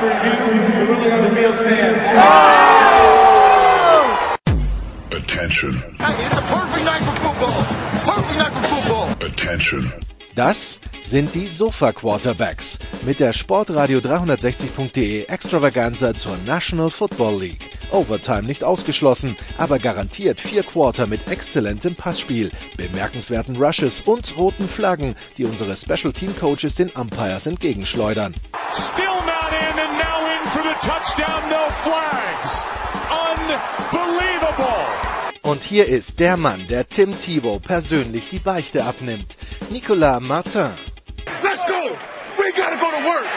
Attention. Hey, it's a perfect night for football. Perfect night for football. Attention. Das sind die Sofa-Quarterbacks mit der Sportradio 360.de Extravaganza zur National Football League. Overtime nicht ausgeschlossen, aber garantiert 4 Quarter mit exzellentem Passspiel, bemerkenswerten Rushes und roten Flaggen, die unsere Special Team Coaches den Umpires entgegenschleudern. Still not in and now in for the touchdown, no flags. Unbelievable. Und hier ist der Mann, der Tim Tebow persönlich die Beichte abnimmt. Nicolas Martin. Let's go! We gotta go to work!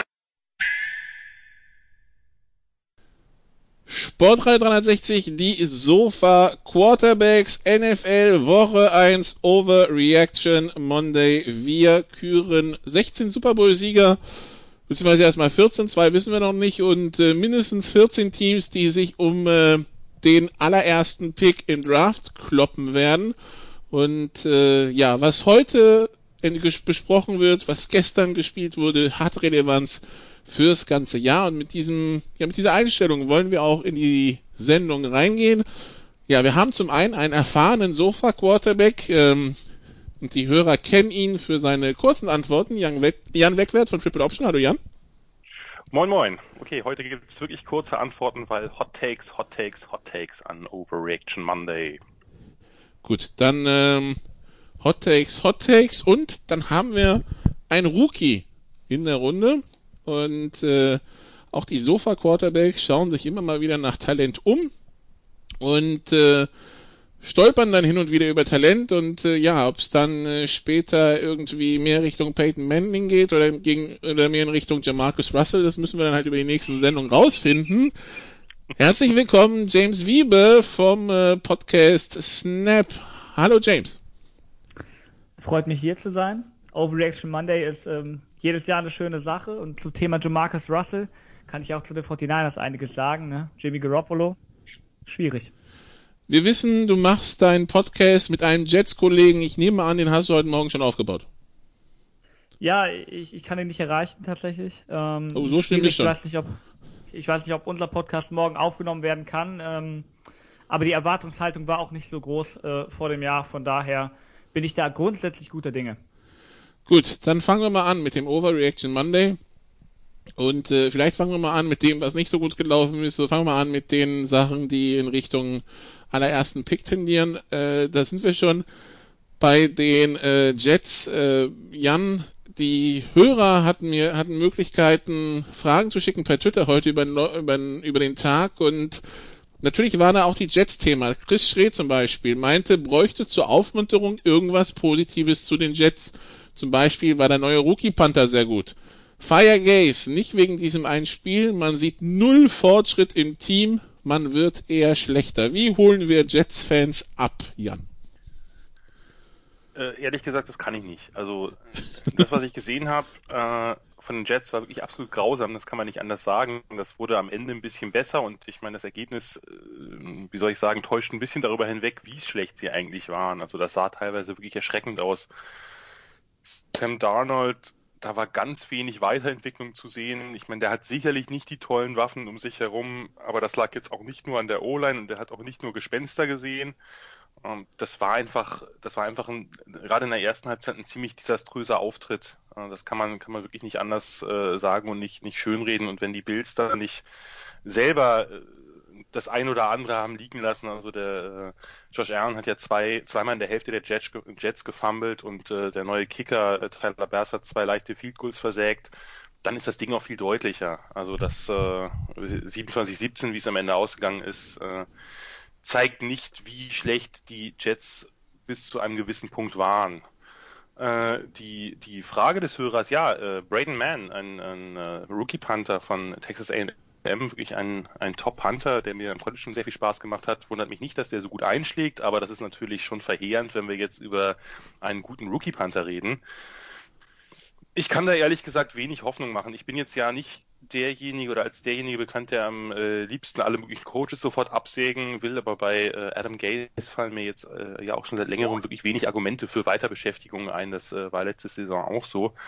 Sportradio 360, die Sofa Quarterbacks, NFL Woche 1 Overreaction Monday. Wir küren 16 Super Bowl Sieger, beziehungsweise erstmal 14, 2 wissen wir noch nicht, und mindestens 14 Teams, die sich um den allerersten Pick im Draft kloppen werden. Und was heute besprochen wird, was gestern gespielt wurde, hat Relevanz fürs ganze Jahr. Und mit dieser Einstellung wollen wir auch in die Sendung reingehen. Ja, wir haben zum einen einen erfahrenen Sofa-Quarterback, und die Hörer kennen ihn für seine kurzen Antworten. Jan Wegwert von Triple Option. Hallo Jan. Moin moin. Okay, heute gibt es wirklich kurze Antworten, weil Hot Takes an Overreaction Monday. Gut, dann Hot Takes und dann haben wir einen Rookie in der Runde und auch die Sofa-Quarterbacks schauen sich immer mal wieder nach Talent um und stolpern dann hin und wieder über Talent und ob es dann später irgendwie mehr Richtung Peyton Manning geht oder mehr in Richtung Jamarcus Russell, das müssen wir dann halt über die nächsten Sendungen rausfinden. Herzlich willkommen, James Wiebe vom Podcast Snap. Hallo James. Freut mich hier zu sein. Overreaction Monday ist jedes Jahr eine schöne Sache und zum Thema Jamarcus Russell kann ich auch zu den 49ers einiges sagen. Ne? Jimmy Garoppolo, schwierig. Wir wissen, du machst deinen Podcast mit einem Jets-Kollegen. Ich nehme an, den hast du heute Morgen schon aufgebaut. Ja, ich kann ihn nicht erreichen tatsächlich. So schlimm ist schon. Ich weiß nicht, ob unser Podcast morgen aufgenommen werden kann. Aber die Erwartungshaltung war auch nicht so groß vor dem Jahr. Von daher bin ich da grundsätzlich guter Dinge. Gut, dann fangen wir mal an mit dem Overreaction Monday. Und vielleicht fangen wir mal an mit dem, was nicht so gut gelaufen ist. So fangen wir mal an mit den Sachen, die in Richtung allerersten Pick tendieren. Da sind wir schon bei den Jets. Jan, die Hörer hatten Möglichkeiten, Fragen zu schicken per Twitter heute über den Tag. Und natürlich war da auch die Jets-Thema. Chris Schree zum Beispiel meinte, bräuchte zur Aufmunterung irgendwas Positives zu den Jets. Zum Beispiel war der neue Rookie-Panther sehr gut. Fire Gaze, nicht wegen diesem einen Spiel, man sieht 0 Fortschritt im Team, man wird eher schlechter. Wie holen wir Jets-Fans ab, Jan? Ehrlich gesagt, das kann ich nicht. Also das, was ich gesehen habe von den Jets, war wirklich absolut grausam, das kann man nicht anders sagen. Das wurde am Ende ein bisschen besser und ich meine, das Ergebnis, täuscht ein bisschen darüber hinweg, wie schlecht sie eigentlich waren. Also das sah teilweise wirklich erschreckend aus. Sam Darnold, da war ganz wenig Weiterentwicklung zu sehen. Ich meine, der hat sicherlich nicht die tollen Waffen um sich herum, aber das lag jetzt auch nicht nur an der O-Line und der hat auch nicht nur Gespenster gesehen. Das war einfach gerade in der ersten Halbzeit ein ziemlich desaströser Auftritt. Das kann man wirklich nicht anders sagen und nicht schönreden. Und wenn die Bills da nicht selber das ein oder andere haben liegen lassen, also der Josh Allen hat ja zweimal in der Hälfte der Jets gefummelt und der neue Kicker Tyler Bass hat 2 leichte Field Goals versägt, dann ist das Ding auch viel deutlicher. Also das 27-17, wie es am Ende ausgegangen ist, zeigt nicht, wie schlecht die Jets bis zu einem gewissen Punkt waren. Die Frage des Hörers, Braden Mann, ein Rookie-Punter von Texas A&M, wirklich ein Top-Hunter, der mir im College schon sehr viel Spaß gemacht hat. Wundert mich nicht, dass der so gut einschlägt, aber das ist natürlich schon verheerend, wenn wir jetzt über einen guten Rookie-Punter reden. Ich kann da ehrlich gesagt wenig Hoffnung machen. Ich bin jetzt ja nicht derjenige oder als derjenige bekannt, der am liebsten alle möglichen Coaches sofort absägen will, aber bei Adam Gase fallen mir jetzt auch schon seit längerem wirklich wenig Argumente für Weiterbeschäftigung ein. Das war letzte Saison auch so.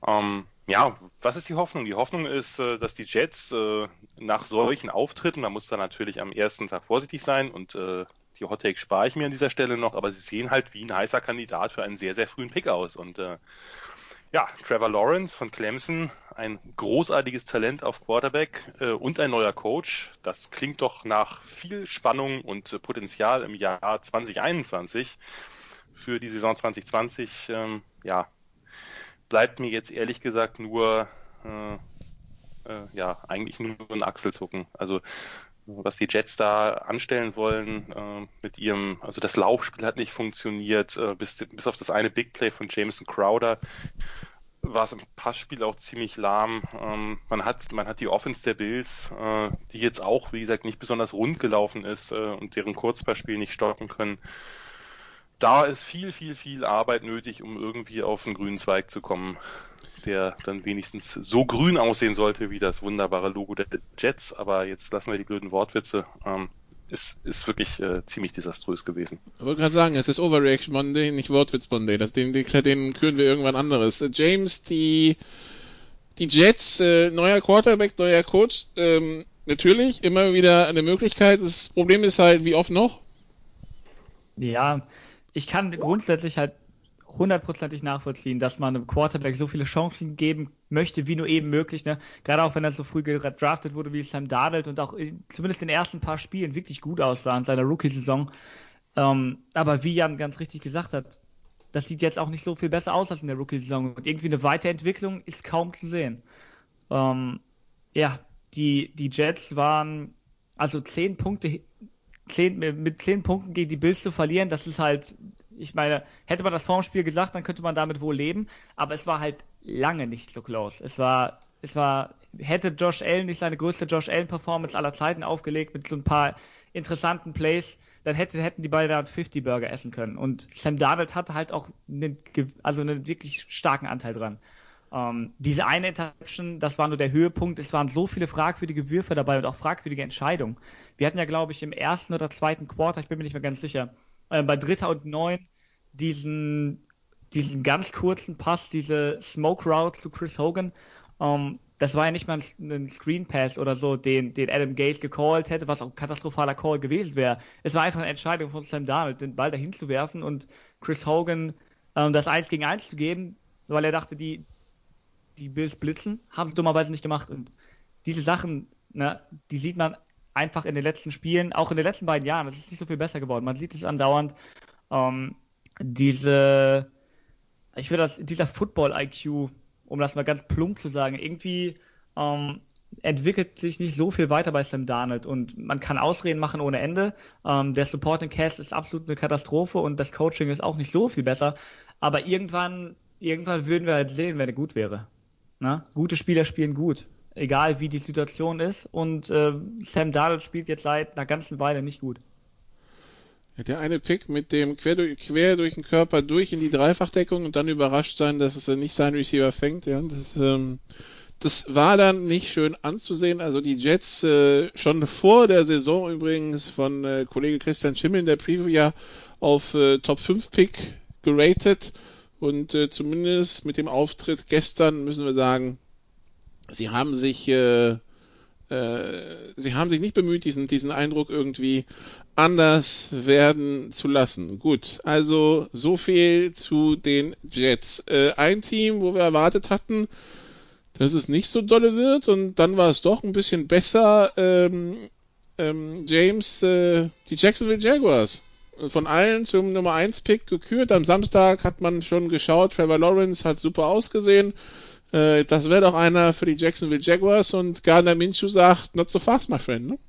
Ja, was ist die Hoffnung? Die Hoffnung ist, dass die Jets nach solchen Auftritten, man muss da natürlich am ersten Tag vorsichtig sein und die Hot Takes spare ich mir an dieser Stelle noch, aber sie sehen halt wie ein heißer Kandidat für einen sehr, sehr frühen Pick aus. Und ja, Trevor Lawrence von Clemson, ein großartiges Talent auf Quarterback und ein neuer Coach. Das klingt doch nach viel Spannung und Potenzial im Jahr 2021 für die Saison 2020. Ja, bleibt mir jetzt ehrlich gesagt nur eigentlich nur ein Achselzucken. Also was die Jets da anstellen wollen mit ihrem, also das Laufspiel hat nicht funktioniert, bis auf das eine Big Play von Jameson Crowder war es im Passspiel auch ziemlich lahm. Man hat die Offense der Bills, die jetzt auch, wie gesagt, nicht besonders rund gelaufen ist und deren Kurzpassspiel nicht stoppen können. Da ist viel, viel, viel Arbeit nötig, um irgendwie auf den grünen Zweig zu kommen, der dann wenigstens so grün aussehen sollte wie das wunderbare Logo der Jets. Aber jetzt lassen wir die blöden Wortwitze. Ist wirklich ziemlich desaströs gewesen. Ich wollte gerade sagen, es ist Overreaction Monday, nicht Wortwitz Monday. Den küren wir irgendwann anderes. James, die Jets, neuer Quarterback, neuer Coach, natürlich immer wieder eine Möglichkeit. Das Problem ist halt, wie oft noch? Ja, ich kann grundsätzlich halt hundertprozentig nachvollziehen, dass man einem Quarterback so viele Chancen geben möchte, wie nur eben möglich, ne? Gerade auch wenn er so früh gedraftet wurde wie Sam Darnold und auch zumindest in den ersten paar Spielen wirklich gut aussah in seiner Rookie-Saison. Aber wie Jan ganz richtig gesagt hat, das sieht jetzt auch nicht so viel besser aus als in der Rookie-Saison und irgendwie eine Weiterentwicklung ist kaum zu sehen. Die Jets waren also 10 Punkte, mit 10 Punkten gegen die Bills zu verlieren, das ist halt, ich meine, hätte man das vorm Spiel gesagt, dann könnte man damit wohl leben, aber es war halt lange nicht so close. Hätte Josh Allen nicht seine größte Josh Allen-Performance aller Zeiten aufgelegt mit so ein paar interessanten Plays, dann hätten die beide einen 50-Burger essen können. Und Sam Darnold hatte halt auch einen wirklich starken Anteil dran. Diese eine Interception, das war nur der Höhepunkt. Es waren so viele fragwürdige Würfe dabei und auch fragwürdige Entscheidungen. Wir hatten ja, glaube ich, im ersten oder zweiten Quarter, ich bin mir nicht mehr ganz sicher, bei 3. und 9 diesen ganz kurzen Pass, diese Smoke Route zu Chris Hogan. Das war ja nicht mal ein Screen Pass oder so, den Adam Gase gecallt hätte, was auch ein katastrophaler Call gewesen wäre. Es war einfach eine Entscheidung von Sam Darnold, den Ball dahin zu werfen und Chris Hogan das 1 gegen 1 zu geben, weil er dachte, die Bills blitzen, haben es dummerweise nicht gemacht. Und diese Sachen, ne, die sieht man einfach in den letzten Spielen, auch in den letzten beiden Jahren. Es ist nicht so viel besser geworden. Man sieht es andauernd. Dieser Football-IQ, um das mal ganz plump zu sagen, irgendwie entwickelt sich nicht so viel weiter bei Sam Darnold und man kann Ausreden machen ohne Ende. Der Supporting Cast ist absolut eine Katastrophe und das Coaching ist auch nicht so viel besser. Aber irgendwann würden wir halt sehen, wenn er gut wäre. Na? Gute Spieler spielen gut, egal wie die Situation ist. Und Sam Darnold spielt jetzt seit einer ganzen Weile nicht gut. Der eine Pick mit dem quer durch den Körper durch in die Dreifachdeckung und dann überrascht sein, dass es nicht sein Receiver fängt. Ja, das war dann nicht schön anzusehen. Also die Jets schon vor der Saison übrigens von Kollege Christian Schimmel in der Preview ja auf Top 5 Pick geratet. Und zumindest mit dem Auftritt gestern müssen wir sagen, sie haben sich nicht bemüht, diesen Eindruck irgendwie anders werden zu lassen. Gut, also so viel zu den Jets. Ein Team, wo wir erwartet hatten, dass es nicht so dolle wird und dann war es doch ein bisschen besser. James, die Jacksonville Jaguars. Von allen zum Nummer 1 Pick gekürt. Am Samstag hat man schon geschaut, Trevor Lawrence hat super ausgesehen. Das wäre doch einer für die Jacksonville Jaguars und Gardner Minshew sagt, not so fast, my friend, ne?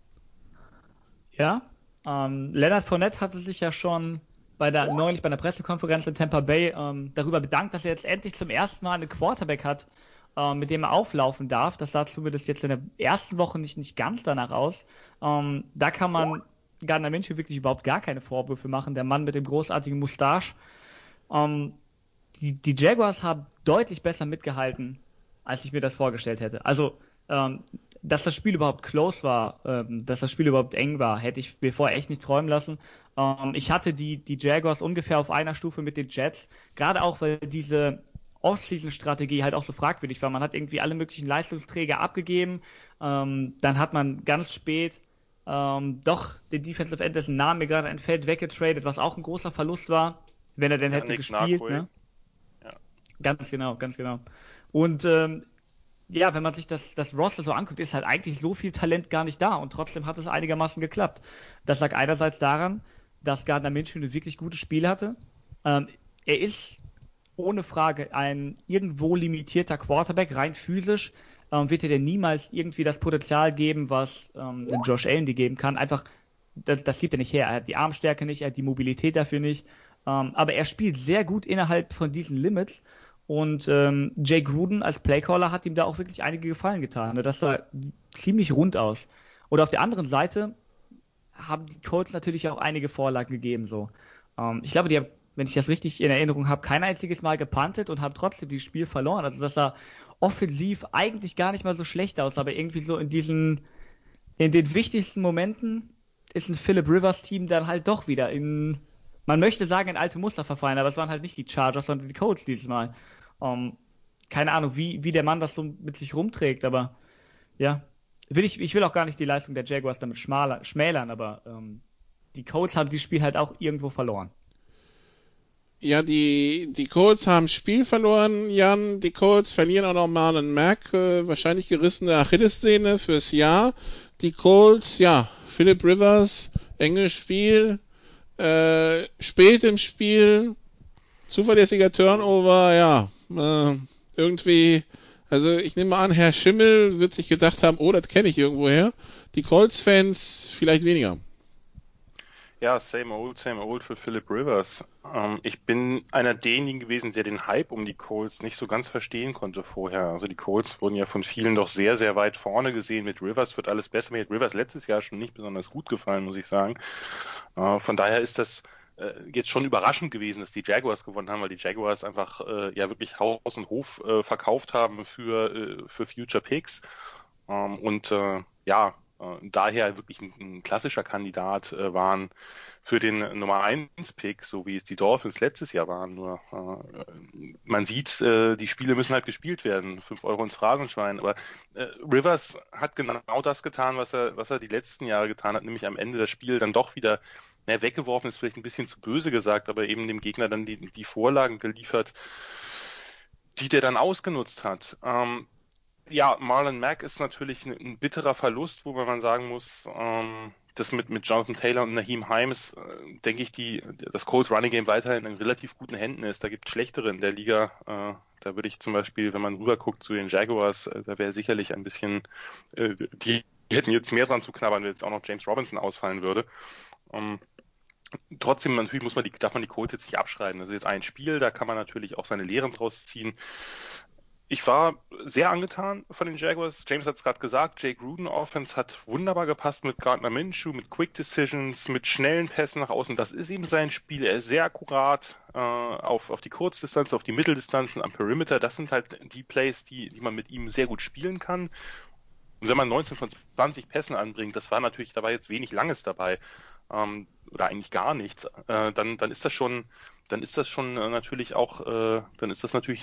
Ja, Leonard Fournette hatte sich ja schon neulich bei einer Pressekonferenz in Tampa Bay darüber bedankt, dass er jetzt endlich zum ersten Mal einen Quarterback hat, mit dem er auflaufen darf. Das sah zumindest jetzt in der ersten Woche nicht ganz danach aus. Da kann man Gardner Minshew wirklich überhaupt gar keine Vorwürfe machen. Der Mann mit dem großartigen Mustache. Die Jaguars haben deutlich besser mitgehalten, als ich mir das vorgestellt hätte. Also, dass das Spiel überhaupt close war, dass das Spiel überhaupt eng war, hätte ich mir vorher echt nicht träumen lassen. Ich hatte die Jaguars ungefähr auf einer Stufe mit den Jets, gerade auch, weil diese Off-Season-Strategie halt auch so fragwürdig war. Man hat irgendwie alle möglichen Leistungsträger abgegeben, dann hat man ganz spät doch den Defensive End, dessen Name mir gerade entfällt, weggetradet, was auch ein großer Verlust war, wenn er denn hätte gespielt. Ne? Ja. Ganz genau. Und ja, wenn man sich das Roster so anguckt, ist halt eigentlich so viel Talent gar nicht da und trotzdem hat es einigermaßen geklappt. Das lag einerseits daran, dass Gardner Minshew ein wirklich gutes Spiel hatte. Er ist ohne Frage ein irgendwo limitierter Quarterback, rein physisch wird er dir niemals irgendwie das Potenzial geben, was Josh Allen dir geben kann. Einfach, das gibt er nicht her. Er hat die Armstärke nicht, er hat die Mobilität dafür nicht. Aber er spielt sehr gut innerhalb von diesen Limits. Und Jay Gruden als Playcaller hat ihm da auch wirklich einige Gefallen getan. Ne? Das sah ziemlich rund aus. Und auf der anderen Seite haben die Colts natürlich auch einige Vorlagen gegeben. So. Ich glaube, die haben, wenn ich das richtig in Erinnerung habe, kein einziges Mal gepuntet und haben trotzdem das Spiel verloren. Also das sah offensiv eigentlich gar nicht mal so schlecht aus, aber irgendwie so in den wichtigsten Momenten ist ein Philip Rivers Team dann halt doch wieder man möchte sagen, in alte Muster verfallen, aber es waren halt nicht die Chargers, sondern die Colts dieses Mal. Keine Ahnung, wie der Mann das so mit sich rumträgt, aber ja, ich will auch gar nicht die Leistung der Jaguars damit schmälern, aber die Colts haben dieses Spiel halt auch irgendwo verloren. Ja, die Colts haben Spiel verloren, Jan. Die Colts verlieren auch noch Marlon Mack, wahrscheinlich gerissene Achillessehne fürs Jahr. Die Colts, ja, Philip Rivers, enges Spiel, spät im Spiel, zuverlässiger Turnover, ja, irgendwie, also ich nehme an, Herr Schimmel wird sich gedacht haben, oh, das kenne ich irgendwoher. Die Colts-Fans vielleicht weniger. Ja, same old für Philip Rivers. Ich bin einer derjenigen gewesen, der den Hype um die Colts nicht so ganz verstehen konnte vorher. Also die Colts wurden ja von vielen doch sehr, sehr weit vorne gesehen. Mit Rivers wird alles besser. Mir hat Rivers letztes Jahr schon nicht besonders gut gefallen, muss ich sagen. Von daher ist das jetzt schon überraschend gewesen, dass die Jaguars gewonnen haben, weil die Jaguars einfach ja wirklich Haus und Hof verkauft haben für Future Picks. Daher wirklich ein klassischer Kandidat waren für den Nummer 1 Pick, so wie es die Dolphins letztes Jahr waren. Nur man sieht, die Spiele müssen halt gespielt werden. 5 Euro ins Phrasenschwein. Aber Rivers hat genau das getan, was er die letzten Jahre getan hat, nämlich am Ende das Spiel dann doch wieder weggeworfen, ist vielleicht ein bisschen zu böse gesagt, aber eben dem Gegner dann die Vorlagen geliefert, die der dann ausgenutzt hat. Ja, Marlon Mack ist natürlich ein bitterer Verlust, wo man sagen muss, das mit Jonathan Taylor und Naheem Hines, denke ich, das Colts Running Game weiterhin in relativ guten Händen ist. Da gibt es schlechtere in der Liga. Da würde ich zum Beispiel, wenn man rüberguckt zu den Jaguars, da wäre sicherlich ein bisschen, die hätten jetzt mehr dran zu knabbern, wenn jetzt auch noch James Robinson ausfallen würde. Trotzdem, natürlich darf man die Colts jetzt nicht abschreiben. Das ist jetzt ein Spiel, da kann man natürlich auch seine Lehren draus ziehen. Ich war sehr angetan von den Jaguars. James hat es gerade gesagt, Jay Gruden Offense hat wunderbar gepasst mit Gardner Minshew, mit Quick Decisions, mit schnellen Pässen nach außen. Das ist eben sein Spiel. Er ist sehr akkurat auf die Kurzdistanz, auf die Mitteldistanzen, am Perimeter. Das sind halt die Plays, die man mit ihm sehr gut spielen kann. Und wenn man 19 von 20 Pässen anbringt, da war jetzt wenig Langes dabei, oder eigentlich gar nichts, dann ist das schon natürlich auch, dann ist das natürlich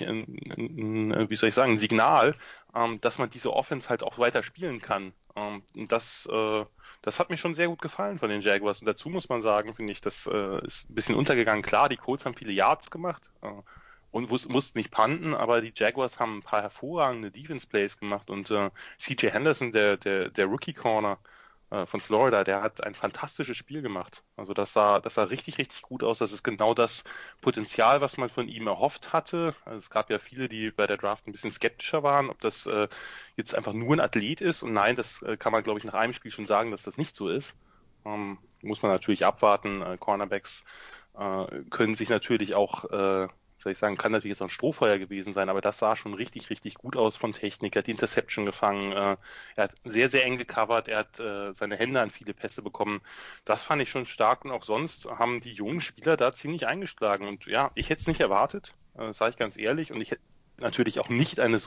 ein Signal, dass man diese Offense halt auch weiter spielen kann. Und das hat mir schon sehr gut gefallen von den Jaguars. Und dazu muss man sagen, finde ich, das ist ein bisschen untergegangen. Klar, die Colts haben viele Yards gemacht und mussten nicht punten, aber die Jaguars haben ein paar hervorragende Defense-Plays gemacht und CJ Henderson, der Rookie Corner von Florida, der hat ein fantastisches Spiel gemacht. Also das sah richtig, richtig gut aus. Das ist genau das Potenzial, was man von ihm erhofft hatte. Also es gab ja viele, die bei der Draft ein bisschen skeptischer waren, ob das jetzt einfach nur ein Athlet ist. Und nein, das kann man, glaube ich, nach einem Spiel schon sagen, dass das nicht so ist. Muss man natürlich abwarten. Cornerbacks können sich natürlich auch kann natürlich jetzt auch ein Strohfeuer gewesen sein, aber das sah schon richtig, richtig gut aus von Technik. Er hat die Interception gefangen, er hat sehr, sehr eng gecovert, er hat seine Hände an viele Pässe bekommen. Das fand ich schon stark und auch sonst haben die jungen Spieler da ziemlich eingeschlagen. Und ja, ich hätte es nicht erwartet, sage ich ganz ehrlich, und ich hätte natürlich auch nicht eine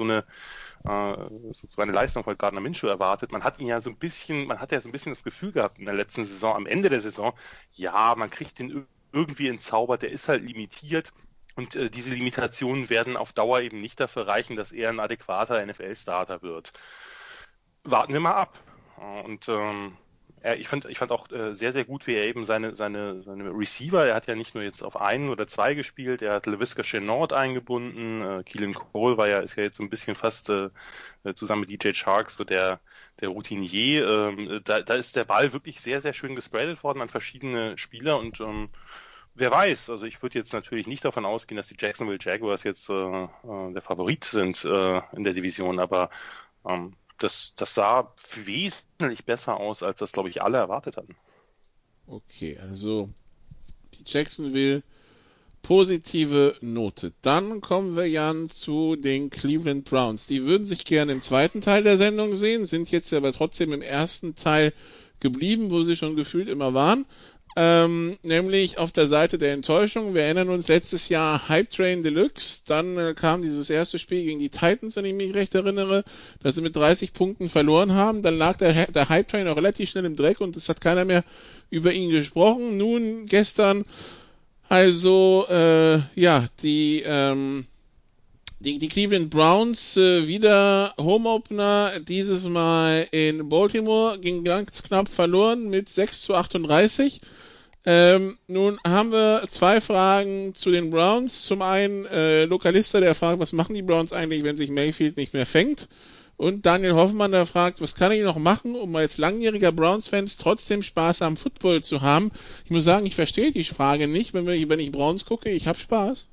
Leistung von Gardner Minshew erwartet. Man hat ja so ein bisschen das Gefühl gehabt in der letzten Saison, am Ende der Saison, ja, man kriegt den irgendwie entzaubert, der ist halt limitiert. Und diese Limitationen werden auf Dauer eben nicht dafür reichen, dass er ein adäquater NFL-Starter wird. Warten wir mal ab. Und ich fand auch sehr, sehr gut, wie er eben seine Receiver, er hat ja nicht nur jetzt auf einen oder zwei gespielt, er hat Laviska Shenault eingebunden, Keelan Cole ist ja jetzt so ein bisschen fast zusammen mit DJ Chark so der Routinier. Da ist der Ball wirklich sehr, sehr schön gespreadet worden an verschiedene Spieler und wer weiß, also ich würde jetzt natürlich nicht davon ausgehen, dass die Jacksonville Jaguars jetzt der Favorit sind in der Division, aber das sah wesentlich besser aus, als das, glaube ich, alle erwartet hatten. Okay, also die Jacksonville positive Note. Dann kommen wir, Jan, zu den Cleveland Browns. Die würden sich gerne im zweiten Teil der Sendung sehen, sind jetzt aber trotzdem im ersten Teil geblieben, wo sie schon gefühlt immer waren. Nämlich auf der Seite der Enttäuschung. Wir erinnern uns letztes Jahr Hype Train Deluxe, dann kam dieses erste Spiel gegen die Titans, wenn ich mich recht erinnere, dass sie mit 30 Punkten verloren haben. Dann lag der Hype Train auch relativ schnell im Dreck und es hat keiner mehr über ihn gesprochen. Nun gestern also die Cleveland Browns wieder Homeopener, dieses Mal in Baltimore, ging ganz knapp verloren mit 6-38. Nun haben wir zwei Fragen zu den Browns. Zum einen Lokalista, der fragt, was machen die Browns eigentlich, wenn sich Mayfield nicht mehr fängt? Und Daniel Hoffmann, der fragt, was kann ich noch machen, um als langjähriger Browns-Fans trotzdem Spaß am Football zu haben? Ich muss sagen, ich verstehe die Frage nicht, wenn ich Browns gucke, ich habe Spaß.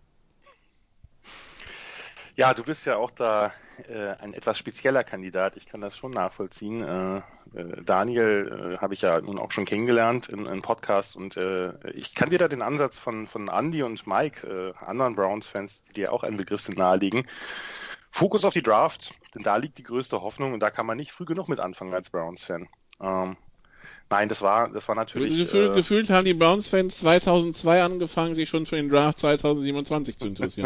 Ja, du bist ja auch da ein etwas spezieller Kandidat. Ich kann das schon nachvollziehen. Daniel habe ich ja nun auch schon kennengelernt in Podcast und ich kann dir da den Ansatz von Andy und Mike, anderen Browns-Fans, die dir auch ein Begriff sind, nahelegen. Fokus auf die Draft, denn da liegt die größte Hoffnung und da kann man nicht früh genug mit anfangen als Browns-Fan. Nein, das war natürlich... Gefühlt haben die Browns-Fans 2002 angefangen, sich schon für den Draft 2027 zu interessieren.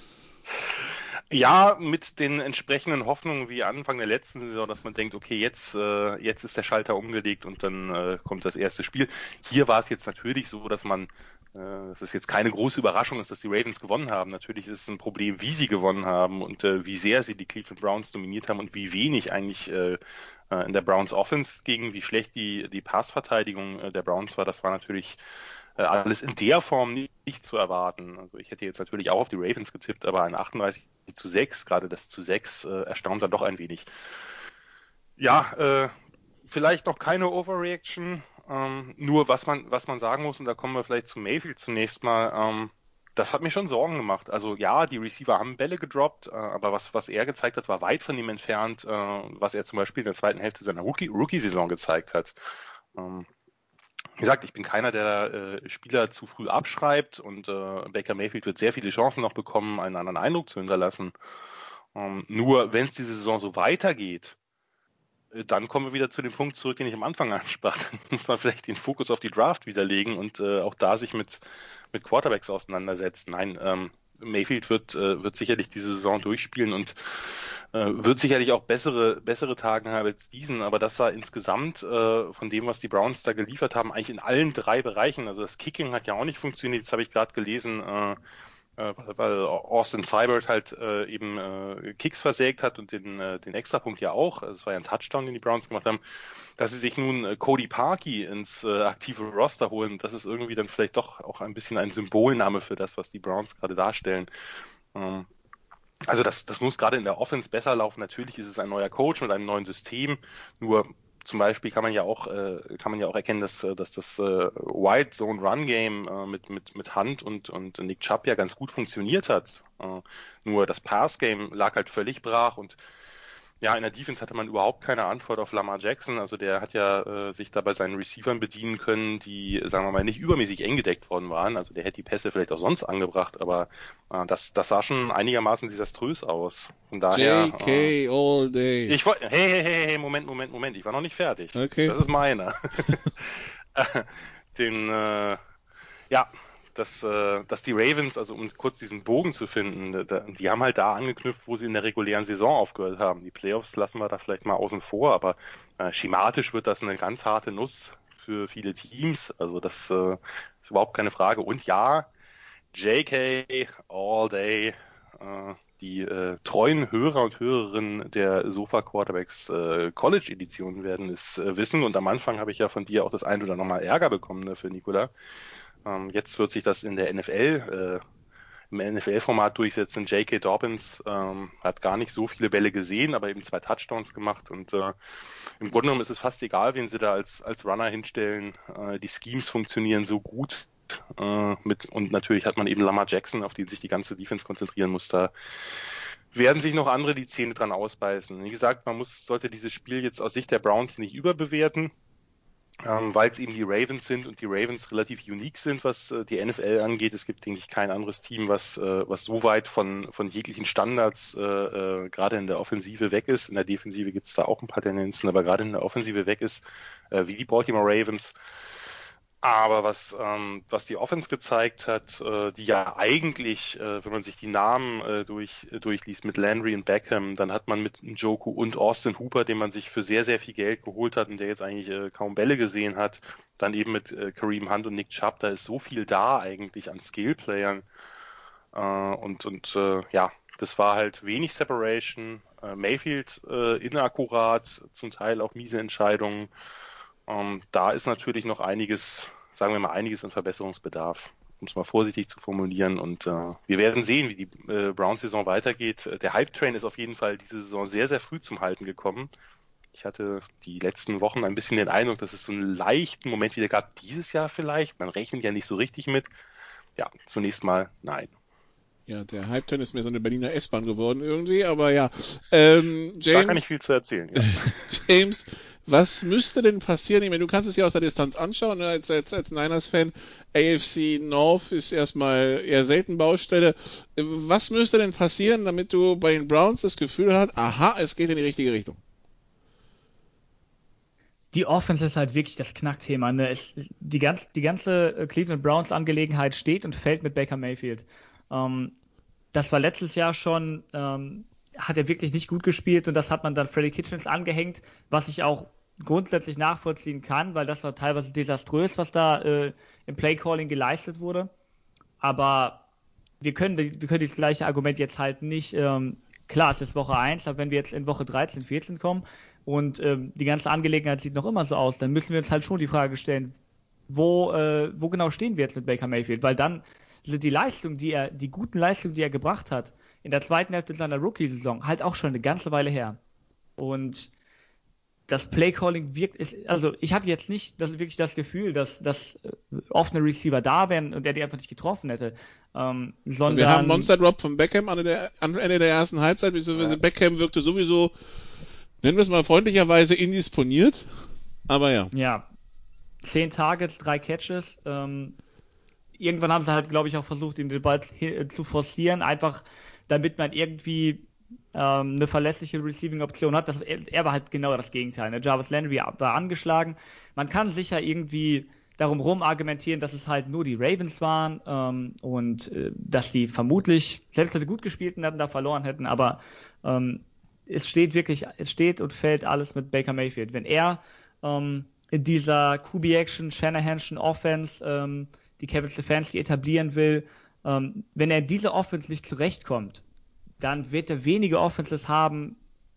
Ja, mit den entsprechenden Hoffnungen wie Anfang der letzten Saison, dass man denkt, okay, jetzt ist der Schalter umgelegt und dann kommt das erste Spiel. Hier war es jetzt natürlich so, dass dass es jetzt keine große Überraschung ist, dass die Ravens gewonnen haben. Natürlich ist es ein Problem, wie sie gewonnen haben und wie sehr sie die Cleveland Browns dominiert haben und wie wenig eigentlich in der Browns Offense gegen wie schlecht die Passverteidigung der Browns war. Das war natürlich alles in der Form nicht zu erwarten. Also ich hätte jetzt natürlich auch auf die Ravens getippt, aber ein 38-6, gerade das zu 6, erstaunt dann doch ein wenig. Ja, vielleicht noch keine Overreaction, nur was man sagen muss, und da kommen wir vielleicht zu Mayfield zunächst mal, das hat mir schon Sorgen gemacht. Also ja, die Receiver haben Bälle gedroppt, aber was er gezeigt hat, war weit von dem entfernt, was er zum Beispiel in der zweiten Hälfte seiner Rookie-Saison gezeigt hat. Wie gesagt, ich bin keiner, der Spieler zu früh abschreibt und Baker Mayfield wird sehr viele Chancen noch bekommen, einen anderen Eindruck zu hinterlassen. Nur wenn es diese Saison so weitergeht, dann kommen wir wieder zu dem Punkt zurück, den ich am Anfang ansprach. Dann muss man vielleicht den Fokus auf die Draft widerlegen und auch da sich mit Quarterbacks auseinandersetzen. Nein, Mayfield wird sicherlich diese Saison durchspielen und wird sicherlich auch bessere Tage haben als diesen, aber das sah insgesamt von dem, was die Browns da geliefert haben, eigentlich in allen drei Bereichen. Also das Kicking hat ja auch nicht funktioniert, das habe ich gerade gelesen, weil Austin Seibert halt eben Kicks versägt hat und den Extrapunkt ja auch. Also es war ja ein Touchdown, den die Browns gemacht haben. Dass sie sich nun Cody Parkey ins aktive Roster holen, das ist irgendwie dann vielleicht doch auch ein bisschen ein Symbolname für das, was die Browns gerade darstellen. Also das muss gerade in der Offense besser laufen. Natürlich ist es ein neuer Coach mit einem neuen System, nur zum Beispiel kann man ja auch erkennen, dass das Wide Zone Run Game mit Hunt und Nick Chubb ja ganz gut funktioniert hat. Nur das Pass Game lag halt völlig brach und ja, in der Defense hatte man überhaupt keine Antwort auf Lamar Jackson. Also der hat ja sich da bei seinen Receivern bedienen können, die, sagen wir mal, nicht übermäßig eng gedeckt worden waren. Also der hätte die Pässe vielleicht auch sonst angebracht, aber das sah schon einigermaßen desaströs aus. Von daher. JK all day. Hey, Moment. Ich war noch nicht fertig. Okay. Das ist meiner. Dass die Ravens, also um kurz diesen Bogen zu finden, die haben halt da angeknüpft, wo sie in der regulären Saison aufgehört haben. Die Playoffs lassen wir da vielleicht mal außen vor, aber schematisch wird das eine ganz harte Nuss für viele Teams. Also das ist überhaupt keine Frage. Und ja, JK all day. Die treuen Hörer und Hörerinnen der Sofa Quarterbacks College-Edition werden es wissen. Und am Anfang habe ich ja von dir auch das ein oder andere Mal Ärger bekommen für Nikola. Jetzt wird sich das in der NFL, im NFL-Format durchsetzen. J.K. Dobbins hat gar nicht so viele Bälle gesehen, aber eben 2 Touchdowns gemacht. Und im Grunde genommen ist es fast egal, wen sie da als Runner hinstellen. Die Schemes funktionieren so gut. Und natürlich hat man eben Lamar Jackson, auf den sich die ganze Defense konzentrieren muss. Da werden sich noch andere die Zähne dran ausbeißen. Wie gesagt, sollte dieses Spiel jetzt aus Sicht der Browns nicht überbewerten, weil es eben die Ravens sind und die Ravens relativ unique sind, was die NFL angeht. Es gibt, denke ich, kein anderes Team, was so weit von jeglichen Standards gerade in der Offensive weg ist. In der Defensive gibt es da auch ein paar Tendenzen, aber gerade in der Offensive weg ist, wie die Baltimore Ravens. Aber was die Offense gezeigt hat, die ja eigentlich, wenn man sich die Namen durchliest mit Landry und Beckham, dann hat man mit Njoku und Austin Hooper, den man sich für sehr, sehr viel Geld geholt hat und der jetzt eigentlich kaum Bälle gesehen hat, dann eben mit Kareem Hunt und Nick Chubb, da ist so viel da eigentlich an Skill-Playern. Das war halt wenig Separation, Mayfield inakkurat, zum Teil auch miese Entscheidungen. Da ist natürlich noch einiges an Verbesserungsbedarf, um es mal vorsichtig zu formulieren. Und wir werden sehen, wie die Browns-Saison weitergeht. Der Hype-Train ist auf jeden Fall diese Saison sehr, sehr früh zum Halten gekommen. Ich hatte die letzten Wochen ein bisschen den Eindruck, dass es so einen leichten Moment wieder gab, dieses Jahr vielleicht. Man rechnet ja nicht so richtig mit. Ja, zunächst mal nein. Ja, der Hype-Train ist mir so eine Berliner S-Bahn geworden irgendwie, aber ja. James, da kann ich viel zu erzählen. Ja. James, was müsste denn passieren? Ich meine, du kannst es ja aus der Distanz anschauen, ne? als Niners-Fan. AFC North ist erstmal eher selten Baustelle. Was müsste denn passieren, damit du bei den Browns das Gefühl hast, aha, es geht in die richtige Richtung? Die Offense ist halt wirklich das Knackthema. Ne? Die ganze Cleveland Browns Angelegenheit steht und fällt mit Baker Mayfield. Das war letztes Jahr schon, hat er wirklich nicht gut gespielt und das hat man dann Freddie Kitchens angehängt, was ich auch grundsätzlich nachvollziehen kann, weil das war teilweise desaströs, was da im Playcalling geleistet wurde. Aber wir können das gleiche Argument jetzt halt nicht, klar, es ist Woche 1, aber wenn wir jetzt in Woche 13, 14 kommen und die ganze Angelegenheit sieht noch immer so aus, dann müssen wir uns halt schon die Frage stellen, wo genau stehen wir jetzt mit Baker Mayfield, weil dann sind die guten Leistungen, die er gebracht hat, in der zweiten Hälfte seiner Rookie-Saison halt auch schon eine ganze Weile her. Und das Playcalling also ich hatte jetzt nicht wirklich das Gefühl, dass offene Receiver da wären und er die einfach nicht getroffen hätte. Sondern wir haben Monster Drop von Beckham am Ende der ersten Halbzeit, beziehungsweise Beckham wirkte sowieso, nennen wir es mal freundlicherweise, indisponiert. Aber ja. Ja. 10 Targets, 3 Catches, irgendwann haben sie halt, glaube ich, auch versucht, ihm den Ball zu forcieren, einfach damit man irgendwie eine verlässliche Receiving-Option hat. Er war halt genau das Gegenteil. Ne? Jarvis Landry war angeschlagen. Man kann sicher irgendwie darum rum argumentieren, dass es halt nur die Ravens waren und dass die vermutlich, selbst wenn sie gut gespielt hätten, da verloren hätten. Aber es steht und fällt alles mit Baker Mayfield. Wenn er in dieser QB-Action, Shanahan'schen Offense die Kevin Stefanski etablieren will, wenn er diese Offense nicht zurechtkommt, dann wird er wenige Offenses haben,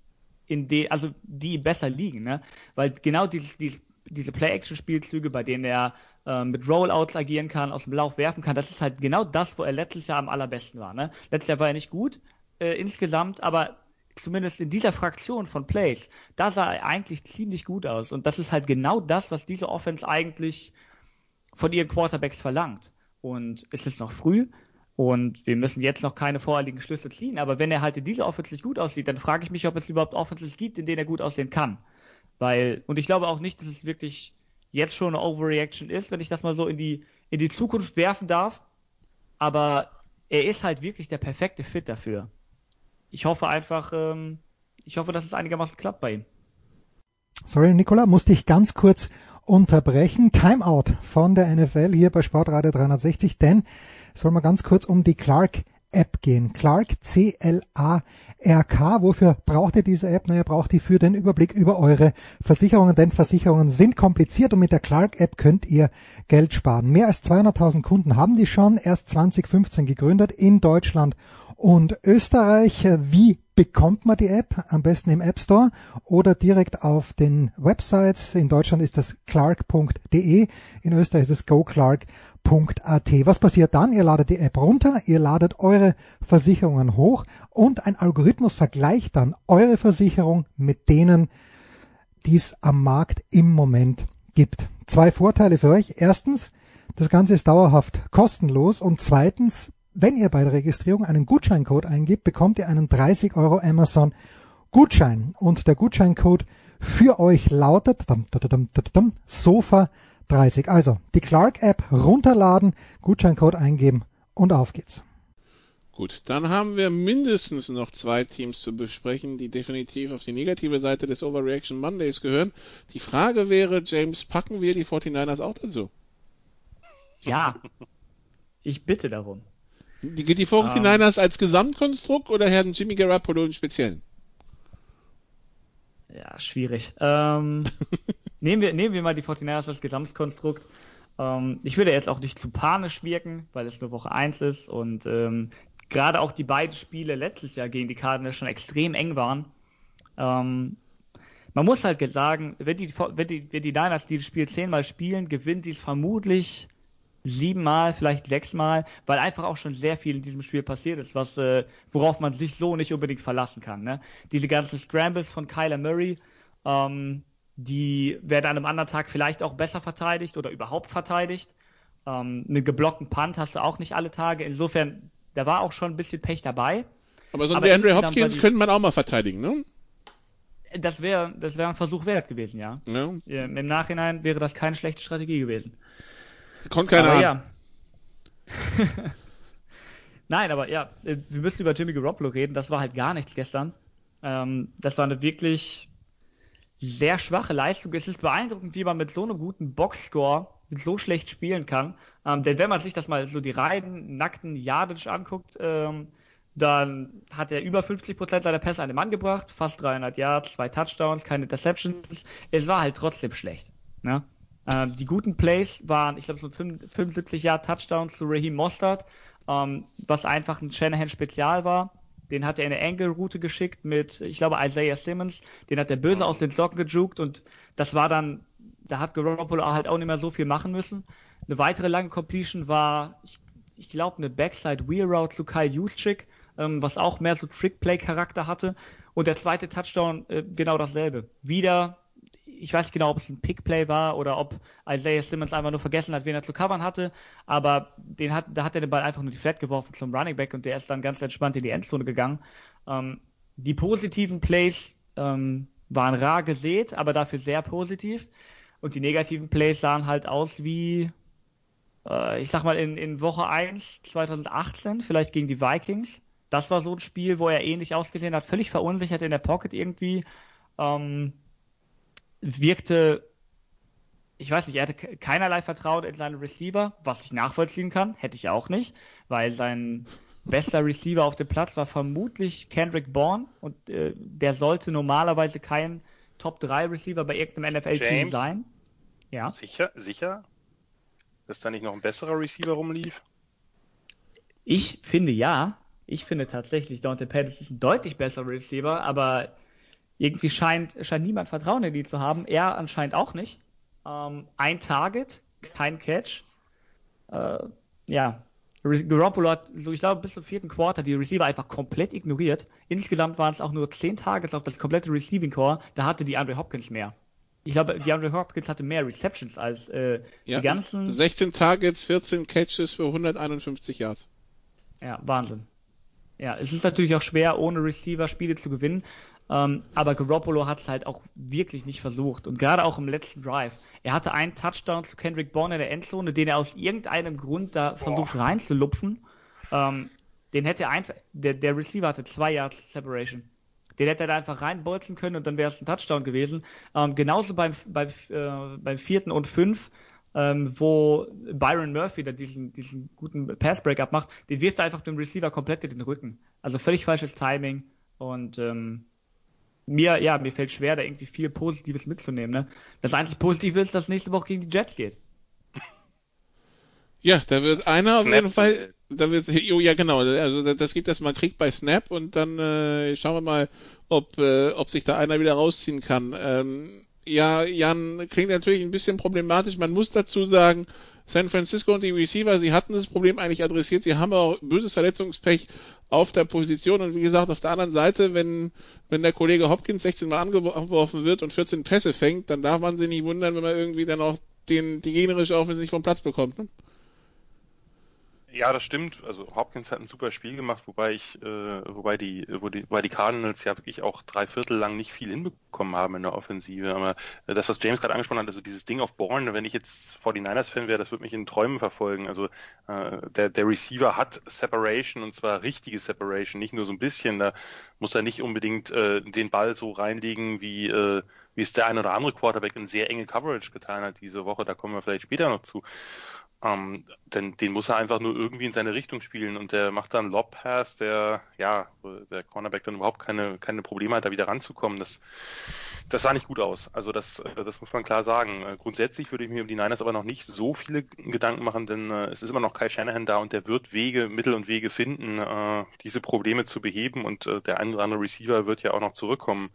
die besser liegen, ne? Weil genau diese Play-Action-Spielzüge, bei denen er mit Rollouts agieren kann, aus dem Lauf werfen kann, das ist halt genau das, wo er letztes Jahr am allerbesten war, ne? Letztes Jahr war er nicht gut insgesamt, aber zumindest in dieser Fraktion von Plays, da sah er eigentlich ziemlich gut aus. Und das ist halt genau das, was diese Offense eigentlich von ihren Quarterbacks verlangt. Und es ist noch früh und wir müssen jetzt noch keine voreiligen Schlüsse ziehen, aber wenn er halt in dieser Offense nicht gut aussieht, dann frage ich mich, ob es überhaupt Offenses gibt, in denen er gut aussehen kann. Und ich glaube auch nicht, dass es wirklich jetzt schon eine Overreaction ist, wenn ich das mal so in die Zukunft werfen darf, aber er ist halt wirklich der perfekte Fit dafür. Ich hoffe einfach, dass es einigermaßen klappt bei ihm. Sorry, Nikola, musste ich ganz kurz unterbrechen. Timeout von der NFL hier bei Sportradio 360, denn es soll mal ganz kurz um die Clark App gehen. Clark, C-L-A-R-K. Wofür braucht ihr diese App? Naja, braucht ihr für den Überblick über eure Versicherungen, denn Versicherungen sind kompliziert und mit der Clark-App könnt ihr Geld sparen. Mehr als 200.000 Kunden haben die schon, erst 2015 gegründet in Deutschland und Österreich. Wie bekommt man die App? Am besten im App Store oder direkt auf den Websites. In Deutschland ist das clark.de, in Österreich ist es goclark.at. Was passiert dann? Ihr ladet die App runter, ihr ladet eure Versicherungen hoch und ein Algorithmus vergleicht dann eure Versicherung mit denen, die es am Markt im Moment gibt. 2 Vorteile für euch. Erstens, das Ganze ist dauerhaft kostenlos und zweitens, wenn ihr bei der Registrierung einen Gutscheincode eingibt, bekommt ihr einen 30 € Amazon Gutschein. Und der Gutscheincode für euch lautet SOFA30. Also die Clark-App runterladen, Gutscheincode eingeben und auf geht's. Gut, dann haben wir mindestens noch 2 Teams zu besprechen, die definitiv auf die negative Seite des Overreaction Mondays gehören. Die Frage wäre, James, packen wir die 49ers auch dazu? Ja, ich bitte darum. Die 49ers als Gesamtkonstrukt oder Herrn Jimmy Garoppolo im Speziellen? Ja, schwierig. Nehmen wir mal die 49ers als Gesamtkonstrukt. Ich würde jetzt auch nicht zu panisch wirken, weil es nur Woche 1 ist und gerade auch die beiden Spiele letztes Jahr gegen die Cardinals schon extrem eng waren. Man muss halt sagen, wenn die Niners dieses Spiel 10-mal spielen, gewinnen die es vermutlich 7-mal, vielleicht 6-mal, weil einfach auch schon sehr viel in diesem Spiel passiert ist, worauf man sich so nicht unbedingt verlassen kann. Ne? Diese ganzen Scrambles von Kyler Murray, die werden an einem anderen Tag vielleicht auch besser verteidigt oder überhaupt verteidigt. Einen geblockten Punt hast du auch nicht alle Tage. Insofern, da war auch schon ein bisschen Pech dabei. Aber so ein DeAndre Hopkins könnte man auch mal verteidigen, ne? Das wäre ein Versuch wert gewesen, ja. Im Nachhinein wäre das keine schlechte Strategie gewesen. Kommt keiner an. Ja. Nein, aber ja, wir müssen über Jimmy Garoppolo reden. Das war halt gar nichts gestern. Das war eine wirklich sehr schwache Leistung. Es ist beeindruckend, wie man mit so einem guten Boxscore so schlecht spielen kann. Denn wenn man sich das mal so die reinen, nackten Yardage anguckt, dann hat er über 50% seiner Pässe an den Mann gebracht, fast 300 Yards, 2 Touchdowns, keine Interceptions. Es war halt trotzdem schlecht. Ne? Die guten Plays waren, ich glaube, so 75 Yard Touchdowns zu Raheem Mostert, was einfach ein Shanahan-Spezial war. Den hat er in eine Angle-Route geschickt mit, ich glaube, Isaiah Simmons. Den hat der böse aus den Socken gejuckt und das war dann, da hat Garoppolo halt auch nicht mehr so viel machen müssen. Eine weitere lange Completion war, ich glaube, eine Backside Wheel Route zu Kyle Juszczyk, was auch mehr so Trick-Play-Charakter hatte. Und der zweite Touchdown, genau dasselbe. Wieder, ich weiß nicht genau, ob es ein Pick-Play war oder ob Isaiah Simmons einfach nur vergessen hat, wen er zu covern hatte, aber da hat er den Ball einfach nur die Flat geworfen zum Running Back und der ist dann ganz entspannt in die Endzone gegangen. Die positiven Plays waren rar gesät, aber dafür sehr positiv und die negativen Plays sahen halt aus wie, ich sag mal, in Woche 1 2018, vielleicht gegen die Vikings. Das war so ein Spiel, wo er ähnlich ausgesehen hat, völlig verunsichert in der Pocket irgendwie, wirkte, ich weiß nicht, er hatte keinerlei Vertrauen in seinen Receiver, was ich nachvollziehen kann, hätte ich auch nicht, weil sein bester Receiver auf dem Platz war vermutlich Kendrick Bourne und der sollte normalerweise kein Top-3 Receiver bei irgendeinem NFL-Team sein. Ja. Sicher? Dass da nicht noch ein besserer Receiver rumlief? Ich finde ja. Ich finde tatsächlich, Dante Pettis ist ein deutlich besserer Receiver, aber irgendwie scheint niemand Vertrauen in die zu haben. Er anscheinend auch nicht. Ein Target, kein Catch. Garoppolo hat, so ich glaube, bis zum 4. Quarter die Receiver einfach komplett ignoriert. Insgesamt waren es auch nur 10 Targets auf das komplette Receiving Core. Da hatte DeAndre Hopkins mehr. Ich glaube, DeAndre Hopkins hatte mehr Receptions als die ganzen... 16 Targets, 14 Catches für 151 Yards. Ja, Wahnsinn. Ja, es ist natürlich auch schwer, ohne Receiver Spiele zu gewinnen. Aber Garoppolo hat es halt auch wirklich nicht versucht. Und gerade auch im letzten Drive. Er hatte einen Touchdown zu Kendrick Bourne in der Endzone, den er aus irgendeinem Grund da versucht reinzulupfen. Den hätte er einfach, der Receiver hatte 2 Yards Separation. Den hätte er da einfach reinbolzen können und dann wäre es ein Touchdown gewesen. Genauso beim 4. und 5. wo Byron Murphy da diesen guten Pass-Breakup macht, den wirft er einfach dem Receiver komplett in den Rücken. Also völlig falsches Timing und mir fällt schwer, da irgendwie viel Positives mitzunehmen. Ne? Das einzige Positive ist, dass nächste Woche gegen die Jets geht. Ja, da wird einer auf jeden Fall, da wird, ja genau, also das geht erstmal Krieg bei Snap und dann schauen wir mal, ob sich da einer wieder rausziehen kann. Ja, Jan, klingt natürlich ein bisschen problematisch. Man muss dazu sagen, San Francisco und die Receiver, sie hatten das Problem eigentlich adressiert. Sie haben auch böses Verletzungspech auf der Position. Und wie gesagt, auf der anderen Seite, wenn der Kollege Hopkins 16 Mal angeworfen wird und 14 Pässe fängt, dann darf man sich nicht wundern, wenn man irgendwie dann auch die gegnerische Offensive nicht vom Platz bekommt. Ne? Ja, das stimmt. Also Hopkins hat ein super Spiel gemacht, wobei die Cardinals ja wirklich auch 3/4 lang nicht viel hinbekommen haben in der Offensive. Aber das, was James gerade angesprochen hat, also dieses Ding auf Bourne, wenn ich jetzt 49ers-Fan wäre, das würde mich in Träumen verfolgen. Also der Receiver hat Separation und zwar richtige Separation, nicht nur so ein bisschen. Da muss er nicht unbedingt den Ball so reinlegen, wie es der ein oder andere Quarterback in sehr enge Coverage getan hat diese Woche. Da kommen wir vielleicht später noch zu. Denn den muss er einfach nur irgendwie in seine Richtung spielen und der macht dann Lob-Pass, der Cornerback dann überhaupt keine Probleme hat, da wieder ranzukommen. Das sah nicht gut aus. Also das muss man klar sagen. Grundsätzlich würde ich mir um die Niners aber noch nicht so viele Gedanken machen, denn es ist immer noch Kyle Shanahan da und der wird Mittel und Wege finden, diese Probleme zu beheben und der ein oder andere Receiver wird ja auch noch zurückkommen.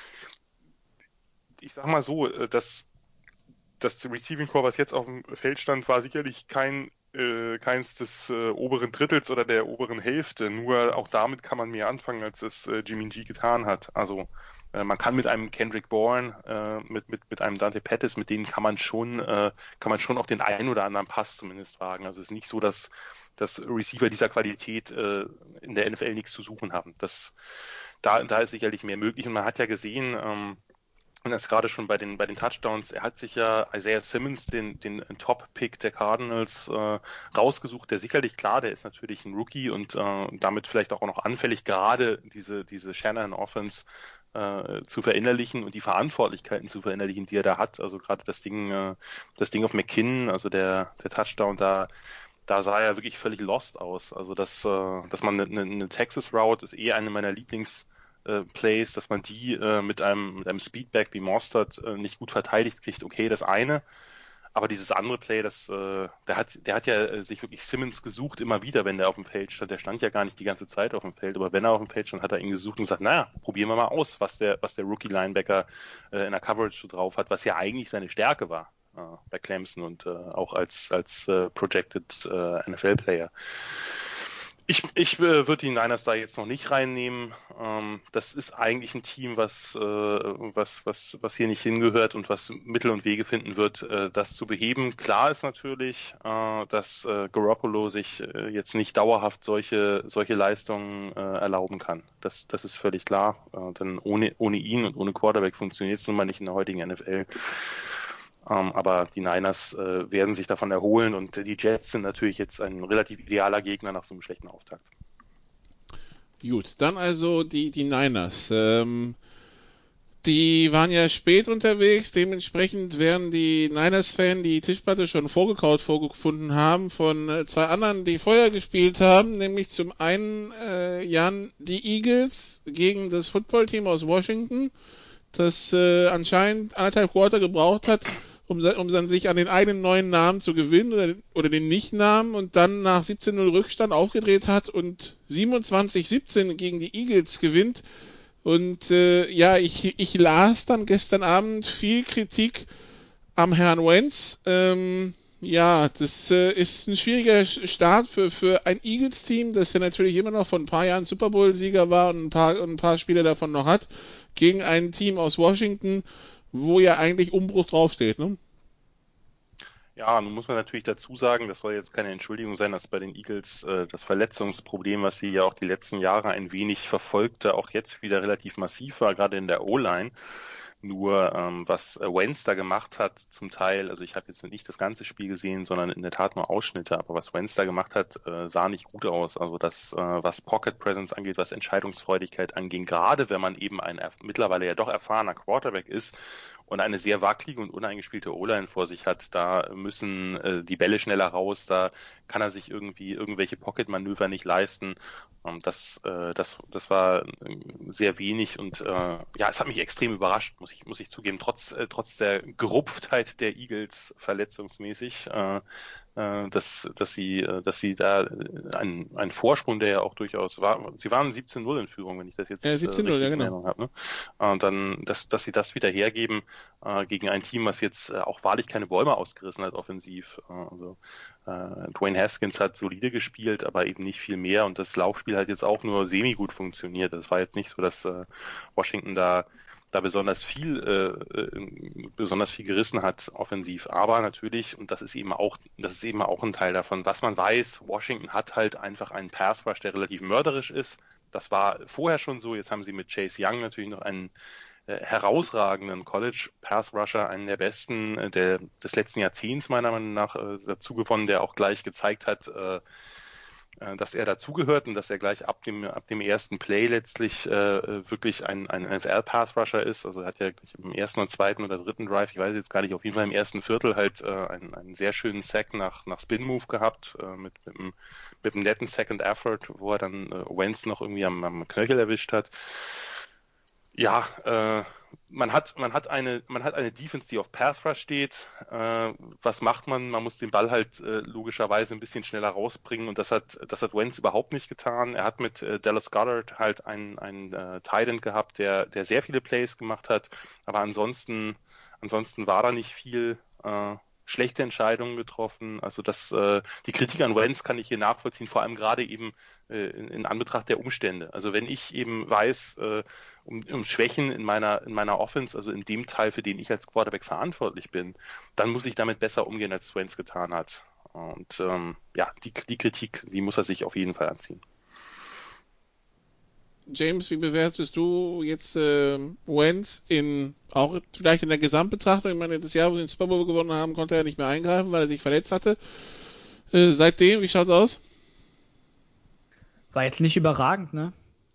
Ich sag mal so, das Receiving Core, was jetzt auf dem Feld stand, war sicherlich keins des oberen Drittels oder der oberen Hälfte. Nur auch damit kann man mehr anfangen, als es Jimmy G getan hat. Also man kann mit einem Kendrick Bourne, mit einem Dante Pettis, mit denen kann man schon auch den einen oder anderen Pass zumindest wagen. Also es ist nicht so, dass Receiver dieser Qualität in der NFL nichts zu suchen haben. Da ist sicherlich mehr möglich. Und man hat ja gesehen, und das gerade schon bei den Touchdowns, er hat sich ja Isaiah Simmons, den Top-Pick der Cardinals, rausgesucht, der sicherlich, klar, der ist natürlich ein Rookie und damit vielleicht auch noch anfällig, gerade diese Shanahan-Offense zu verinnerlichen und die Verantwortlichkeiten zu verinnerlichen, die er da hat. Also gerade das Ding auf McKinnon, also der Touchdown da sah er wirklich völlig lost aus. Also dass man eine Texas Route ist eine meiner Plays, dass man die mit einem Speedback wie Mostert nicht gut verteidigt kriegt, okay, das eine. Aber dieses andere Play, der hat ja sich wirklich Simmons gesucht immer wieder, wenn der auf dem Feld stand. Der stand ja gar nicht die ganze Zeit auf dem Feld, aber wenn er auf dem Feld stand, hat er ihn gesucht und gesagt, naja, probieren wir mal aus, was der Rookie-Linebacker in der Coverage so drauf hat, was ja eigentlich seine Stärke war bei Clemson und auch als Projected NFL-Player. Ich würde die Niners da jetzt noch nicht reinnehmen. Das ist eigentlich ein Team, was hier nicht hingehört und was Mittel und Wege finden wird, das zu beheben. Klar ist natürlich, dass Garoppolo sich jetzt nicht dauerhaft solche Leistungen erlauben kann. Das ist völlig klar. Denn ohne ihn und ohne Quarterback funktioniert es nun mal nicht in der heutigen NFL. Aber die Niners werden sich davon erholen und die Jets sind natürlich jetzt ein relativ idealer Gegner nach so einem schlechten Auftakt. Gut, dann also die Niners. Die waren ja spät unterwegs, dementsprechend werden die Niners-Fans die Tischplatte schon vorgefunden haben von zwei anderen, die vorher gespielt haben, nämlich zum einen Jan, die Eagles gegen das Footballteam aus Washington, das anscheinend 1,5 Quarter gebraucht hat, um dann sich an den eigenen neuen Namen zu gewinnen oder den Nicht-Namen und dann nach 17-0 Rückstand aufgedreht hat und 27-17 gegen die Eagles gewinnt. Und ich las dann gestern Abend viel Kritik am Herrn Wentz. Das ist ein schwieriger Start für ein Eagles-Team, das ja natürlich immer noch vor ein paar Jahren Super Bowl-Sieger war und ein paar Spiele davon noch hat, gegen ein Team aus Washington, wo ja eigentlich Umbruch draufsteht, ne? Ja, nun muss man natürlich dazu sagen, das soll jetzt keine Entschuldigung sein, dass bei den Eagles das Verletzungsproblem, was sie ja auch die letzten Jahre ein wenig verfolgte, auch jetzt wieder relativ massiv war, gerade in der O-Line. Nur was Wentz da gemacht hat, zum Teil, also ich habe jetzt nicht das ganze Spiel gesehen, sondern in der Tat nur Ausschnitte, aber was Wentz da gemacht hat, sah nicht gut aus. Also das, was Pocket Presence angeht, was Entscheidungsfreudigkeit angeht, gerade wenn man eben ein mittlerweile ja doch erfahrener Quarterback ist und eine sehr wackelige und uneingespielte O-Line vor sich hat, da müssen die Bälle schneller raus, da kann er sich irgendwelche Pocket-Manöver nicht leisten. Das war sehr wenig und es hat mich extrem überrascht, muss ich zugeben, trotz der Gerupftheit der Eagles verletzungsmäßig, dass sie da einen Vorsprung, der ja auch durchaus war. Sie waren 17-0 in Führung, wenn ich das jetzt 17-0, richtig ja, in genau. Erinnerung habe. Ne? Und dann, dass sie das wieder hergeben gegen ein Team, was jetzt auch wahrlich keine Bäume ausgerissen hat offensiv. Dwayne Haskins hat solide gespielt, aber eben nicht viel mehr und das Laufspiel hat jetzt auch nur semi-gut funktioniert. Das war jetzt nicht so, dass Washington da besonders viel gerissen hat offensiv. Aber natürlich, und das ist eben auch ein Teil davon, was man weiß, Washington hat halt einfach einen Pass Rush, der relativ mörderisch ist. Das war vorher schon so. Jetzt haben sie mit Chase Young natürlich noch einen herausragenden College Pass Rusher, einen der besten des letzten Jahrzehnts meiner Meinung nach dazu gewonnen, der auch gleich gezeigt hat, dass er dazugehört und dass er gleich ab dem ersten Play letztlich wirklich ein NFL-Pass-Rusher ist. Also er hat ja im ersten und zweiten oder dritten Drive, ich weiß jetzt gar nicht, auf jeden Fall im ersten Viertel halt einen sehr schönen Sack nach Spin-Move gehabt, mit einem netten Second Effort, wo er dann Wentz noch irgendwie am Knöchel erwischt hat. Ja, man hat eine Defense, die auf Pass Rush steht. Was macht man? Man muss den Ball halt logischerweise ein bisschen schneller rausbringen und das hat Wentz überhaupt nicht getan. Er hat mit Dallas Goedert halt einen Tight End gehabt, der sehr viele Plays gemacht hat, aber ansonsten war da nicht viel. Schlechte Entscheidungen getroffen. Also die Kritik an Wentz kann ich hier nachvollziehen, vor allem gerade eben in Anbetracht der Umstände. Also wenn ich eben weiß, um Schwächen in meiner Offense, also in dem Teil, für den ich als Quarterback verantwortlich bin, dann muss ich damit besser umgehen, als Wentz getan hat. Und die Kritik, die muss er sich auf jeden Fall anziehen. James, wie bewertest du jetzt Wentz auch vielleicht in der Gesamtbetrachtung? Ich meine, das Jahr, wo sie den Super Bowl gewonnen haben, konnte er nicht mehr eingreifen, weil er sich verletzt hatte. Seitdem, wie schaut's aus? War jetzt nicht überragend, ne?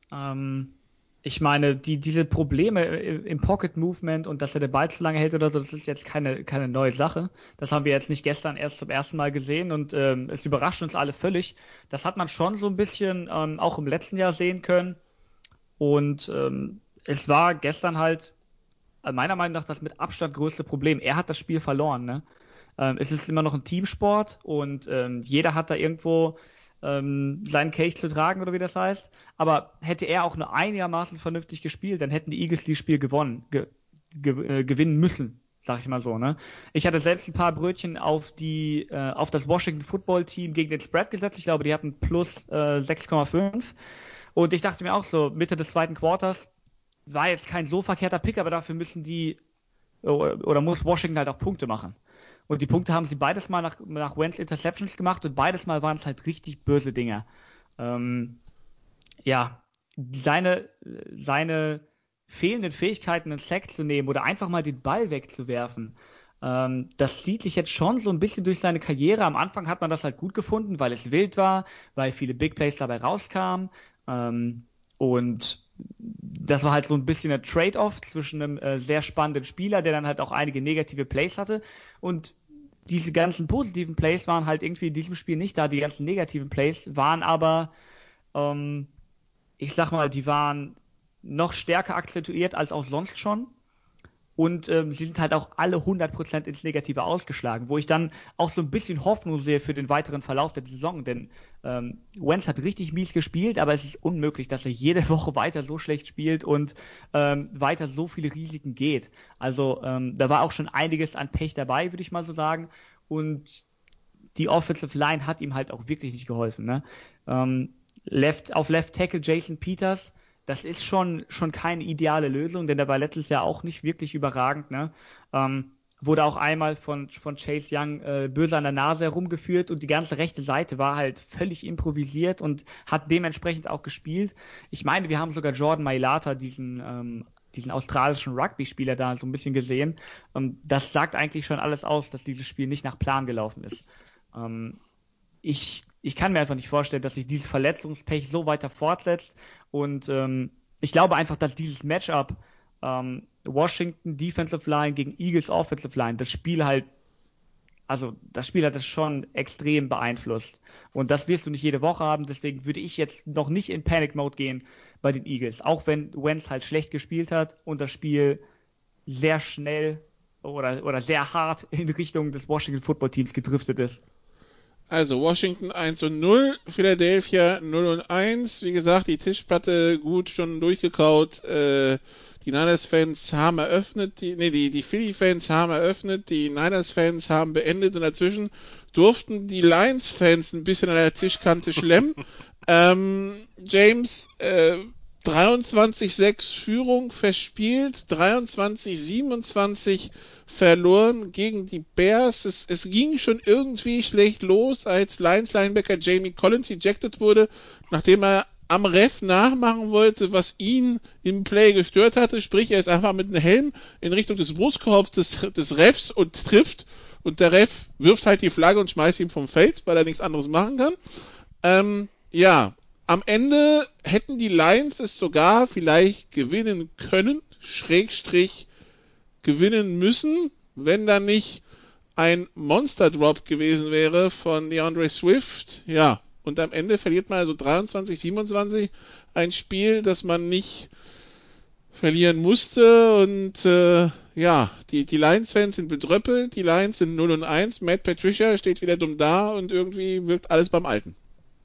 Ich meine, diese Probleme im Pocket Movement und dass er den Ball zu lange hält oder so, das ist jetzt keine neue Sache. Das haben wir jetzt nicht gestern erst zum ersten Mal gesehen und es überrascht uns alle völlig. Das hat man schon so ein bisschen auch im letzten Jahr sehen können. Und es war gestern halt meiner Meinung nach das mit Abstand größte Problem. Er hat das Spiel verloren. Ne? Es ist immer noch ein Teamsport und jeder hat da irgendwo seinen Kelch zu tragen oder wie das heißt. Aber hätte er auch nur einigermaßen vernünftig gespielt, dann hätten die Eagles dieses Spiel gewinnen müssen, sag ich mal so. Ne? Ich hatte selbst ein paar Brötchen auf das Washington Football Team gegen den Spread gesetzt. Ich glaube, die hatten plus 6,5. Und ich dachte mir auch so, Mitte des zweiten Quarters war jetzt kein so verkehrter Pick, aber dafür muss Washington halt auch Punkte machen. Und die Punkte haben sie beides mal nach Wentz Interceptions gemacht und beides mal waren es halt richtig böse Dinger. Seine fehlenden Fähigkeiten, einen Sack zu nehmen oder einfach mal den Ball wegzuwerfen, das zieht sich jetzt schon so ein bisschen durch seine Karriere. Am Anfang hat man das halt gut gefunden, weil es wild war, weil viele Big Plays dabei rauskamen. Und das war halt so ein bisschen ein Trade-off zwischen einem sehr spannenden Spieler, der dann halt auch einige negative Plays hatte. Und diese ganzen positiven Plays waren halt irgendwie in diesem Spiel nicht da. Die ganzen negativen Plays waren aber, ich sag mal, die waren noch stärker akzentuiert als auch sonst schon. Und sie sind halt auch alle 100% ins Negative ausgeschlagen, wo ich dann auch so ein bisschen Hoffnung sehe für den weiteren Verlauf der Saison, denn Wentz hat richtig mies gespielt, aber es ist unmöglich, dass er jede Woche weiter so schlecht spielt und weiter so viele Risiken geht. Also da war auch schon einiges an Pech dabei, würde ich mal so sagen, und die Offensive Line hat ihm halt auch wirklich nicht geholfen. Ne? Auf Left Tackle Jason Peters, das ist schon keine ideale Lösung, denn der war letztes Jahr auch nicht wirklich überragend. Ne? Wurde auch einmal von Chase Young böse an der Nase herumgeführt und die ganze rechte Seite war halt völlig improvisiert und hat dementsprechend auch gespielt. Ich meine, wir haben sogar Jordan Mailata, diesen diesen australischen Rugby-Spieler da so ein bisschen gesehen. Das sagt eigentlich schon alles aus, dass dieses Spiel nicht nach Plan gelaufen ist. Ich kann mir einfach nicht vorstellen, dass sich dieses Verletzungspech so weiter fortsetzt. Und ich glaube einfach, dass dieses Matchup Washington Defensive Line gegen Eagles Offensive Line, das Spiel hat das schon extrem beeinflusst. Und das wirst du nicht jede Woche haben. Deswegen würde ich jetzt noch nicht in Panic Mode gehen bei den Eagles. Auch wenn Wentz halt schlecht gespielt hat und das Spiel sehr schnell oder sehr hart in Richtung des Washington Football Teams gedriftet ist. Also Washington 1-0, Philadelphia 0-1. Wie gesagt, die Tischplatte gut schon durchgekaut. Die Niners-Fans haben eröffnet, die Philly-Fans haben eröffnet, die Niners-Fans haben beendet und dazwischen durften die Lions-Fans ein bisschen an der Tischkante schlemmen. James, 23-6 Führung verspielt, 23-27 verloren gegen die Bears. Es ging schon irgendwie schlecht los, als Lions-Linebacker Jamie Collins ejected wurde, nachdem er am Ref nachmachen wollte, was ihn im Play gestört hatte, sprich er ist einfach mit einem Helm in Richtung des Brustkorbs des Refs und trifft und der Ref wirft halt die Flagge und schmeißt ihn vom Feld, weil er nichts anderes machen kann. Am Ende hätten die Lions es sogar vielleicht gewinnen können, / gewinnen müssen, wenn da nicht ein Monster-Drop gewesen wäre von DeAndre Swift. Ja, und am Ende verliert man also 23-27 ein Spiel, das man nicht verlieren musste. Und die Lions-Fans sind bedröppelt, die Lions sind 0-1, Matt Patricia steht wieder dumm da und irgendwie wirkt alles beim Alten.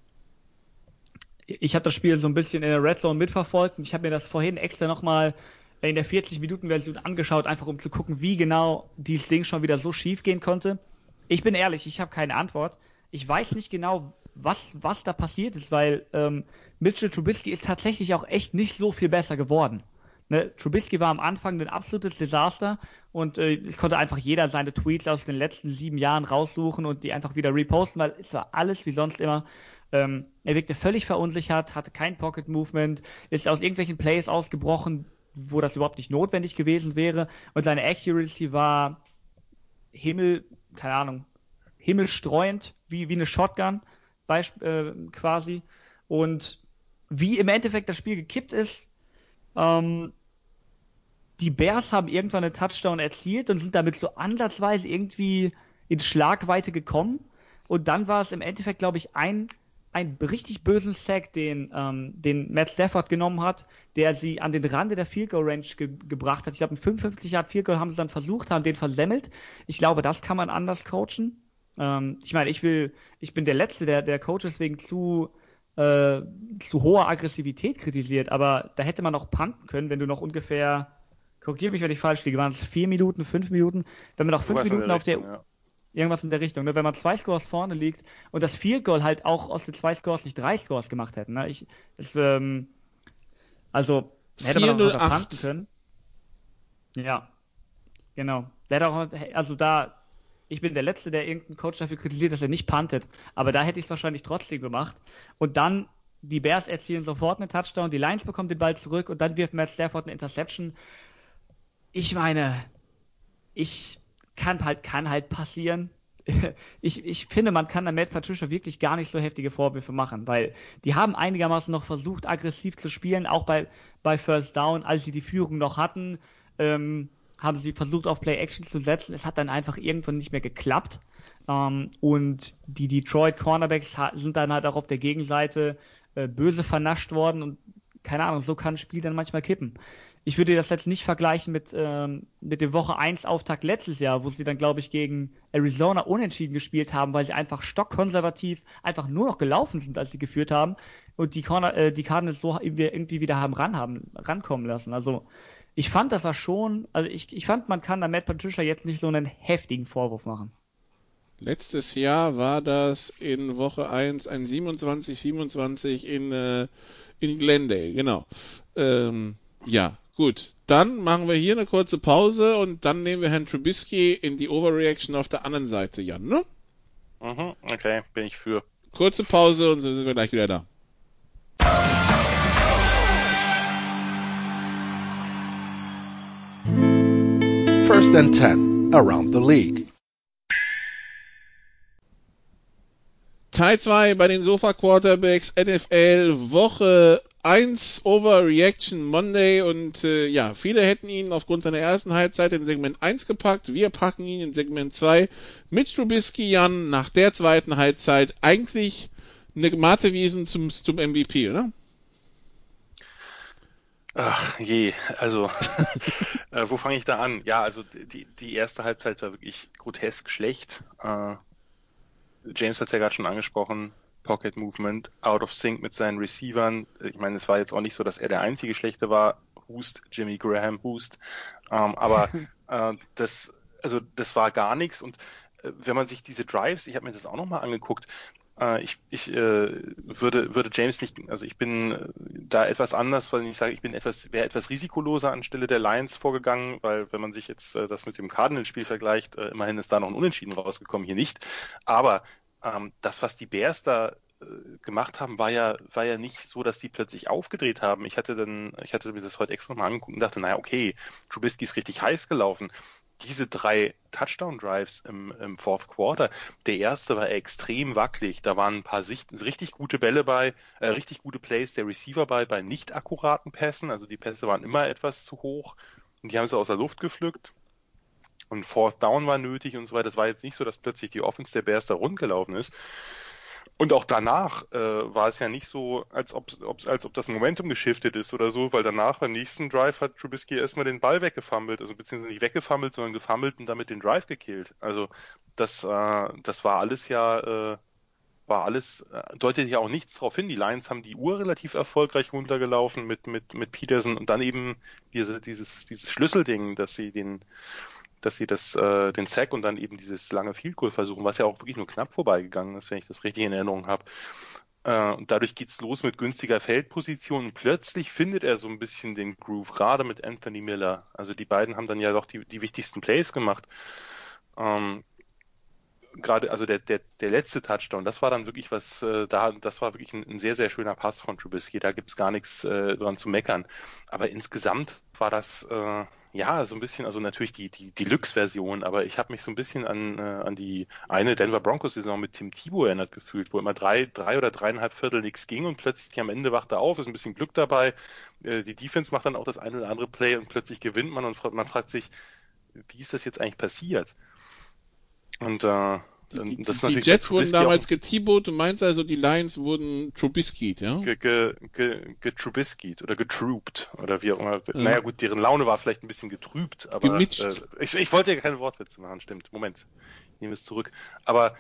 Ich habe das Spiel so ein bisschen in der Red Zone mitverfolgt und ich habe mir das vorhin extra nochmal in der 40-Minuten-Version angeschaut, einfach um zu gucken, wie genau dieses Ding schon wieder so schief gehen konnte. Ich bin ehrlich, ich habe keine Antwort. Ich weiß nicht genau, was da passiert ist, weil Mitchell Trubisky ist tatsächlich auch echt nicht so viel besser geworden. Ne? Trubisky war am Anfang ein absolutes Desaster und es konnte einfach jeder seine Tweets aus den letzten 7 Jahren raussuchen und die einfach wieder reposten, weil es war alles wie sonst immer. Er wirkte völlig verunsichert, hatte kein Pocket-Movement, ist aus irgendwelchen Plays ausgebrochen, wo das überhaupt nicht notwendig gewesen wäre. Und seine Accuracy war himmelstreuend, wie eine Shotgun quasi. Und wie im Endeffekt das Spiel gekippt ist, die Bears haben irgendwann einen Touchdown erzielt und sind damit so ansatzweise irgendwie in Schlagweite gekommen. Und dann war es im Endeffekt, glaube ich, ein richtig bösen Sack, den Matt Stafford genommen hat, der sie an den Rande der Field Goal Range gebracht hat. Ich glaube, ein 55 Yard Field Goal haben sie dann versucht, haben den versemmelt. Ich glaube, das kann man anders coachen. Ich meine, ich bin der Letzte, der Coaches wegen zu hoher Aggressivität kritisiert, aber da hätte man noch punten können, wenn du noch ungefähr, korrigiere mich, wenn ich falsch liege, waren es 4 Minuten, 5 Minuten, wenn man noch 5 Minuten auf der irgendwas in der Richtung, ne? Wenn man 2 Scores vorne liegt und das Field Goal halt auch aus den 2 Scores nicht 3 Scores gemacht hätten. Ne? Hätte man auch verpanten können. Ja, genau. Ich bin der Letzte, der irgendeinen Coach dafür kritisiert, dass er nicht puntet, aber da hätte ich es wahrscheinlich trotzdem gemacht. Und dann, die Bears erzielen sofort einen Touchdown, die Lions bekommen den Ball zurück und dann wirft Matt Stafford eine Interception. Ich meine, kann halt passieren. Ich finde, man kann der Matt Patricia wirklich gar nicht so heftige Vorwürfe machen, weil die haben einigermaßen noch versucht, aggressiv zu spielen, auch bei First Down, als sie die Führung noch hatten, haben sie versucht, auf Play-Action zu setzen. Es hat dann einfach irgendwann nicht mehr geklappt. Und die Detroit Cornerbacks sind dann halt auch auf der Gegenseite böse vernascht worden und keine Ahnung, so kann ein Spiel dann manchmal kippen. Ich würde das jetzt nicht vergleichen mit dem Woche 1 Auftakt letztes Jahr, wo sie dann, glaube ich, gegen Arizona unentschieden gespielt haben, weil sie einfach stockkonservativ einfach nur noch gelaufen sind, als sie geführt haben und die Cardinals so irgendwie wieder haben rankommen lassen. Also ich fand, dass ich fand, man kann da Matt Patricia jetzt nicht so einen heftigen Vorwurf machen. Letztes Jahr war das in Woche 1 ein 27-27 in Glendale, genau. Ja, gut. Dann machen wir hier eine kurze Pause und dann nehmen wir Herrn Trubisky in die Overreaction auf der anderen Seite, Jan, ne? Okay, bin ich für. Kurze Pause und so sind wir gleich wieder da. First and 10 around the league. Teil 2 bei den Sofa Quarterbacks NFL Woche 1 Overreaction Monday und viele hätten ihn aufgrund seiner ersten Halbzeit in Segment 1 gepackt. Wir packen ihn in Segment 2 mit Trubisky, Jan, nach der zweiten Halbzeit eigentlich eine Matewiesen zum MVP, oder? Ach je, also wo fange ich da an? Ja, also die erste Halbzeit war wirklich grotesk schlecht. James hat es ja gerade schon angesprochen, Pocket Movement, out of sync mit seinen Receivern. Ich meine, es war jetzt auch nicht so, dass er der einzige Schlechte war. Hust, Jimmy Graham, Hust. Aber das war gar nichts. Und wenn man sich diese Drives, ich habe mir das auch nochmal angeguckt, ich würde James nicht, also ich bin da etwas anders, weil ich sage, wäre etwas risikoloser anstelle der Lions vorgegangen, weil wenn man sich jetzt das mit dem Cardinals-Spiel vergleicht, immerhin ist da noch ein Unentschieden rausgekommen, hier nicht. Aber das, was die Bears da gemacht haben, war ja nicht so, dass die plötzlich aufgedreht haben. Ich hatte mir das heute extra mal angeguckt und dachte, naja, okay, Trubisky ist richtig heiß gelaufen. Diese 3 Touchdown-Drives im Fourth Quarter, der erste war extrem wackelig. Da waren ein paar richtig gute Bälle bei, richtig gute Plays der Receiver bei nicht akkuraten Pässen. Also die Pässe waren immer etwas zu hoch und die haben sie aus der Luft gepflückt. Und Fourth Down war nötig und so weiter. Das war jetzt nicht so, dass plötzlich die Offense der Bears da rundgelaufen ist. Und auch danach war es ja nicht so, als ob das Momentum geschiftet ist oder so, weil danach beim nächsten Drive hat Trubisky erstmal den Ball weggefummelt, also beziehungsweise nicht weggefummelt, sondern gefummelt und damit den Drive gekillt. Also das war alles deutet ja auch nichts darauf hin. Die Lions haben die Uhr relativ erfolgreich runtergelaufen mit Peterson und dann eben dieses Schlüsselding, dass sie den Sack und dann eben dieses lange Field Goal versuchen, was ja auch wirklich nur knapp vorbeigegangen ist, wenn ich das richtig in Erinnerung habe. Und dadurch geht's los mit günstiger Feldposition und plötzlich findet er so ein bisschen den Groove, gerade mit Anthony Miller. Also die beiden haben dann ja doch die wichtigsten Plays gemacht. Gerade, also der letzte Touchdown, das war dann wirklich das war wirklich ein sehr, sehr schöner Pass von Trubisky, da gibt's gar nichts dran zu meckern. Aber insgesamt war das so ein bisschen, also natürlich die Deluxe-Version, aber ich habe mich so ein bisschen an die eine Denver Broncos-Saison mit Tim Tebow erinnert gefühlt, wo immer drei oder 3,5 Viertel nichts ging und plötzlich am Ende wacht er auf, ist ein bisschen Glück dabei, die Defense macht dann auch das eine oder andere Play und plötzlich gewinnt man und man fragt sich, wie ist das jetzt eigentlich passiert? Und die Jets wurden damals getibot, du meinst also, die Lions wurden Trubisky'd, ja? Getrubisky'd oder getroopt oder wie auch immer. Ja. Naja gut, deren Laune war vielleicht ein bisschen getrübt, aber ich wollte ja keine Wortwitze machen, stimmt. Moment, ich nehme es zurück. Aber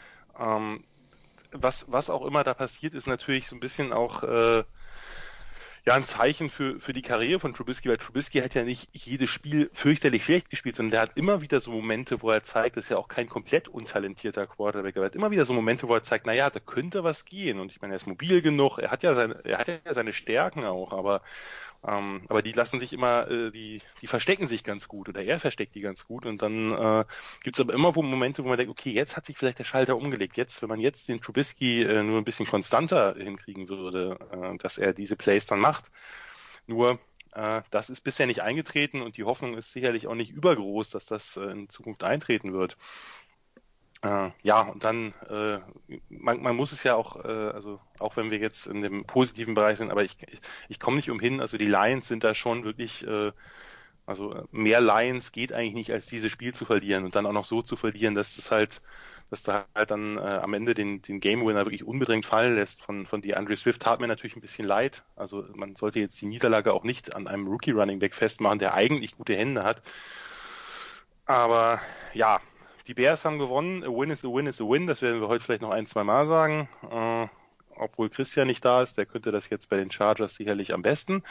was auch immer da passiert, ist natürlich so ein bisschen auch ein Zeichen für die Karriere von Trubisky, weil Trubisky hat ja nicht jedes Spiel fürchterlich schlecht gespielt, sondern der hat immer wieder so Momente, wo er zeigt, das ist ja auch kein komplett untalentierter Quarterback, er hat immer wieder so Momente, wo er zeigt, naja, da könnte was gehen und ich meine, er ist mobil genug, er hat ja seine Stärken auch, aber die lassen sich immer, die verstecken sich ganz gut oder er versteckt die ganz gut und dann gibt es aber immer Momente, wo man denkt, okay, jetzt hat sich vielleicht der Schalter umgelegt. Jetzt, wenn man jetzt den Trubisky nur ein bisschen konstanter hinkriegen würde, dass er diese Plays dann macht. Nur das ist bisher nicht eingetreten und die Hoffnung ist sicherlich auch nicht übergroß, dass das in Zukunft eintreten wird. Und dann, man muss es ja auch, also auch wenn wir jetzt in dem positiven Bereich sind, aber ich komme nicht umhin, also die Lions sind da schon wirklich, also mehr Lions geht eigentlich nicht, als dieses Spiel zu verlieren und dann auch noch so zu verlieren, dass da halt dann am Ende den Game Winner wirklich unbedingt fallen lässt von DeAndre Swift. Tat mir natürlich ein bisschen leid, also man sollte jetzt die Niederlage auch nicht an einem Rookie Running Back festmachen, der eigentlich gute Hände hat, aber ja, die Bears haben gewonnen, a win is a win is a win, das werden wir heute vielleicht noch 1-2 Mal sagen, obwohl Christian nicht da ist, der könnte das jetzt bei den Chargers sicherlich am besten.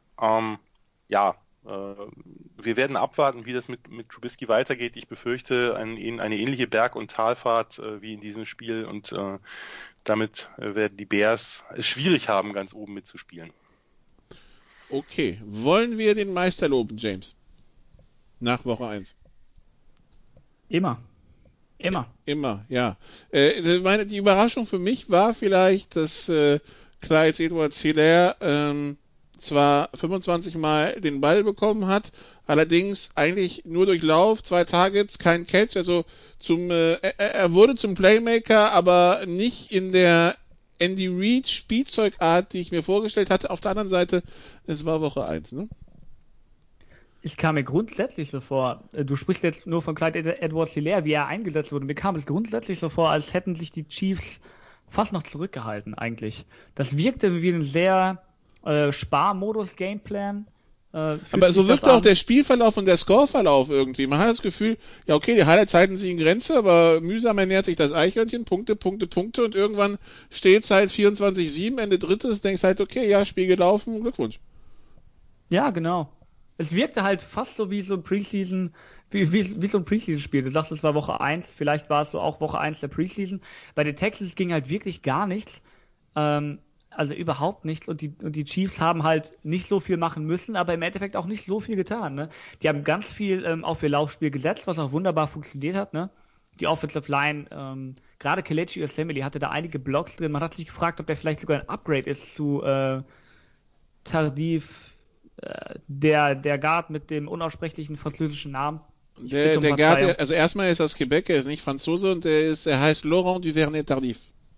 Wir werden abwarten, wie das mit Trubisky weitergeht. Ich befürchte eine ähnliche Berg- und Talfahrt wie in diesem Spiel und damit werden die Bears es schwierig haben, ganz oben mitzuspielen. Okay, wollen wir den Meister loben, James? Nach Woche 1. Immer, ja. Die Überraschung für mich war vielleicht, dass Clyde Edwards-Helaire zwar 25 Mal den Ball bekommen hat, allerdings eigentlich nur durch Lauf, 2 Targets, kein Catch, also er wurde zum Playmaker, aber nicht in der Andy Reid Spielzeugart, die ich mir vorgestellt hatte. Auf der anderen Seite, es war Woche 1, ne? Ich kam mir grundsätzlich so vor, du sprichst jetzt nur von Clyde Edwards-Helaire, wie er eingesetzt wurde. Mir kam es grundsätzlich so vor, als hätten sich die Chiefs fast noch zurückgehalten eigentlich. Das wirkte wie ein sehr Sparmodus-Gameplan. Aber so wirkt auch der Spielverlauf und der Scoreverlauf irgendwie. Man hat das Gefühl, ja okay, die Highlights halten sich in Grenze, aber mühsam ernährt sich das Eichhörnchen, Punkte und irgendwann steht's halt 24-7, Ende drittes, denkst halt, okay, ja, Spiel gelaufen, Glückwunsch. Ja, genau. Es wirkte halt fast so wie so ein Preseason, wie so ein Preseason-Spiel. Du sagst, es war Woche 1, vielleicht war es so auch Woche 1 der Preseason. Bei den Texans ging halt wirklich gar nichts. Also überhaupt nichts. Und die Chiefs haben halt nicht so viel machen müssen, aber im Endeffekt auch nicht so viel getan. Ne? Die haben ganz viel auf ihr Laufspiel gesetzt, was auch wunderbar funktioniert hat. Ne? Die Offensive Line, gerade Kelechi Assembly hatte da einige Blocks drin. Man hat sich gefragt, ob der vielleicht sogar ein Upgrade ist zu Tardif, der Guard mit dem unaussprechlichen französischen Namen. Der Guard, also erstmal ist das Quebec, er ist nicht Franzose und er heißt Laurent Duvernay-Tardif.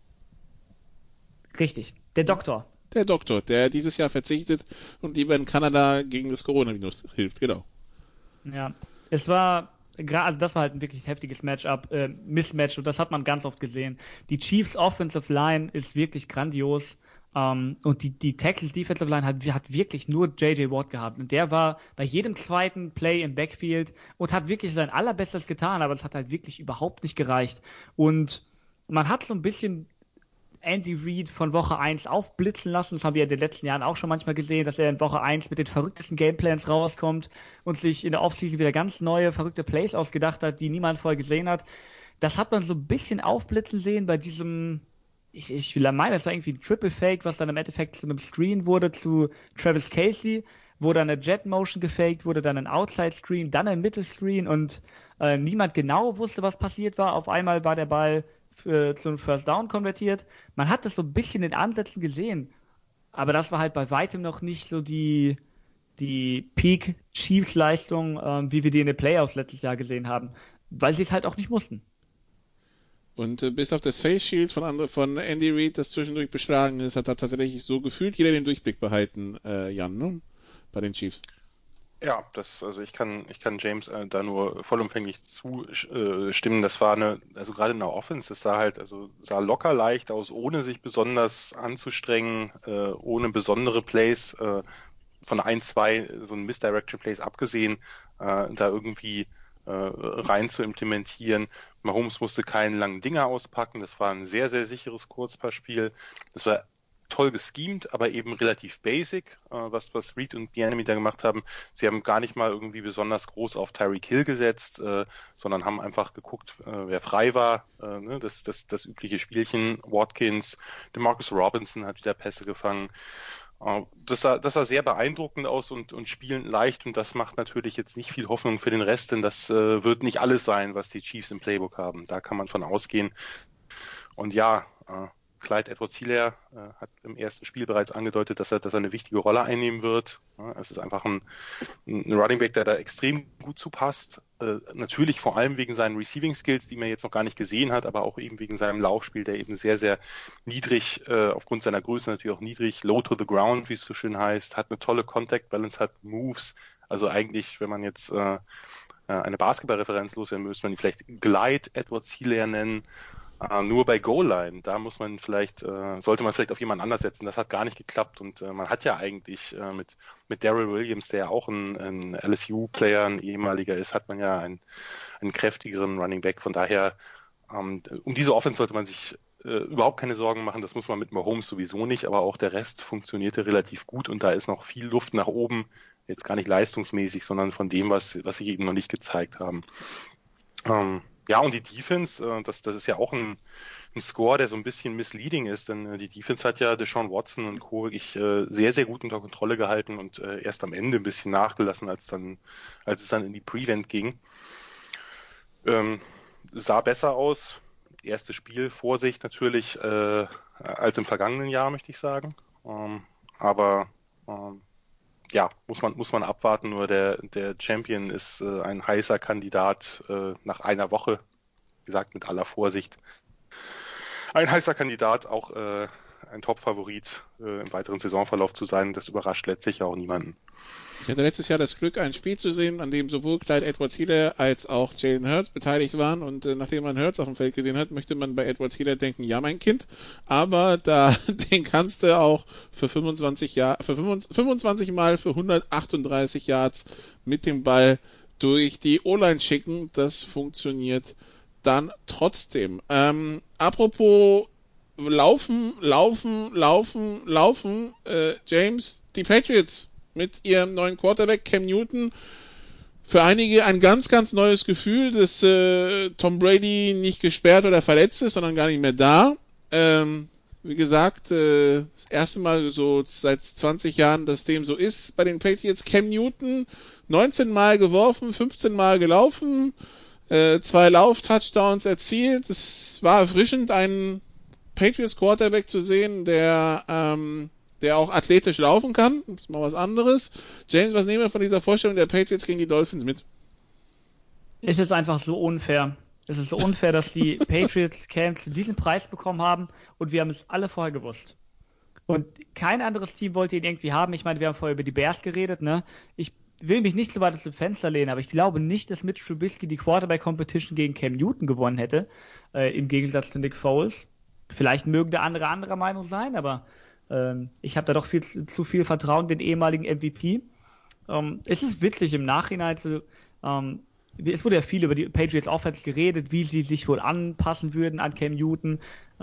Richtig, der Doktor. Der Doktor, der dieses Jahr verzichtet und lieber in Kanada gegen das Coronavirus hilft, genau. Ja, das war halt ein wirklich heftiges Mismatch und das hat man ganz oft gesehen. Die Chiefs Offensive Line ist wirklich grandios. Und die Texans Defensive Line hat wirklich nur J.J. Watt gehabt. Und der war bei jedem zweiten Play im Backfield und hat wirklich sein Allerbestes getan, aber es hat halt wirklich überhaupt nicht gereicht. Und man hat so ein bisschen Andy Reid von Woche 1 aufblitzen lassen. Das haben wir in den letzten Jahren auch schon manchmal gesehen, dass er in Woche 1 mit den verrücktesten Gameplans rauskommt und sich in der Offseason wieder ganz neue, verrückte Plays ausgedacht hat, die niemand vorher gesehen hat. Das hat man so ein bisschen aufblitzen sehen bei diesem... Ich meine, das war irgendwie ein Triple Fake, was dann im Endeffekt zu einem Screen wurde zu Travis Kelce, wo dann eine Jet Motion gefaked wurde, dann ein Outside Screen, dann ein Middle Screen und niemand genau wusste, was passiert war. Auf einmal war der Ball zu einem First Down konvertiert. Man hat das so ein bisschen in Ansätzen gesehen, aber das war halt bei weitem noch nicht so die Peak Chiefs Leistung, wie wir die in den Playoffs letztes Jahr gesehen haben, weil sie es halt auch nicht mussten. Und bis auf das Face Shield von Andy Reid, das zwischendurch beschlagen ist, hat er tatsächlich so gefühlt jeder den Durchblick behalten, Jan, ne? Bei den Chiefs. Ja, also ich kann James da nur vollumfänglich zustimmen. Das war also gerade in der Offense, das sah locker leicht aus, ohne sich besonders anzustrengen, ohne besondere Plays, von 1-2 so ein Misdirection Plays abgesehen, da irgendwie rein zu implementieren. Mahomes musste keinen langen Dinger auspacken. Das war ein sehr, sehr sicheres Kurzpassspiel. Das war toll geschemt, aber eben relativ basic, was Reid und Bieniemy da gemacht haben. Sie haben gar nicht mal irgendwie besonders groß auf Tyreek Hill gesetzt, sondern haben einfach geguckt, wer frei war. Ne? Das übliche Spielchen. Watkins, DeMarcus Robinson hat wieder Pässe gefangen. Das sah sehr beeindruckend aus und spielend leicht und das macht natürlich jetzt nicht viel Hoffnung für den Rest, denn das wird nicht alles sein, was die Chiefs im Playbook haben. Da kann man von ausgehen. Und ja, Clyde Edwards-Helaire hat im ersten Spiel bereits angedeutet, dass er eine wichtige Rolle einnehmen wird. Es ist einfach ein Running Back, der da extrem gut zu passt. Natürlich vor allem wegen seinen Receiving Skills, die man jetzt noch gar nicht gesehen hat, aber auch eben wegen seinem Laufspiel, der eben sehr, sehr niedrig, aufgrund seiner Größe natürlich auch niedrig, low to the ground, wie es so schön heißt, hat eine tolle Contact Balance, hat Moves. Also eigentlich, wenn man jetzt eine Basketball-Referenz loswerden müsste, man die vielleicht Glide Edwards-Helaire nennen. Nur bei Goal-Line, da sollte man vielleicht auf jemand anders setzen. Das hat gar nicht geklappt und man hat ja eigentlich mit Darrell Williams, der ja auch ein LSU-Player, ein ehemaliger ist, hat man ja einen kräftigeren Running Back. Von daher, um diese Offense sollte man sich überhaupt keine Sorgen machen. Das muss man mit Mahomes sowieso nicht, aber auch der Rest funktionierte relativ gut und da ist noch viel Luft nach oben. Jetzt gar nicht leistungsmäßig, sondern von dem, was sie eben noch nicht gezeigt haben. Ja, und die Defense, das ist ja auch ein Score, der so ein bisschen misleading ist, denn die Defense hat ja Deshaun Watson und Co. wirklich sehr, sehr gut unter Kontrolle gehalten und erst am Ende ein bisschen nachgelassen, als es dann in die Prevent ging. Sah besser aus. Erstes Spiel, Vorsicht natürlich, als im vergangenen Jahr, möchte ich sagen. Aber Ja, muss man abwarten, nur der Champion ist ein heißer Kandidat nach einer Woche, wie gesagt, mit aller Vorsicht. Ein heißer Kandidat, auch ein Top-Favorit im weiteren Saisonverlauf zu sein, das überrascht letztlich auch niemanden. Ich hatte letztes Jahr das Glück, ein Spiel zu sehen, an dem sowohl Clyde Edwards-Helaire als auch Jalen Hurts beteiligt waren. Und nachdem man Hurts auf dem Feld gesehen hat, möchte man bei Edwards-Helaire denken, ja, mein Kind. Aber den kannst du auch für 25 Mal für 138 Yards mit dem Ball durch die O-Line schicken. Das funktioniert dann trotzdem. Apropos Laufen. James, die Patriots mit ihrem neuen Quarterback Cam Newton. Für einige ein ganz, ganz neues Gefühl, dass Tom Brady nicht gesperrt oder verletzt ist, sondern gar nicht mehr da. Wie gesagt, das erste Mal so seit 20 Jahren, dass dem so ist bei den Patriots. Cam Newton 19 Mal geworfen, 15 Mal gelaufen, 2 Lauf-Touchdowns erzielt. Es war erfrischend, einen Patriots Quarterback zu sehen, der auch athletisch laufen kann. Das ist mal was anderes. James, was nehmen wir von dieser Vorstellung der Patriots gegen die Dolphins mit? Es ist einfach so unfair. Es ist so unfair, dass die Patriots Cam zu diesem Preis bekommen haben und wir haben es alle vorher gewusst. Und kein anderes Team wollte ihn irgendwie haben. Ich meine, wir haben vorher über die Bears geredet, ne? Ich will mich nicht so weit aus dem Fenster lehnen, aber ich glaube nicht, dass Mitch Trubisky die Quarterback-Competition gegen Cam Newton gewonnen hätte, im Gegensatz zu Nick Foles. Vielleicht mögen der andere anderer Meinung sein, aber ich habe da doch zu viel Vertrauen in den ehemaligen MVP. Es ist witzig im Nachhinein es wurde ja viel über die Patriots Offense geredet, wie sie sich wohl anpassen würden an Cam Newton.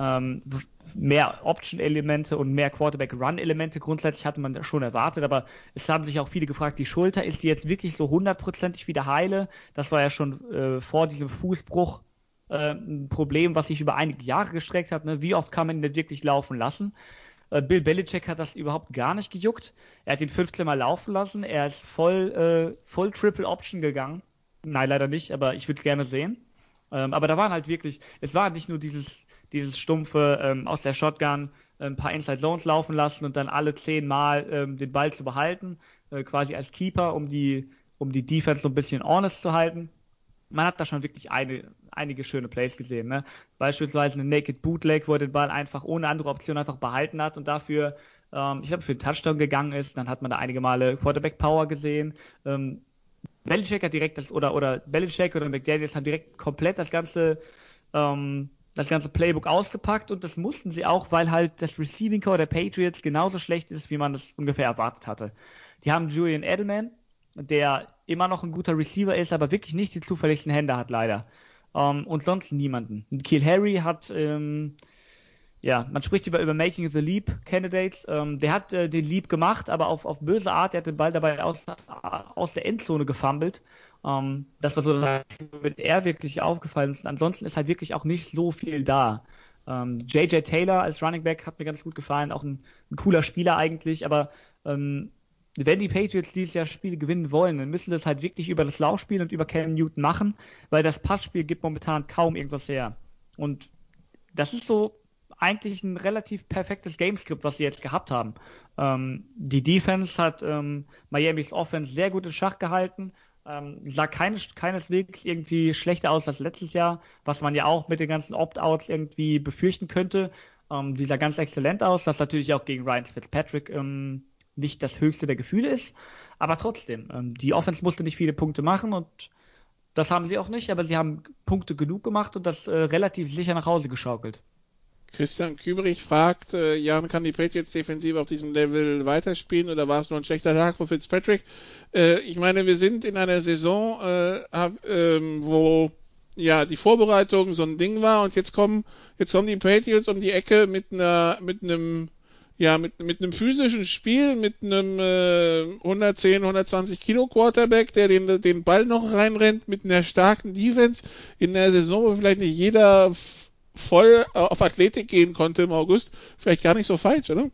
Mehr Option-Elemente und mehr Quarterback-Run-Elemente grundsätzlich hatte man schon erwartet, aber es haben sich auch viele gefragt, die Schulter, ist die jetzt wirklich so 100%ig wieder heile? Das war ja schon vor diesem Fußbruch ein Problem, was sich über einige Jahre gestreckt hat. Ne? Wie oft kann man ihn denn wirklich laufen lassen? Bill Belichick hat das überhaupt gar nicht gejuckt. Er hat ihn 15 Mal laufen lassen. Er ist voll Triple Option gegangen. Nein, leider nicht, aber ich würde es gerne sehen. Aber da waren halt wirklich, es war nicht nur dieses stumpfe aus der Shotgun ein paar Inside Zones laufen lassen und dann alle 10 Mal den Ball zu behalten, quasi als Keeper, um die Defense so ein bisschen honest zu halten. Man hat da schon wirklich einige schöne Plays gesehen, ne? Beispielsweise eine Naked Bootleg, wo er den Ball einfach ohne andere Option einfach behalten hat und dafür, ich glaube, für den Touchdown gegangen ist. Dann hat man da einige Male Quarterback Power gesehen. Belichick hat direkt oder Belichick oder McDaniels haben direkt komplett das ganze Playbook ausgepackt und das mussten sie auch, weil halt das Receiving Core der Patriots genauso schlecht ist, wie man das ungefähr erwartet hatte. Die haben Julian Edelman, der immer noch ein guter Receiver ist, aber wirklich nicht die zuverlässigsten Hände hat, leider. Und sonst niemanden. N'Keal Harry hat, man spricht über Making the Leap Candidates. Der hat den Leap gemacht, aber auf böse Art. Der hat den Ball dabei aus der Endzone gefummelt. Das war so, dass er wirklich aufgefallen ist. Und ansonsten ist halt wirklich auch nicht so viel da. J.J. Taylor als Running Back hat mir ganz gut gefallen. Auch ein cooler Spieler eigentlich, aber wenn die Patriots dieses Jahr Spiele gewinnen wollen, dann müssen sie das halt wirklich über das Laufspiel und über Cam Newton machen, weil das Passspiel gibt momentan kaum irgendwas her. Und das ist so eigentlich ein relativ perfektes Gamescript, was sie jetzt gehabt haben. Die Defense hat Miamis Offense sehr gut in Schach gehalten, sah keineswegs irgendwie schlechter aus als letztes Jahr, was man ja auch mit den ganzen Opt-outs irgendwie befürchten könnte. Die sah ganz exzellent aus, was natürlich auch gegen Ryan Fitzpatrick nicht das höchste der Gefühle ist, aber trotzdem, die Offense musste nicht viele Punkte machen und das haben sie auch nicht, aber sie haben Punkte genug gemacht und das relativ sicher nach Hause geschaukelt. Christian Küberich fragt, Jan, kann die Patriots Defensive auf diesem Level weiterspielen oder war es nur ein schlechter Tag für Fitzpatrick? Ich meine, wir sind in einer Saison, wo ja die Vorbereitung so ein Ding war und jetzt kommen die Patriots um die Ecke mit einem physischen Spiel, mit einem 110, 120 Kilo Quarterback, der den Ball noch reinrennt, mit einer starken Defense in der Saison, wo vielleicht nicht jeder voll auf Athletik gehen konnte im August, vielleicht gar nicht so falsch, oder?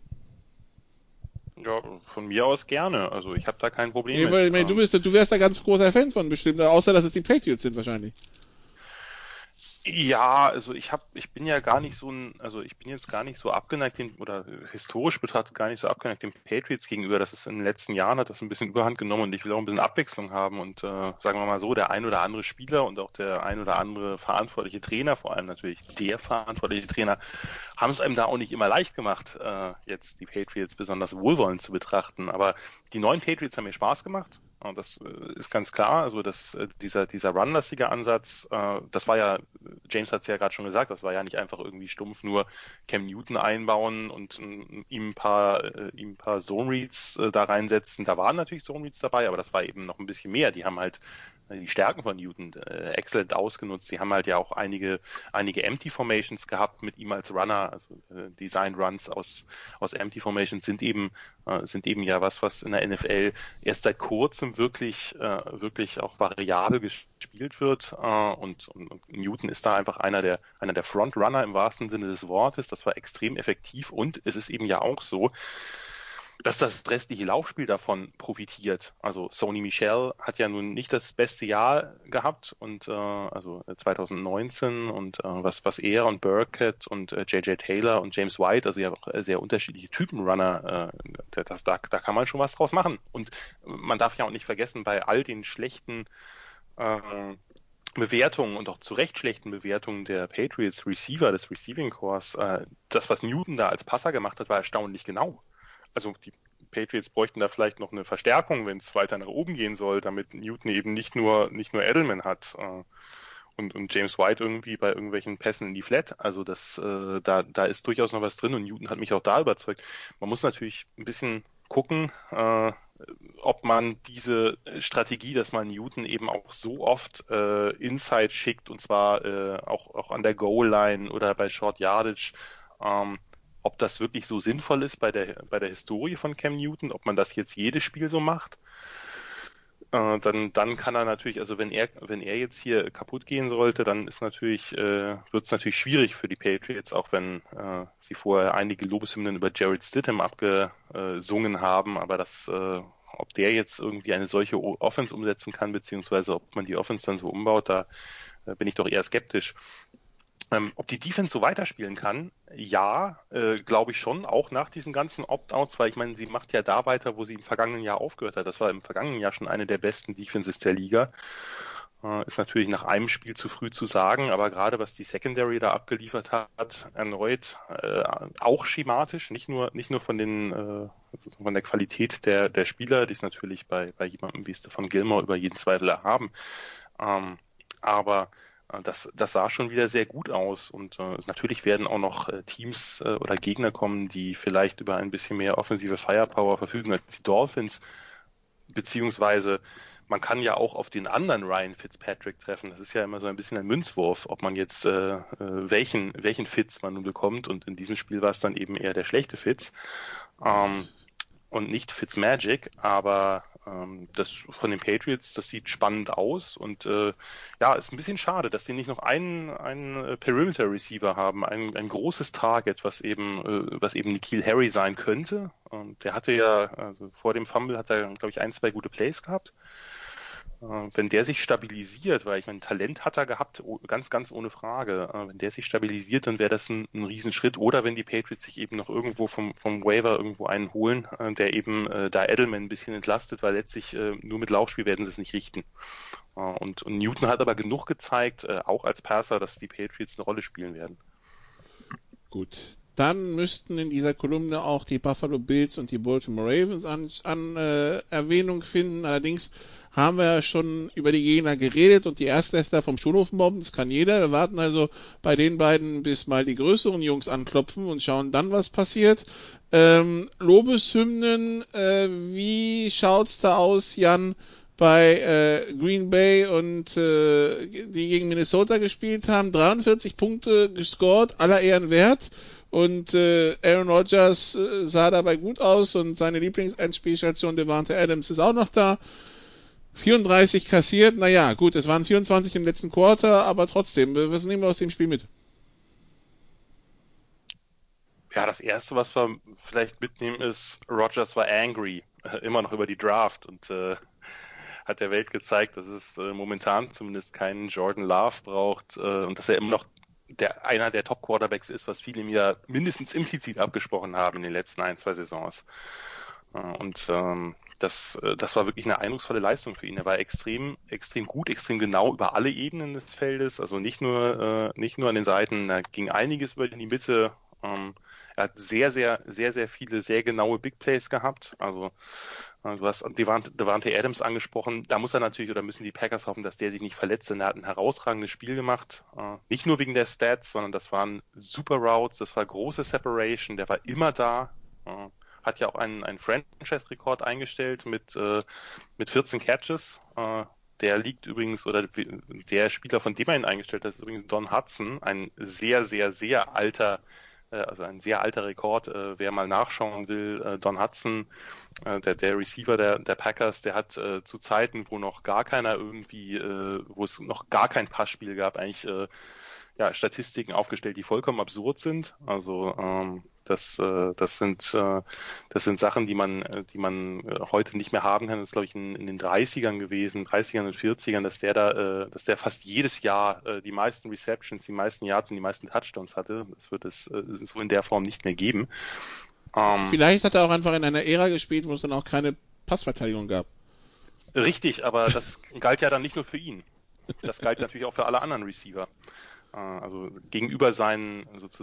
Ja, von mir aus gerne. Also ich habe da kein Problem mit. Ich meine, du wärst da ganz großer Fan von bestimmt, außer dass es die Patriots sind wahrscheinlich. Ja, also ich bin ja gar nicht so ich bin jetzt gar nicht so abgeneigt oder historisch betrachtet gar nicht so abgeneigt den Patriots gegenüber. Das ist in den letzten Jahren hat das ein bisschen Überhand genommen und ich will auch ein bisschen Abwechslung haben und sagen wir mal so, der ein oder andere Spieler und auch der ein oder andere verantwortliche Trainer, vor allem natürlich der verantwortliche Trainer, haben es einem da auch nicht immer leicht gemacht, jetzt die Patriots besonders wohlwollend zu betrachten. Aber die neuen Patriots haben mir Spaß gemacht. Und das ist ganz klar. Also dieser run-lastige Ansatz, das war ja, James hat es ja gerade schon gesagt, das war ja nicht einfach irgendwie stumpf nur Cam Newton einbauen und ihm ein paar Zone Reads da reinsetzen. Da waren natürlich Zone Reads dabei, aber das war eben noch ein bisschen mehr. Die haben halt die Stärken von Newton exzellent ausgenutzt. Sie haben halt ja auch einige Empty Formations gehabt mit ihm als Runner, also Design Runs aus Empty Formations sind eben ja was in der NFL erst seit kurzem wirklich auch variabel gespielt wird und Newton ist da einfach einer der Frontrunner im wahrsten Sinne des Wortes. Das war extrem effektiv und es ist eben ja auch so, dass das restliche Laufspiel davon profitiert. Also Sony Michel hat ja nun nicht das beste Jahr gehabt und also 2019 und was er und Burkett und J.J. Taylor und James White, also ja auch sehr unterschiedliche Typen-Runner, da kann man schon was draus machen. Und man darf ja auch nicht vergessen, bei all den schlechten Bewertungen und auch zu Recht schlechten Bewertungen der Patriots Receiver, des Receiving Cores, das, was Newton da als Passer gemacht hat, war erstaunlich genau. Also die Patriots bräuchten da vielleicht noch eine Verstärkung, wenn es weiter nach oben gehen soll, damit Newton eben nicht nur Edelman hat und James White irgendwie bei irgendwelchen Pässen in die Flat. Also da ist durchaus noch was drin und Newton hat mich auch da überzeugt. Man muss natürlich ein bisschen gucken, ob man diese Strategie, dass man Newton eben auch so oft Inside schickt und zwar auch an der Goal-Line oder bei Short Yardage, ob das wirklich so sinnvoll ist bei der Historie von Cam Newton, ob man das jetzt jedes Spiel so macht. Dann kann er natürlich, also wenn er jetzt hier kaputt gehen sollte, dann wird es natürlich schwierig für die Patriots, auch wenn sie vorher einige Lobeshymnen über Jarrett Stidham abgesungen haben, aber ob der jetzt irgendwie eine solche Offense umsetzen kann, beziehungsweise ob man die Offense dann so umbaut, da bin ich doch eher skeptisch. Ob die Defense so weiterspielen kann? Ja, glaube ich schon, auch nach diesen ganzen Opt-outs, weil ich meine, sie macht ja da weiter, wo sie im vergangenen Jahr aufgehört hat. Das war im vergangenen Jahr schon eine der besten Defenses der Liga. Ist natürlich nach einem Spiel zu früh zu sagen, aber gerade was die Secondary da abgeliefert hat, erneut auch schematisch, nicht nur von der Qualität der Spieler, die es natürlich bei jemandem wie Stephon Gilmore über jeden Zweifel erhaben. Aber das sah schon wieder sehr gut aus und natürlich werden auch noch Teams oder Gegner kommen, die vielleicht über ein bisschen mehr offensive Firepower verfügen als die Dolphins, beziehungsweise man kann ja auch auf den anderen Ryan Fitzpatrick treffen. Das ist ja immer so ein bisschen ein Münzwurf, ob man jetzt welchen Fitz man nun bekommt und in diesem Spiel war es dann eben eher der schlechte Fitz und nicht Fitzmagic, aber das von den Patriots, das sieht spannend aus und ist ein bisschen schade, dass sie nicht noch einen Perimeter Receiver haben, ein großes Target, was eben N'Keal Harry sein könnte. Der hatte ja, also vor dem Fumble hat er, glaube ich, 1-2 gute Plays gehabt. Wenn der sich stabilisiert, weil ich meine, Talent hat er gehabt, ganz, ganz ohne Frage. Wenn der sich stabilisiert, dann wäre das ein Riesenschritt. Oder wenn die Patriots sich eben noch irgendwo vom Waiver irgendwo einen holen, der eben da Edelman ein bisschen entlastet, weil letztlich nur mit Laufspiel werden sie es nicht richten. Und Newton hat aber genug gezeigt, auch als Passer, dass die Patriots eine Rolle spielen werden. Gut. Dann müssten in dieser Kolumne auch die Buffalo Bills und die Baltimore Ravens an Erwähnung finden. Allerdings haben wir ja schon über die Gegner geredet und die Erstläster vom Schulhof mobben, das kann jeder. Wir warten also bei den beiden, bis mal die größeren Jungs anklopfen und schauen dann, was passiert. Lobeshymnen, wie schaut's da aus, Jan, bei Green Bay und die gegen Minnesota gespielt haben? 43 Punkte gescored, aller Ehren wert. Und Aaron Rodgers sah dabei gut aus und seine Lieblingsendspielstation Devante Adams ist auch noch da. 34 kassiert, naja, gut, es waren 24 im letzten Quarter, aber trotzdem, was nehmen wir aus dem Spiel mit? Ja, das Erste, was wir vielleicht mitnehmen, ist, Rodgers war angry, immer noch über die Draft und hat der Welt gezeigt, dass es momentan zumindest keinen Jordan Love braucht und dass er immer noch einer der Top-Quarterbacks ist, was viele ihm ja mindestens implizit abgesprochen haben in den letzten 1-2 Saisons. Und das war wirklich eine eindrucksvolle Leistung für ihn. Er war extrem gut, extrem genau über alle Ebenen des Feldes, also nicht nur an den Seiten, da ging einiges über in die Mitte. Er hat sehr, sehr, sehr, sehr viele sehr genaue Big Plays gehabt. Also du hast Davante Adams angesprochen. Da muss er natürlich oder müssen die Packers hoffen, dass der sich nicht verletzt. Denn er hat ein herausragendes Spiel gemacht. Nicht nur wegen der Stats, sondern das waren super Routes, das war große Separation. Der war immer da. Hat ja auch einen Franchise-Rekord eingestellt mit 14 Catches. Der liegt übrigens, oder der Spieler, von dem er ihn eingestellt hat, ist übrigens Don Hudson, ein sehr, sehr, sehr alter Rekord. Wer mal nachschauen will, Don Hudson, der Receiver der Packers, der hat zu Zeiten, wo noch gar keiner wo es noch gar kein Passspiel gab, eigentlich Statistiken aufgestellt, die vollkommen absurd sind. Also das sind Sachen, die man heute nicht mehr haben kann. Das ist, glaube ich, in den 30ern gewesen, 30ern und 40ern, dass der fast jedes Jahr die meisten Receptions, die meisten Yards und die meisten Touchdowns hatte. Das wird es so in der Form nicht mehr geben. Vielleicht hat er auch einfach in einer Ära gespielt, wo es dann auch keine Passverteidigung gab. Richtig, aber das galt ja dann nicht nur für ihn. Das galt natürlich auch für alle anderen Receiver. Also gegenüber seinen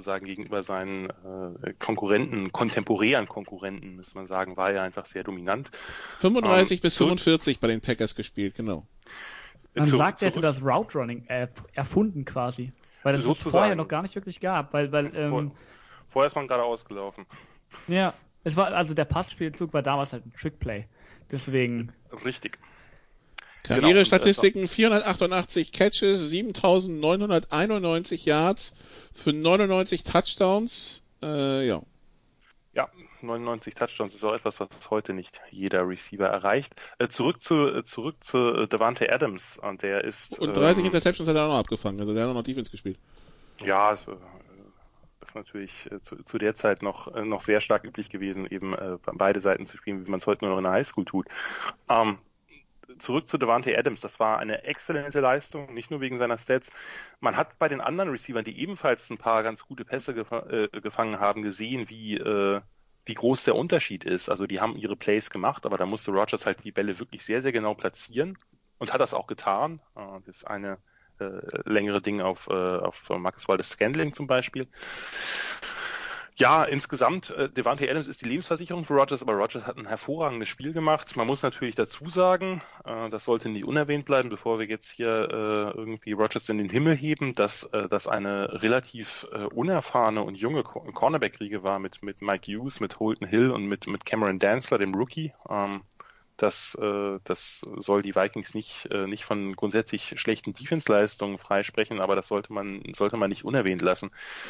kontemporären Konkurrenten, muss man sagen, war er einfach sehr dominant. 35 bis 45 bei den Packers gespielt, genau. Man sagt, er hätte das Route Running erfunden quasi, weil das es vorher noch gar nicht wirklich gab, vorher ist man gerade ausgelaufen. Ja, der Passspielzug war damals halt ein Trickplay, deswegen. Richtig. Karrierestatistiken, 488 Catches, 7.991 Yards für 99 Touchdowns. Ja, 99 Touchdowns ist auch etwas, was heute nicht jeder Receiver erreicht. Zurück zu Davante Adams. Und der ist... Und 30 Interceptions hat er auch noch abgefangen, also der hat auch noch Defense gespielt. Ja, das ist natürlich zu der Zeit noch sehr stark üblich gewesen, eben beide Seiten zu spielen, wie man es heute nur noch in der Highschool tut. Zurück zu Davante Adams, das war eine exzellente Leistung, nicht nur wegen seiner Stats. Man hat bei den anderen Receivern, die ebenfalls ein paar ganz gute Pässe gefangen haben, gesehen, wie groß der Unterschied ist. Also die haben ihre Plays gemacht, aber da musste Rodgers halt die Bälle wirklich sehr, sehr genau platzieren und hat das auch getan. Das eine längere Ding auf Marcus Valdes-Scantling zum Beispiel. Ja, insgesamt, Davante Adams ist die Lebensversicherung für Rodgers, aber Rodgers hat ein hervorragendes Spiel gemacht. Man muss natürlich dazu sagen, das sollte nicht unerwähnt bleiben, bevor wir jetzt hier irgendwie Rodgers in den Himmel heben, dass eine relativ unerfahrene und junge Cornerback-Riege war mit Mike Hughes, mit Holton Hill und mit Cameron Dantzler, dem Rookie. Das soll die Vikings nicht von grundsätzlich schlechten Defense-Leistungen freisprechen, aber das sollte man nicht unerwähnt lassen.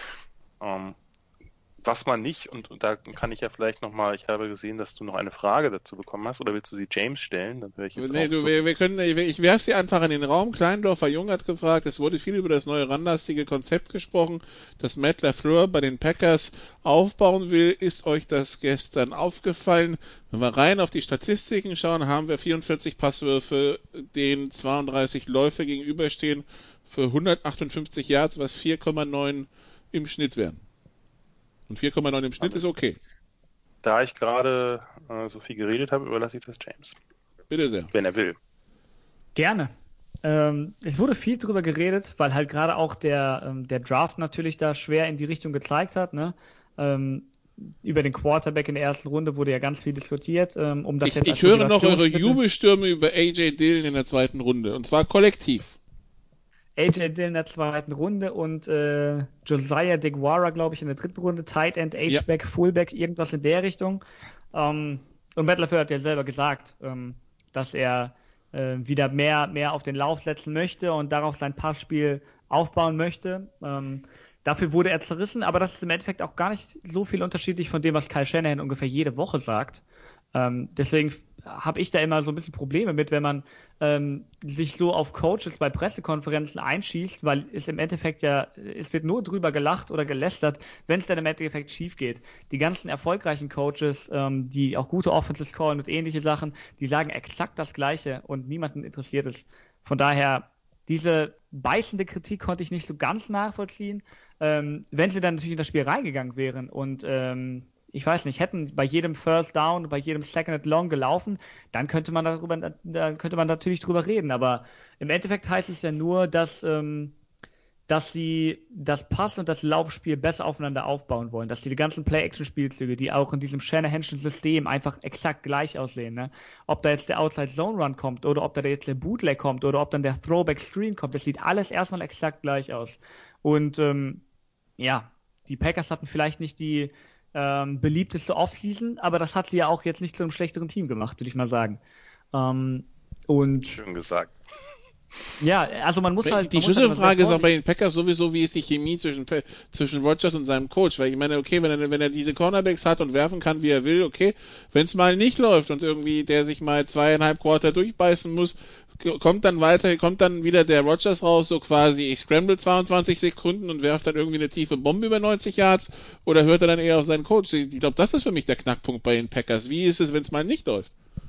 Was man nicht, und da kann ich ja vielleicht nochmal, ich habe gesehen, dass du noch eine Frage dazu bekommen hast, oder willst du sie James stellen? Dann höre ich jetzt ich werfe sie einfach in den Raum. Kleindorfer Jung hat gefragt, es wurde viel über das neue randlastige Konzept gesprochen, das Matt LaFleur bei den Packers aufbauen will. Ist euch das gestern aufgefallen? Wenn wir rein auf die Statistiken schauen, haben wir 44 Passwürfe, denen 32 Läufe gegenüberstehen für 158 Yards, was 4,9 im Schnitt wären. Und 4,9 im Schnitt ist okay. Da ich gerade so viel geredet habe, überlasse ich das James. Bitte sehr. Wenn er will. Gerne. Es wurde viel drüber geredet, weil halt gerade auch der Draft natürlich da schwer in die Richtung gezeigt hat. Ne? Über den Quarterback in der ersten Runde wurde ja ganz viel diskutiert. Ich höre noch eure Jubelstürme über AJ Dillon in der zweiten Runde. Und zwar kollektiv. AJ Dillon in der zweiten Runde und Josiah DeGuara, glaube ich, in der dritten Runde, Tight End, H-Back, ja. Fullback, irgendwas in der Richtung. Und Matt LaFleur hat ja selber gesagt, dass er wieder mehr auf den Lauf setzen möchte und darauf sein Passspiel aufbauen möchte. Dafür wurde er zerrissen, aber das ist im Endeffekt auch gar nicht so viel unterschiedlich von dem, was Kyle Shanahan ungefähr jede Woche sagt. Deswegen habe ich da immer so ein bisschen Probleme mit, wenn man sich so auf Coaches bei Pressekonferenzen einschießt, weil es im Endeffekt es wird nur drüber gelacht oder gelästert, wenn es dann im Endeffekt schief geht. Die ganzen erfolgreichen Coaches, die auch gute Offenses callen und ähnliche Sachen, die sagen exakt das Gleiche und niemanden interessiert es. Von daher, diese beißende Kritik konnte ich nicht so ganz nachvollziehen. Wenn sie dann natürlich in das Spiel reingegangen wären und ich weiß nicht, hätten bei jedem First Down, bei jedem Second and Long gelaufen, dann könnte man natürlich drüber reden. Aber im Endeffekt heißt es ja nur, dass sie das Pass- und das Laufspiel besser aufeinander aufbauen wollen, dass die ganzen Play-Action-Spielzüge, die auch in diesem Shanahan'schen System einfach exakt gleich aussehen, ne? Ob da jetzt der Outside-Zone-Run kommt oder ob da jetzt der Bootleg kommt oder ob dann der Throwback-Screen kommt, das sieht alles erstmal exakt gleich aus. Und die Packers hatten vielleicht nicht die beliebteste Offseason, aber das hat sie ja auch jetzt nicht zu einem schlechteren Team gemacht, würde ich mal sagen. Schön gesagt. Ja, also man muss halt... Die Schlüsselfrage ist auch bei den Packers sowieso, wie ist die Chemie zwischen Rodgers und seinem Coach, weil ich meine, okay, wenn er diese Cornerbacks hat und werfen kann, wie er will, okay, wenn es mal nicht läuft und irgendwie der sich mal 2,5 Quarter durchbeißen muss, kommt dann wieder der Rodgers raus, so quasi, ich scramble 22 Sekunden und werfe dann irgendwie eine tiefe Bombe über 90 Yards, oder hört er dann eher auf seinen Coach? Ich glaube, das ist für mich der Knackpunkt bei den Packers. Wie ist es, wenn es mal nicht läuft?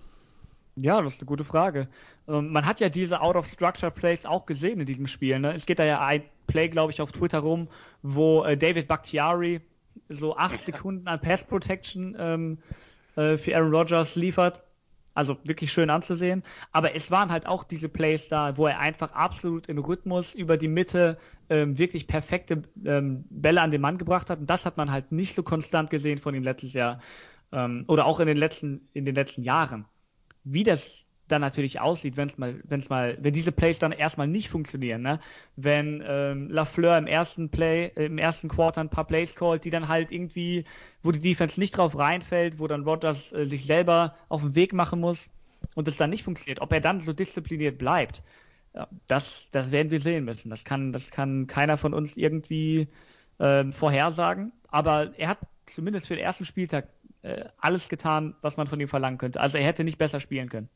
Ja, das ist eine gute Frage. Man hat ja diese Out-of-Structure-Plays auch gesehen in diesem Spiel. Ne? Es geht da ja ein Play, glaube ich, auf Twitter rum, wo David Bakhtiari so 8 Sekunden an Pass-Protection für Aaron Rodgers liefert. Also wirklich schön anzusehen. Aber es waren halt auch diese Plays da, wo er einfach absolut in Rhythmus über die Mitte wirklich perfekte Bälle an den Mann gebracht hat. Und das hat man halt nicht so konstant gesehen von ihm letztes Jahr. Oder auch in den letzten Jahren. Wie das dann natürlich aussieht, wenn diese Plays dann erstmal nicht funktionieren, ne? Wenn Lafleur im ersten Quarter ein paar Plays callt, die dann halt irgendwie, wo die Defense nicht drauf reinfällt, wo dann Rodgers sich selber auf den Weg machen muss und es dann nicht funktioniert, ob er dann so diszipliniert bleibt, das werden wir sehen müssen. Das kann keiner von uns irgendwie vorhersagen, aber er hat zumindest für den ersten Spieltag alles getan, was man von ihm verlangen könnte. Also er hätte nicht besser spielen können.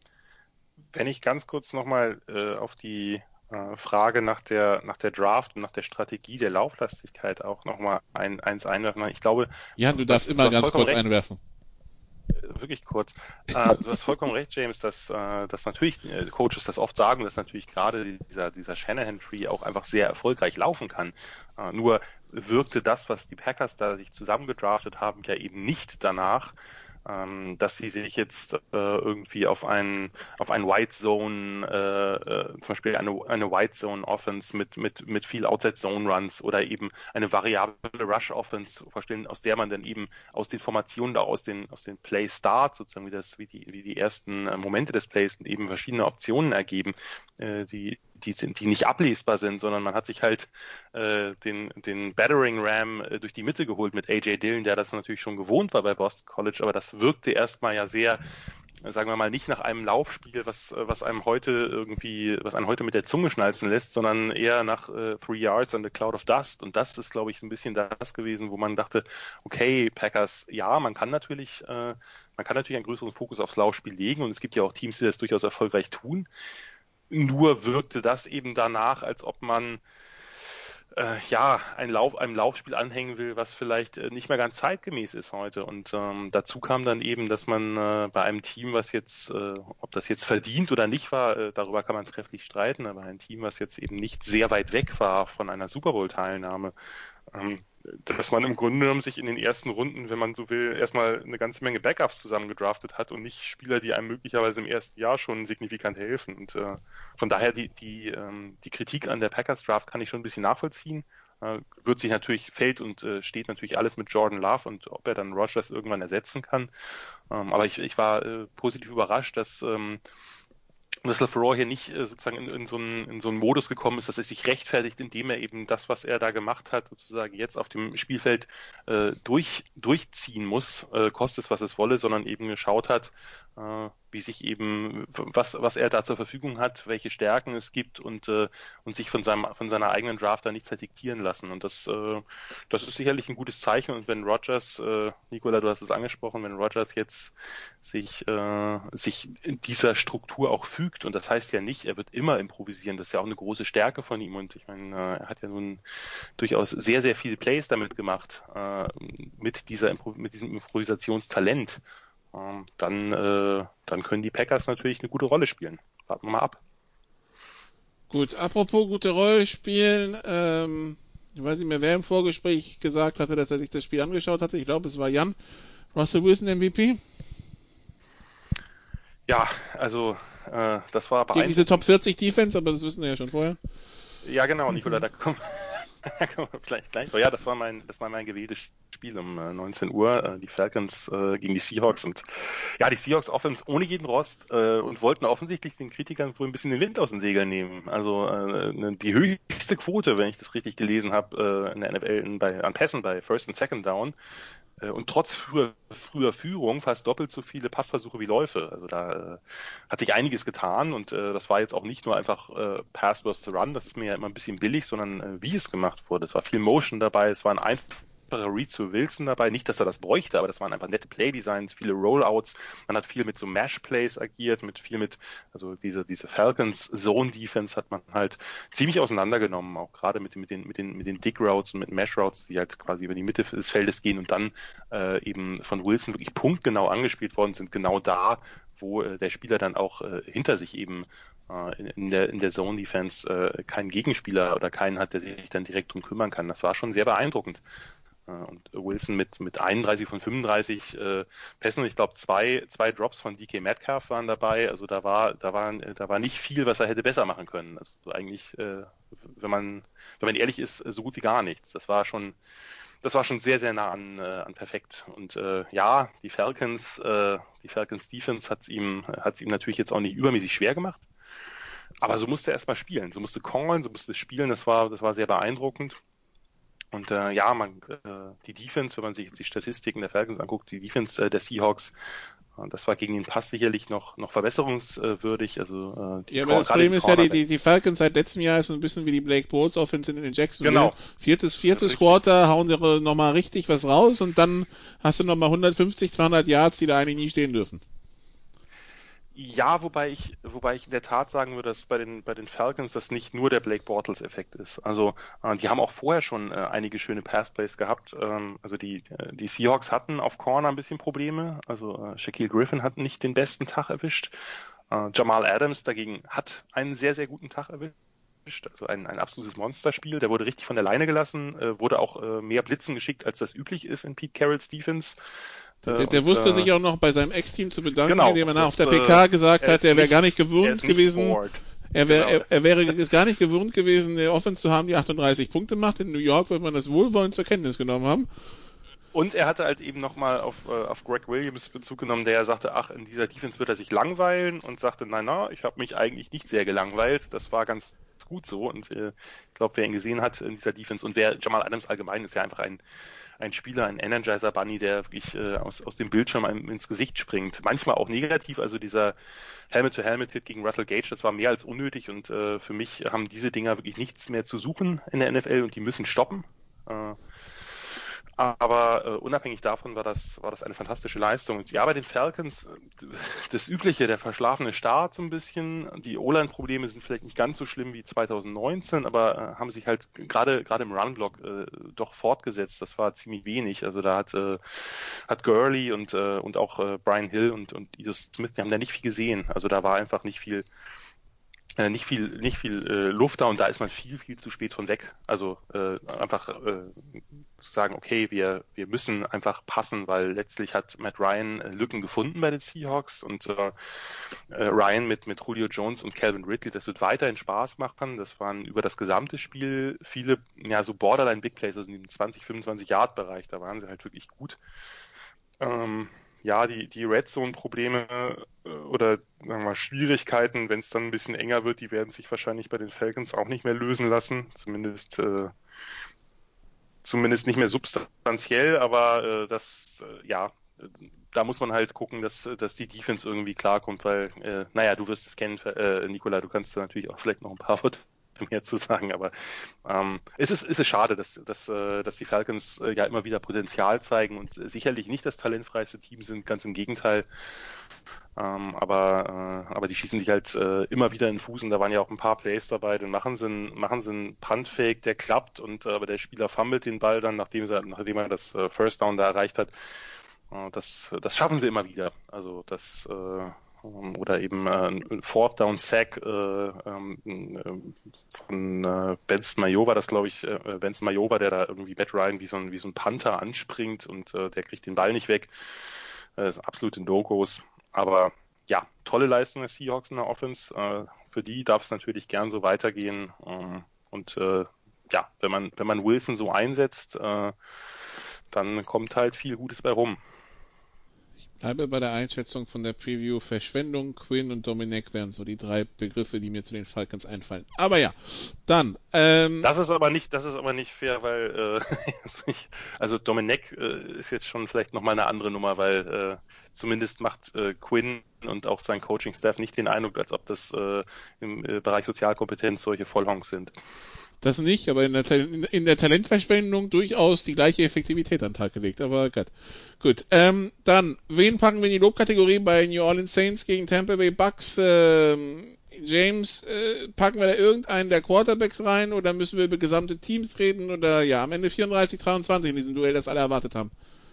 Wenn ich ganz kurz nochmal auf die Frage nach der Draft und nach der Strategie der Lauflastigkeit auch nochmal eins einwerfen. Ich glaube... Ja, du darfst immer ganz kurz einwerfen. Wirklich kurz. Du hast vollkommen recht, James, dass natürlich Coaches das oft sagen, dass natürlich gerade dieser Shanahan-Tree auch einfach sehr erfolgreich laufen kann. Nur wirkte das, was die Packers da sich zusammengedraftet haben, ja eben nicht danach, dass sie sich jetzt irgendwie auf ein White Zone, zum Beispiel eine White Zone Offense mit viel Outside Zone Runs oder eben eine variable Rush Offense vorstellen, aus der man dann eben aus den Formationen da aus den Play Start sozusagen wie die ersten Momente des Plays eben verschiedene Optionen ergeben, die nicht ablesbar sind, sondern man hat sich halt den Battering Ram durch die Mitte geholt mit A.J. Dillon, der das natürlich schon gewohnt war bei Boston College, aber das wirkte erstmal ja sehr, sagen wir mal, nicht nach einem Laufspiel, was einen heute mit der Zunge schnalzen lässt, sondern eher nach 3 Yards and a Cloud of Dust. Und das ist, glaube ich, so ein bisschen das gewesen, wo man dachte, okay, Packers, ja, man kann natürlich einen größeren Fokus aufs Laufspiel legen und es gibt ja auch Teams, die das durchaus erfolgreich tun. Nur wirkte das eben danach, als ob man einem Laufspiel anhängen will, was vielleicht nicht mehr ganz zeitgemäß ist heute. Und dazu kam dann eben, dass man bei einem Team, was jetzt, ob das jetzt verdient oder nicht war, darüber kann man trefflich streiten, aber ein Team, was jetzt eben nicht sehr weit weg war von einer Super Bowl-Teilnahme, dass man im Grunde genommen sich in den ersten Runden, wenn man so will, erstmal eine ganze Menge Backups zusammengedraftet hat und nicht Spieler, die einem möglicherweise im ersten Jahr schon signifikant helfen. Und von daher die Kritik an der Packers Draft kann ich schon ein bisschen nachvollziehen. Fällt und steht natürlich alles mit Jordan Love und ob er dann Rodgers irgendwann ersetzen kann. Aber ich war positiv überrascht, dass LaFleur hier nicht sozusagen in so einen Modus gekommen ist, dass er sich rechtfertigt, indem er eben das, was er da gemacht hat, sozusagen jetzt auf dem Spielfeld durchziehen muss, koste es, was es wolle, sondern eben geschaut hat, wie sich eben, was er da zur Verfügung hat, welche Stärken es gibt und sich von seiner eigenen Draft da nichts hat diktieren lassen. Und das ist sicherlich ein gutes Zeichen. Und wenn Rodgers, Nicola, du hast es angesprochen, wenn Rodgers jetzt sich in dieser Struktur auch fügt, und das heißt ja nicht, er wird immer improvisieren, das ist ja auch eine große Stärke von ihm. Und ich meine, er hat ja nun durchaus sehr, sehr viele Plays damit gemacht, mit diesem Improvisationstalent. Dann können die Packers natürlich eine gute Rolle spielen. Warten wir mal ab. Gut, apropos gute Rolle spielen, ich weiß nicht mehr, wer im Vorgespräch gesagt hatte, dass er sich das Spiel angeschaut hatte. Ich glaube, es war Jan. Russell Wilson MVP? Ja, also das war gegen diese Top 40 Defense, aber das wissen wir ja schon vorher. Ja, genau, Nicola, da kommen wir gleich. Ja, das war mein gewähltes Spiel um 19 Uhr, die Falcons gegen die Seahawks. Und ja, die Seahawks Offense ohne jeden Rost und wollten offensichtlich den Kritikern wohl ein bisschen den Wind aus den Segeln nehmen. Also die höchste Quote, wenn ich das richtig gelesen habe, in der NFL an Pässen bei First und Second Down. Und trotz früher Führung fast doppelt so viele Passversuche wie Läufe. Also da hat sich einiges getan und das war jetzt auch nicht nur einfach Pass versus Run, das ist mir ja immer ein bisschen billig, sondern wie es gemacht wurde. Es war viel Motion dabei, es war ein einfacher Read zu Wilson dabei. Nicht, dass er das bräuchte, aber das waren einfach nette Play-Designs, viele Rollouts. Man hat viel mit so Mash-Plays agiert, also diese Falcons-Zone-Defense hat man halt ziemlich auseinandergenommen, auch gerade mit den Dig-Routes und mit Mash-Routes, die halt quasi über die Mitte des Feldes gehen und dann eben von Wilson wirklich punktgenau angespielt worden sind, genau da, wo der Spieler dann auch hinter sich eben in der Zone-Defense keinen Gegenspieler oder keinen hat, der sich dann direkt drum kümmern kann. Das war schon sehr beeindruckend. Und Wilson mit 31 von 35 Pässen, ich glaube zwei Drops von DK Metcalf waren dabei, also da war nicht viel, was er hätte besser machen können. Also eigentlich, wenn man ehrlich ist, so gut wie gar nichts. Das war schon sehr, sehr nah an perfekt. Und ja, die Falcons Defense hat's ihm natürlich jetzt auch nicht übermäßig schwer gemacht. Aber so musste er erstmal spielen, so musste callen, so musste spielen, das war sehr beeindruckend. Und die Defense, wenn man sich jetzt die Statistiken der Falcons anguckt, die Defense der Seahawks, das war gegen den Pass sicherlich noch verbesserungswürdig. Also aber das Problem ist ja, die Falcons seit letztem Jahr ist so ein bisschen wie die Blake Bortles Offense in den Jacksonville. Genau. Viertes Quarter hauen sie nochmal richtig was raus und dann hast du nochmal 150, 200 Yards, die da eigentlich nie stehen dürfen. Ja, wobei ich in der Tat sagen würde, dass bei den Falcons das nicht nur der Blake Bortles-Effekt ist. Also die haben auch vorher schon einige schöne Passplays gehabt. Also die Seahawks hatten auf Corner ein bisschen Probleme. Also Shaquille Griffin hat nicht den besten Tag erwischt. Jamal Adams dagegen hat einen sehr, sehr guten Tag erwischt. Also ein absolutes Monsterspiel. Der wurde richtig von der Leine gelassen, wurde auch mehr Blitzen geschickt, als das üblich ist in Pete Carrolls Defense. Der wusste sich auch noch bei seinem Ex-Team zu bedanken, indem er auf der PK gesagt hat, er wäre gar nicht gewohnt gewesen. Er wäre es gar nicht gewohnt gewesen, eine Offense zu haben, die 38 Punkte macht. In New York wird man das wohlwollend zur Kenntnis genommen haben. Und er hatte halt eben nochmal auf Greg Williams Bezug genommen, der sagte, in dieser Defense wird er sich langweilen und sagte, ich habe mich eigentlich nicht sehr gelangweilt. Das war ganz gut so. Und ich glaube, wer ihn gesehen hat in dieser Defense und wer Jamal Adams allgemein ist ja einfach ein Spieler, ein Energizer Bunny, der wirklich aus dem Bildschirm einem ins Gesicht springt. Manchmal auch negativ, also dieser Helmet-to-Helmet-Hit gegen Russell Gage, das war mehr als unnötig und für mich haben diese Dinger wirklich nichts mehr zu suchen in der NFL und die müssen stoppen. Aber unabhängig davon war das eine fantastische Leistung. Und ja, bei den Falcons, das Übliche, der verschlafene Start so ein bisschen. Die O-Line-Probleme sind vielleicht nicht ganz so schlimm wie 2019, aber haben sich halt gerade im Run-Block doch fortgesetzt. Das war ziemlich wenig. Also da hat Gurley und auch Brian Hill und Ito Smith, die haben da nicht viel gesehen. Also da war einfach nicht viel Luft da und da ist man viel zu spät von weg. Also einfach zu sagen, okay, wir müssen einfach passen, weil letztlich hat Matt Ryan Lücken gefunden bei den Seahawks und Ryan mit Julio Jones und Calvin Ridley, das wird weiterhin Spaß machen. Das waren über das gesamte Spiel viele, so Borderline Big Plays, also in dem 20-25 Yard Bereich, da waren sie halt wirklich gut. Die Red Zone Probleme oder sagen wir mal Schwierigkeiten, wenn es dann ein bisschen enger wird, die werden sich wahrscheinlich bei den Falcons auch nicht mehr lösen lassen, zumindest nicht mehr substanziell, aber da muss man halt gucken, dass die Defense irgendwie klarkommt, weil, du wirst es kennen, Nikola, du kannst da natürlich auch vielleicht noch ein paar Worte mehr zu sagen, aber es ist schade, dass die Falcons ja immer wieder Potenzial zeigen und sicherlich nicht das talentfreiste Team sind, ganz im Gegenteil. Aber die schießen sich halt immer wieder in den Fuß und da waren ja auch ein paar Plays dabei, dann machen sie einen Punt-Fake, der klappt aber der Spieler fummelt den Ball dann, nachdem er das First Down da erreicht hat. Das schaffen sie immer wieder. Also oder eben ein Fourth Down Sack von Benson Mayowa, das glaube ich, Benson Mayowa, der da irgendwie Matt Ryan wie so ein Panther anspringt und der kriegt den Ball nicht weg. Das ist absolute No-Gos. Aber ja, tolle Leistung der Seahawks in der Offense. Für die darf es natürlich gern so weitergehen. Wenn man Wilson so einsetzt, dann kommt halt viel Gutes bei rum. Ich bleibe bei der Einschätzung von der Preview. Verschwendung, Quinn und Dominic wären so die 3 Begriffe, die mir zu den Falcons einfallen. Aber ja, dann. Das ist aber nicht fair, weil also Dominic ist jetzt schon vielleicht nochmal eine andere Nummer, weil zumindest macht Quinn und auch sein Coaching-Staff nicht den Eindruck, als ob das im Bereich Sozialkompetenz solche Vollhonks sind. Das nicht, aber in der Talentverschwendung durchaus die gleiche Effektivität an den Tag gelegt. Aber gut. Dann, wen packen wir in die Lobkategorie bei New Orleans Saints gegen Tampa Bay Bucks? James, packen wir da irgendeinen der Quarterbacks rein oder müssen wir über gesamte Teams reden? Oder ja, am Ende 34-23 in diesem Duell, das alle erwartet haben.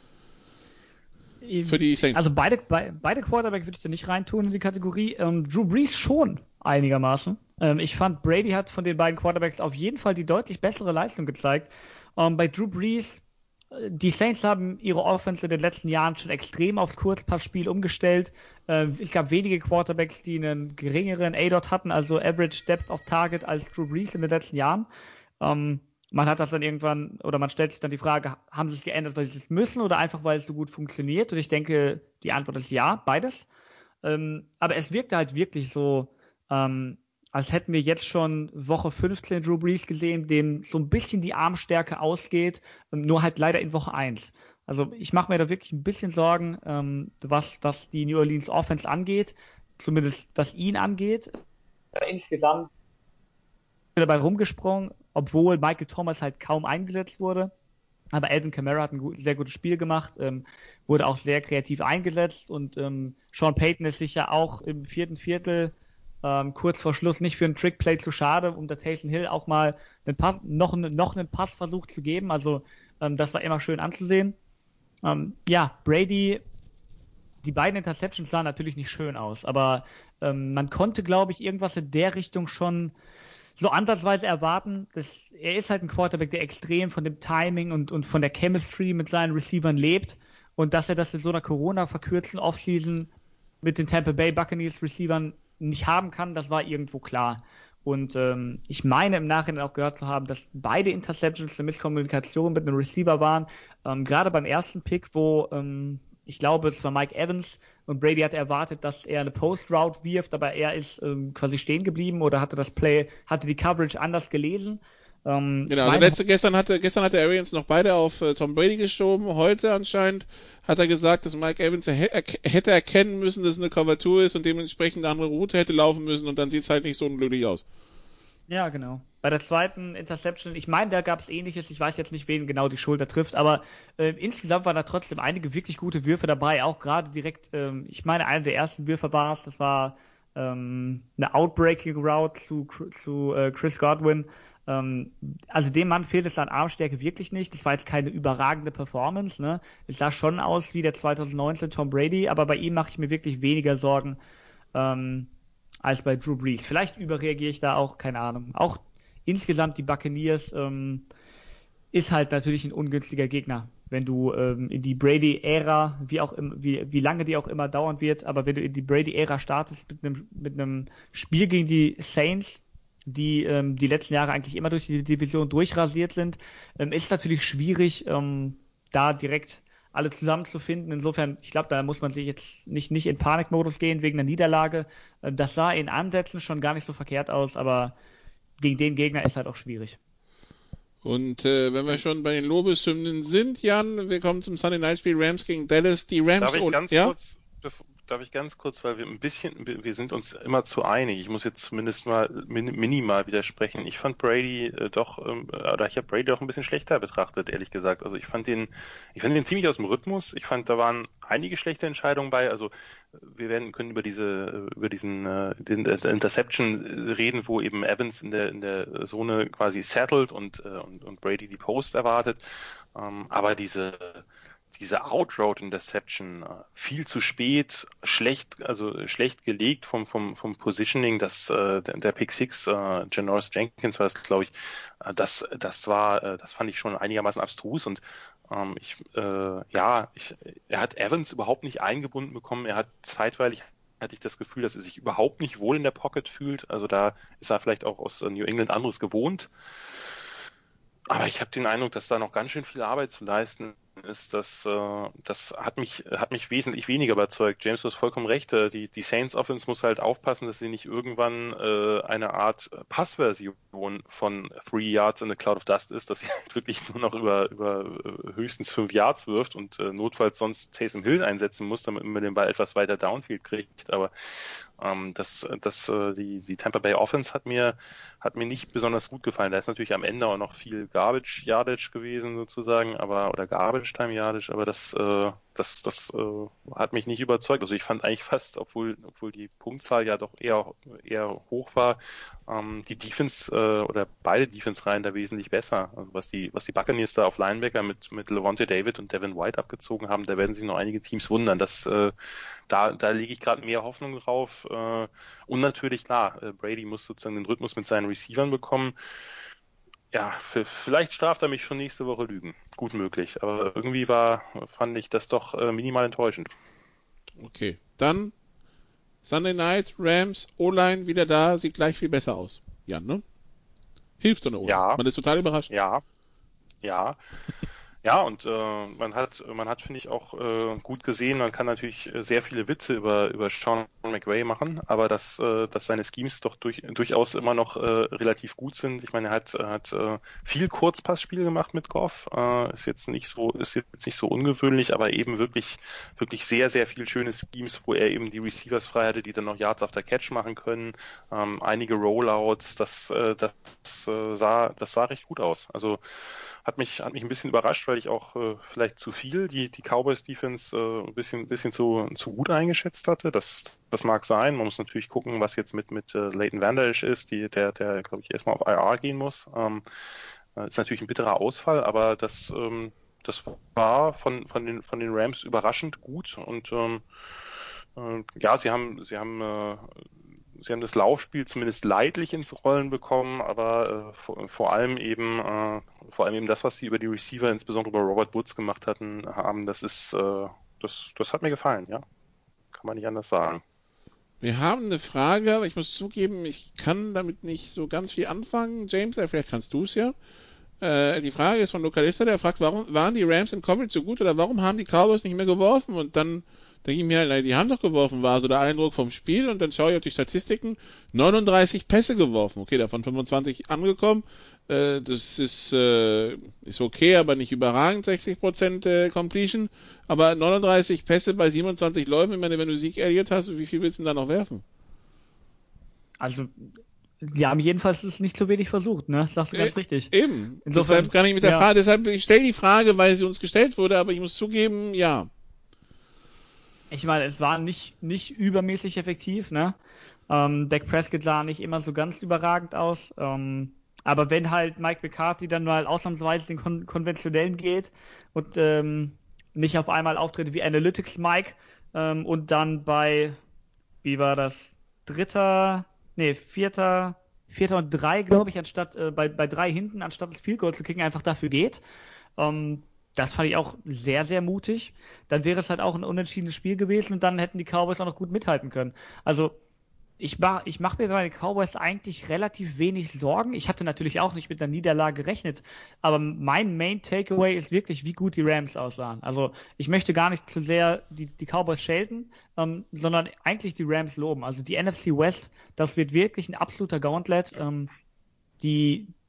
Für die Saints. Also beide Quarterbacks würde ich da nicht reintun in die Kategorie. Drew Brees schon einigermaßen. Ich fand, Brady hat von den beiden Quarterbacks auf jeden Fall die deutlich bessere Leistung gezeigt. Bei Drew Brees, die Saints haben ihre Offense in den letzten Jahren schon extrem aufs Kurzpassspiel umgestellt. Es gab wenige Quarterbacks, die einen geringeren ADOT hatten, also Average Depth of Target, als Drew Brees in den letzten Jahren. Man hat das dann irgendwann, oder man stellt sich dann die Frage, haben sie es geändert, weil sie es müssen oder einfach, weil es so gut funktioniert? Und ich denke, die Antwort ist ja, beides. Aber es wirkte halt wirklich so, als hätten wir jetzt schon Woche 15 Drew Brees gesehen, dem so ein bisschen die Armstärke ausgeht, nur halt leider in Woche 1. Also ich mache mir da wirklich ein bisschen Sorgen, was die New Orleans Offense angeht, zumindest was ihn angeht. Insgesamt dabei rumgesprungen, obwohl Michael Thomas halt kaum eingesetzt wurde. Aber Alvin Kamara hat ein sehr gutes Spiel gemacht, wurde auch sehr kreativ eingesetzt und Sean Payton ist sicher auch im 4. Viertel kurz vor Schluss nicht für einen Trickplay zu schade, um der Taysom Hill auch mal noch einen Passversuch zu geben. Also das war immer schön anzusehen. Brady, die beiden Interceptions sahen natürlich nicht schön aus, aber man konnte, glaube ich, irgendwas in der Richtung schon so ansatzweise erwarten. Er ist halt ein Quarterback, der extrem von dem Timing und von der Chemistry mit seinen Receivern lebt und dass er das in so einer Corona-verkürzten Offseason mit den Tampa Bay Buccaneers Receivern nicht haben kann, das war irgendwo klar. Und ich meine im Nachhinein auch gehört zu haben, dass beide Interceptions eine Misskommunikation mit einem Receiver waren. Gerade beim ersten Pick, wo ich glaube, es war Mike Evans und Brady hatte erwartet, dass er eine Post-Route wirft, aber er ist quasi stehen geblieben oder hatte die Coverage anders gelesen. Genau, gestern hatte Arians noch beide auf Tom Brady geschoben. Heute anscheinend hat er gesagt, dass Mike Evans hätte erkennen müssen, dass es eine Cover 2 ist und dementsprechend eine andere Route hätte laufen müssen und dann sieht es halt nicht so unglücklich aus. Ja, genau. Bei der zweiten Interception, ich meine, da gab es Ähnliches. Ich weiß jetzt nicht, wen genau die Schulter trifft, aber insgesamt waren da trotzdem einige wirklich gute Würfe dabei. Auch gerade direkt, ich meine, einer der ersten Würfe war es, das war eine Outbreaking Route zu Chris Godwin. Also dem Mann fehlt es an Armstärke wirklich nicht. Das war jetzt keine überragende Performance, ne? Es sah schon aus wie der 2019 Tom Brady, aber bei ihm mache ich mir wirklich weniger Sorgen als bei Drew Brees. Vielleicht überreagiere ich da auch, keine Ahnung. Auch insgesamt die Buccaneers ist halt natürlich ein ungünstiger Gegner. Wenn du in die Brady-Ära, wie lange die auch immer dauern wird, aber wenn du in die Brady-Ära startest mit einem Spiel gegen die Saints, die letzten Jahre eigentlich immer durch die Division durchrasiert sind, ist natürlich schwierig, da direkt alle zusammenzufinden. Insofern, ich glaube, da muss man sich jetzt nicht in Panikmodus gehen wegen der Niederlage. Das sah in Ansätzen schon gar nicht so verkehrt aus, aber gegen den Gegner ist halt auch schwierig. Und wenn wir schon bei den Lobeshymnen sind, Jan, wir kommen zum Sunday Night Spiel Rams gegen Dallas. Die Rams Darf ich ganz kurz, weil wir sind uns immer zu einig. Ich muss jetzt zumindest mal minimal widersprechen. Ich fand Brady ich habe Brady doch ein bisschen schlechter betrachtet, ehrlich gesagt. Also ich fand den ziemlich aus dem Rhythmus. Ich fand, da waren einige schlechte Entscheidungen bei. Also wir können über den Interception reden, wo eben Evans in der Zone quasi settled und Brady die Post erwartet. Aber diese Outroute Interception viel zu spät, schlecht gelegt vom Positioning, der Pick Six, Janoris Jenkins war das, glaube ich, das fand ich schon einigermaßen abstrus und er hat Evans überhaupt nicht eingebunden bekommen. Zeitweilig hatte ich das Gefühl, dass er sich überhaupt nicht wohl in der Pocket fühlt. Also da ist er vielleicht auch aus New England anderes gewohnt. Aber ich habe den Eindruck, dass da noch ganz schön viel Arbeit zu leisten ist. Das hat mich wesentlich weniger überzeugt. James, du hast vollkommen recht. Die Saints Offense muss halt aufpassen, dass sie nicht irgendwann eine Art Passversion von 3 Yards in a Cloud of Dust ist, dass sie halt wirklich nur noch über höchstens 5 Yards wirft und notfalls sonst Taysom Hill einsetzen muss, damit man den Ball etwas weiter downfield kriegt. Aber die Tampa Bay Offense hat mir nicht besonders gut gefallen. Da ist natürlich am Ende auch noch viel Garbage Yardage gewesen sozusagen, oder Garbage Time Yardage, aber das hat mich nicht überzeugt. Also ich fand eigentlich fast, obwohl die Punktzahl ja doch eher hoch war, die Defense oder beide Defense-Reihen da wesentlich besser. Also was die Buccaneers da auf Linebacker mit Levante David und Devin White abgezogen haben, da werden sich noch einige Teams wundern. Da lege ich gerade mehr Hoffnung drauf. Und natürlich, klar, Brady muss sozusagen den Rhythmus mit seinen Receivern bekommen. Ja, vielleicht straft er mich schon nächste Woche Lügen. Gut möglich. Aber irgendwie fand ich das doch minimal enttäuschend. Okay, dann Sunday Night, Rams, O-Line wieder da, sieht gleich viel besser aus. Jan, ne? Hilft so eine O-Line. Ja. Man ist total überrascht. Ja. Ja, und man hat, finde ich, auch gut gesehen, man kann natürlich sehr viele Witze über Sean McVay machen, aber dass seine Schemes doch durchaus immer noch relativ gut sind. Ich meine, er hat viel Kurzpassspiel gemacht mit Goff, ist jetzt nicht so ungewöhnlich, aber eben wirklich, wirklich sehr, sehr viel schöne Schemes, wo er eben die Receivers frei hatte, die dann noch Yards after Catch machen können, einige Rollouts, das sah recht gut aus. Also hat mich ein bisschen überrascht, weil ich auch vielleicht zu viel die Cowboys Defense ein bisschen zu gut eingeschätzt hatte. Das mag sein. Man muss natürlich gucken, was jetzt mit Leighton Vander Esch ist, der glaube ich erstmal auf IR gehen muss. Ist natürlich ein bitterer Ausfall, aber das war von den Rams überraschend gut und sie haben das Laufspiel zumindest leidlich ins Rollen bekommen, aber vor allem eben das, was sie über die Receiver, insbesondere über Robert Woods gemacht haben, das hat mir gefallen, ja. Kann man nicht anders sagen. Wir haben eine Frage, aber ich muss zugeben, ich kann damit nicht so ganz viel anfangen. James, vielleicht kannst du es ja. Die Frage ist von Lokalista, der fragt, warum waren die Rams in Coverage so gut oder warum haben die Cowboys nicht mehr geworfen? Und dann denke ich mir, die haben doch geworfen, war so der Eindruck vom Spiel und dann schaue ich auf die Statistiken, 39 Pässe geworfen, okay, davon 25 angekommen, das ist okay, aber nicht überragend, 60% Completion, aber 39 Pässe bei 27 Läufen, ich meine, wenn du Zeke Elliott hast, wie viel willst du denn da noch werfen? Also, sie haben jedenfalls es nicht so wenig versucht, ne? Sagst du ganz richtig. Eben. Insofern, deshalb kann ich mit der Frage, ich stelle die Frage, weil sie uns gestellt wurde, aber ich muss zugeben, ja. Ich meine, es war nicht übermäßig effektiv, ne? Dak Prescott sah nicht immer so ganz überragend aus. Aber wenn halt Mike McCarthy dann mal ausnahmsweise den konventionellen geht und nicht auf einmal auftritt wie Analytics Mike und dann bei, wie war das, vierter und 3, glaube ich, anstatt bei 3 hinten, anstatt das Field Goal zu kicken, einfach dafür geht. Das fand ich auch sehr, sehr mutig. Dann wäre es halt auch ein unentschiedenes Spiel gewesen und dann hätten die Cowboys auch noch gut mithalten können. Also ich mach mir bei den Cowboys eigentlich relativ wenig Sorgen. Ich hatte natürlich auch nicht mit einer Niederlage gerechnet, aber mein Main Takeaway ist wirklich, wie gut die Rams aussahen. Also ich möchte gar nicht zu sehr die Cowboys schelten, sondern eigentlich die Rams loben. Also die NFC West, das wird wirklich ein absoluter Gauntlet. Die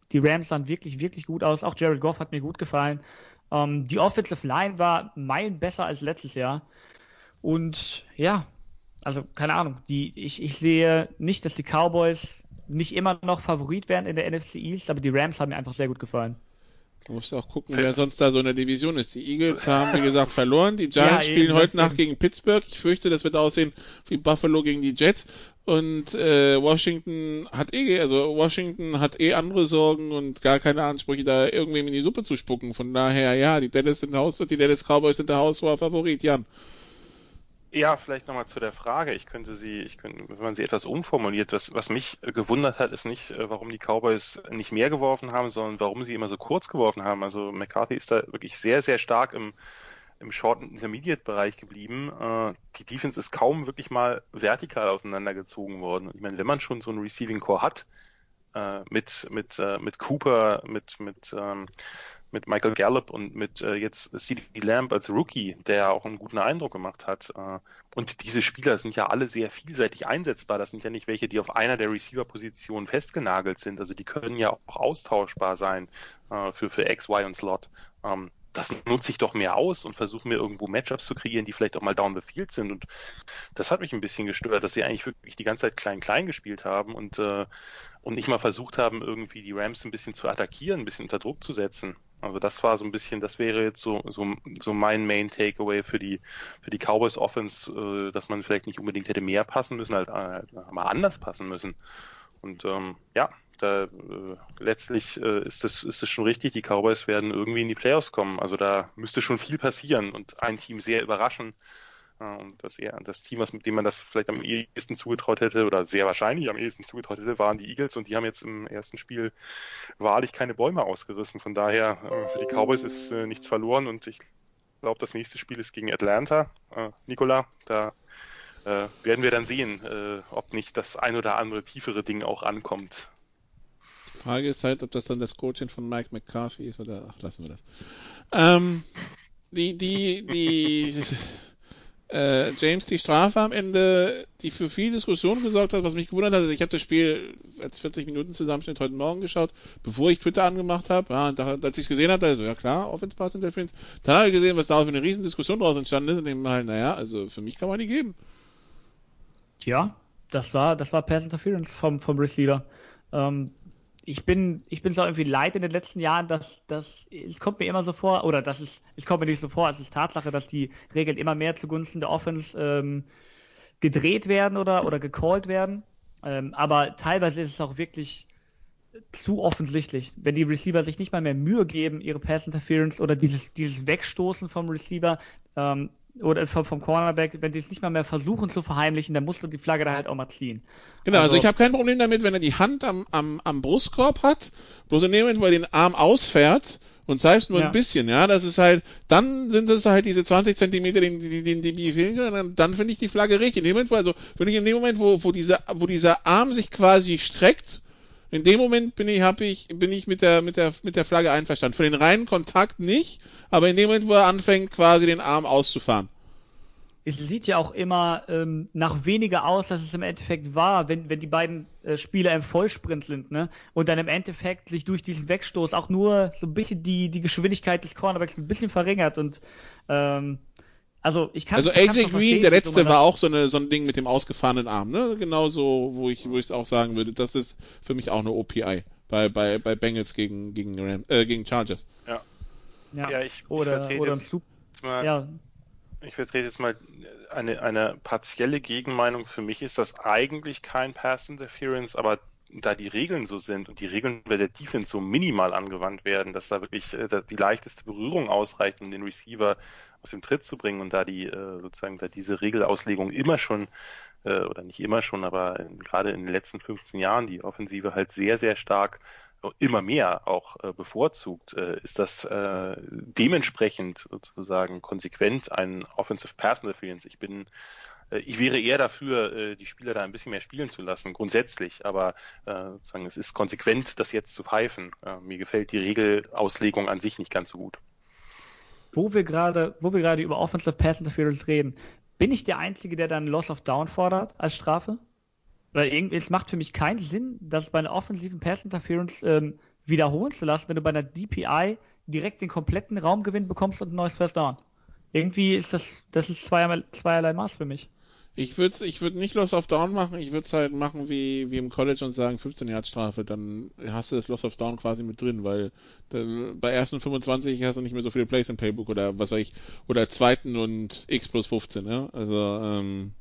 Die Rams sahen wirklich, wirklich gut aus. Auch Jared Goff hat mir gut gefallen. Die Offensive Line war Meilen besser als letztes Jahr. Und ja, also keine Ahnung. Ich sehe nicht, dass die Cowboys nicht immer noch Favorit werden in der NFC East, aber die Rams haben mir einfach sehr gut gefallen. Du musst auch gucken, wer sonst da so in der Division ist. Die Eagles haben, wie gesagt, verloren. Die Giants spielen heute Nacht gegen Pittsburgh. Ich fürchte, das wird aussehen wie Buffalo gegen die Jets. Und Washington hat andere Sorgen und gar keine Ansprüche, da irgendwem in die Suppe zu spucken. Von daher, ja, die Dallas Cowboys sind der haushoher Favorit, Jan. Ja, vielleicht nochmal zu der Frage. Wenn man sie etwas umformuliert, was mich gewundert hat, ist nicht, warum die Cowboys nicht mehr geworfen haben, sondern warum sie immer so kurz geworfen haben. Also McCarthy ist da wirklich sehr, sehr stark im Short- und Intermediate-Bereich geblieben. Die Defense ist kaum wirklich mal vertikal auseinandergezogen worden. Und ich meine, wenn man schon so einen Receiving Core hat, mit Cooper, mit Michael Gallup und mit jetzt CeeDee Lamb als Rookie, der auch einen guten Eindruck gemacht hat. Und diese Spieler sind ja alle sehr vielseitig einsetzbar. Das sind ja nicht welche, die auf einer der Receiver-Positionen festgenagelt sind. Also die können ja auch austauschbar sein für X, Y und Slot. Das nutze ich doch mehr aus und versuche mir irgendwo Matchups zu kreieren, die vielleicht auch mal down the field sind. Und das hat mich ein bisschen gestört, dass sie eigentlich wirklich die ganze Zeit klein-klein gespielt haben und nicht mal versucht haben, irgendwie die Rams ein bisschen zu attackieren, ein bisschen unter Druck zu setzen. Also das war so ein bisschen, das wäre jetzt so mein Main Takeaway für die Cowboys Offense, dass man vielleicht nicht unbedingt hätte mehr passen müssen, halt mal anders passen müssen. Und letztlich ist es schon richtig, die Cowboys werden irgendwie in die Playoffs kommen. Also da müsste schon viel passieren und ein Team sehr überraschen. Und das Team, mit dem man das vielleicht am ehesten zugetraut hätte oder sehr wahrscheinlich am ehesten zugetraut hätte, waren die Eagles und die haben jetzt im ersten Spiel wahrlich keine Bäume ausgerissen. Von daher für die Cowboys ist nichts verloren und ich glaube, das nächste Spiel ist gegen Atlanta. Nicola, da werden wir dann sehen, ob nicht das ein oder andere tiefere Ding auch ankommt. Die Frage ist halt, ob das dann das Coaching von Mike McCarthy ist oder lassen wir das. James, die Strafe am Ende, die für viel Diskussion gesorgt hat, was mich gewundert hat. Also ich habe das Spiel als 40-Minuten-Zusammenschnitt heute Morgen geschaut, bevor ich Twitter angemacht habe. Ja, und als ich es gesehen hatte, also ja klar, Offense-Pass-Interference. Dann habe ich gesehen, was da für eine riesen Diskussion draus entstanden ist und denke mal, naja, also für mich kann man die geben. Ja, das war Pass-Interference vom Receiver. Ich bin es auch irgendwie leid in den letzten Jahren, dass es kommt mir immer so vor, oder es kommt mir nicht so vor, es ist Tatsache, dass die Regeln immer mehr zugunsten der Offense gedreht werden oder gecallt werden. Aber teilweise ist es auch wirklich zu offensichtlich, wenn die Receiver sich nicht mal mehr Mühe geben, ihre Pass-Interference oder dieses Wegstoßen vom Receiver oder vom Cornerback, wenn die es nicht mal mehr versuchen zu verheimlichen, dann musst du die Flagge da halt auch mal ziehen. Genau, also ich habe kein Problem damit, wenn er die Hand am Brustkorb hat, bloß in dem Moment, wo er den Arm ausfährt und selbst nur ein bisschen, ja, das ist halt, dann sind es halt diese 20 Zentimeter, die fehlen, dann finde ich die Flagge richtig. In dem Moment, wo dieser Arm sich quasi streckt, in dem Moment bin ich mit der Flagge einverstanden. Für den reinen Kontakt nicht, aber in dem Moment, wo er anfängt, quasi den Arm auszufahren. Es sieht ja auch immer nach weniger aus, als es im Endeffekt war, wenn die beiden Spieler im Vollsprint sind, ne? Und dann im Endeffekt sich durch diesen Wegstoß auch nur so ein bisschen die Geschwindigkeit des Cornerbacks ein bisschen verringert und also AJ Green, der letzte, war auch so ein Ding mit dem ausgefahrenen Arm, ne? Genauso, wo ich es auch sagen würde, das ist für mich auch eine OPI bei Bengals gegen Chargers. Ja, ich vertrete jetzt mal eine partielle Gegenmeinung. Für mich ist das eigentlich kein Pass Interference, aber da die Regeln so sind und die Regeln bei der Defense so minimal angewandt werden, dass da wirklich die leichteste Berührung ausreicht, um den Receiver aus dem Tritt zu bringen und da diese Regelauslegung immer schon oder nicht immer schon, aber gerade in den letzten 15 Jahren die Offensive halt sehr, sehr stark immer mehr auch bevorzugt, ist das dementsprechend sozusagen konsequent ein Offensive Pass Interference. Ich wäre eher dafür, die Spieler da ein bisschen mehr spielen zu lassen, grundsätzlich, aber es ist konsequent, das jetzt zu pfeifen. Mir gefällt die Regelauslegung an sich nicht ganz so gut. Wo wir gerade über Offensive Pass Interference reden, bin ich der Einzige, der dann Loss of Down fordert als Strafe? Weil es macht für mich keinen Sinn, dass bei einer offensiven Pass Interference wiederholen zu lassen, wenn du bei einer DPI direkt den kompletten Raumgewinn bekommst und ein neues First Down. Irgendwie ist das ist zweierlei Maß für mich. Ich würde nicht Loss of Down machen, ich würde es halt machen wie im College und sagen 15 Yard Strafe, dann hast du das Loss of Down quasi mit drin, weil bei ersten 25 hast du nicht mehr so viele Plays im Playbook oder was weiß ich, oder zweiten und X plus 15, ja, also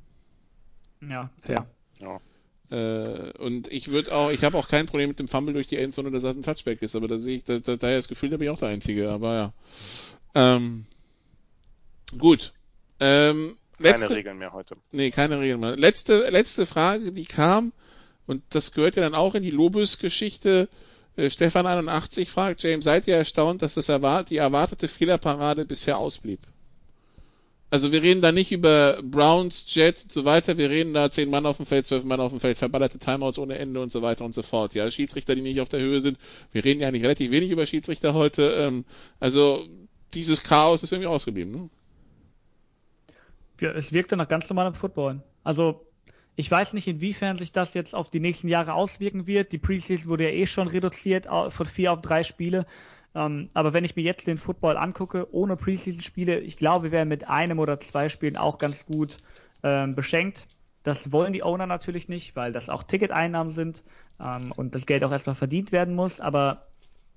ja, fair. Ja. Und ich habe auch kein Problem mit dem Fumble durch die Endzone, dass das ein Touchback ist, aber da sehe ich, daher das Gefühl, da bin ich auch der Einzige, aber ja. Gut. Keine Regeln mehr heute. Nee, keine Regeln mehr. Letzte Frage, die kam, und das gehört ja dann auch in die Lobes-Geschichte. Stefan81 fragt, James, seid ihr erstaunt, dass die erwartete Fehlerparade bisher ausblieb? Also wir reden da nicht über Browns, Jets und so weiter, wir reden da 10 Mann auf dem Feld, 12 Mann auf dem Feld, verballerte Timeouts ohne Ende und so weiter und so fort. Ja, Schiedsrichter, die nicht auf der Höhe sind. Wir reden ja eigentlich relativ wenig über Schiedsrichter heute. Also dieses Chaos ist irgendwie ausgeblieben, ne? Ja, es wirkte nach ganz normalem Football. Also, ich weiß nicht, inwiefern sich das jetzt auf die nächsten Jahre auswirken wird. Die Preseason wurde ja eh schon reduziert von 4 auf 3 Spiele. Aber wenn ich mir jetzt den Football angucke, ohne Preseason-Spiele, ich glaube, wir werden mit 1 oder 2 Spielen auch ganz gut beschenkt. Das wollen die Owner natürlich nicht, weil das auch Ticketeinnahmen sind und das Geld auch erstmal verdient werden muss. Aber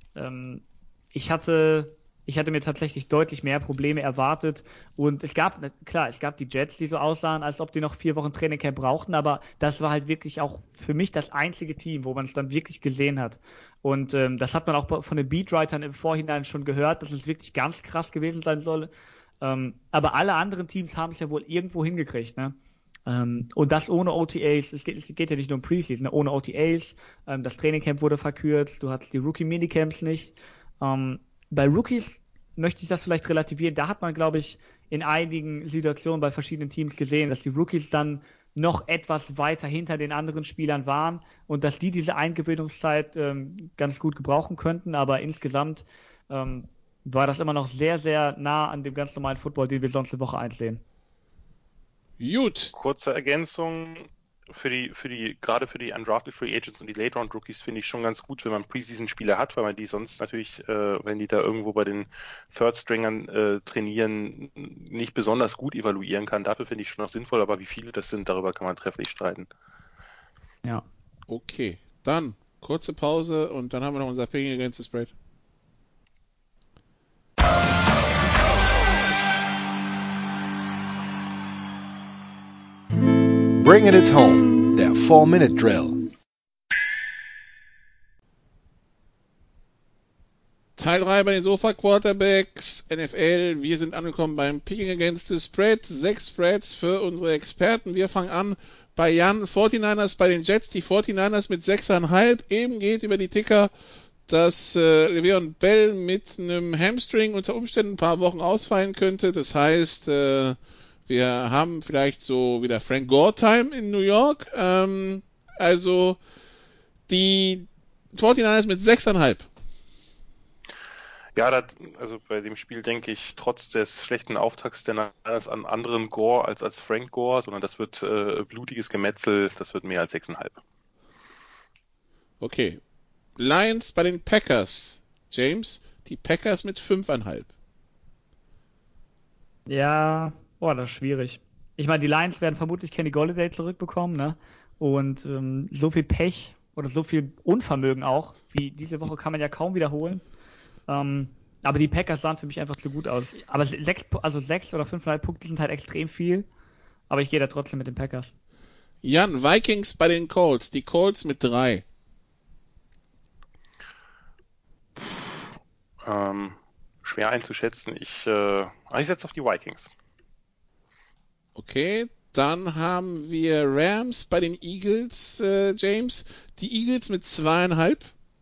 ich hatte mir tatsächlich deutlich mehr Probleme erwartet und es gab die Jets, die so aussahen, als ob die noch 4 Wochen Trainingcamp brauchten, aber das war halt wirklich auch für mich das einzige Team, wo man es dann wirklich gesehen hat. Und das hat man auch von den Beatwritern im Vorhinein schon gehört, dass es wirklich ganz krass gewesen sein soll. Aber alle anderen Teams haben es ja wohl irgendwo hingekriegt, ne? Und das ohne OTAs, es geht ja nicht nur um Preseason, ne? Ohne OTAs, das Trainingcamp wurde verkürzt, du hattest die Rookie-Minicamps nicht. Bei Rookies möchte ich das vielleicht relativieren. Da hat man, glaube ich, in einigen Situationen bei verschiedenen Teams gesehen, dass die Rookies dann noch etwas weiter hinter den anderen Spielern waren und dass die diese Eingewöhnungszeit ganz gut gebrauchen könnten. Aber insgesamt war das immer noch sehr, sehr nah an dem ganz normalen Football, den wir sonst in Woche 1 sehen. Gut. Kurze Ergänzung. Gerade für die Undrafted Free Agents und die Late Round Rookies finde ich schon ganz gut, wenn man Preseason-Spieler hat, weil man die sonst natürlich, wenn die da irgendwo bei den Third Stringern trainieren, nicht besonders gut evaluieren kann. Dafür finde ich schon noch sinnvoll, aber wie viele das sind, darüber kann man trefflich streiten. Ja. Okay, dann kurze Pause und dann haben wir noch unser Picking Against the Spread. Bringing it home, der 4-Minute-Drill. Teil 3 bei den Sofa-Quarterbacks, NFL. Wir sind angekommen beim Picking Against the Spread. 6 Spreads für unsere Experten. Wir fangen an bei Jan. 49ers bei den Jets. Die 49ers mit 6,5. Eben geht über die Ticker, dass Le'Veon Bell mit einem Hamstring unter Umständen ein paar Wochen ausfallen könnte. Das heißt, wir haben vielleicht so wieder Frank Gore-Time in New York. Also die 49ers mit 6,5. Ja, also bei dem Spiel denke ich trotz des schlechten Auftakts der Niners an anderen Gore als Frank Gore, sondern das wird blutiges Gemetzel, das wird mehr als 6,5. Okay. Lions bei den Packers. James, die Packers mit 5,5. Ja, das ist schwierig. Ich meine, die Lions werden vermutlich Kenny Golladay zurückbekommen, ne? Und so viel Pech oder so viel Unvermögen auch, wie diese Woche kann man ja kaum wiederholen. Aber die Packers sahen für mich einfach zu gut aus. Aber 6 oder 5,5 Punkte sind halt extrem viel. Aber ich gehe da trotzdem mit den Packers. Jan, Vikings bei den Colts. Die Colts mit 3. Schwer einzuschätzen. Ich setze auf die Vikings. Okay, dann haben wir Rams bei den Eagles, James. Die Eagles mit 2,5.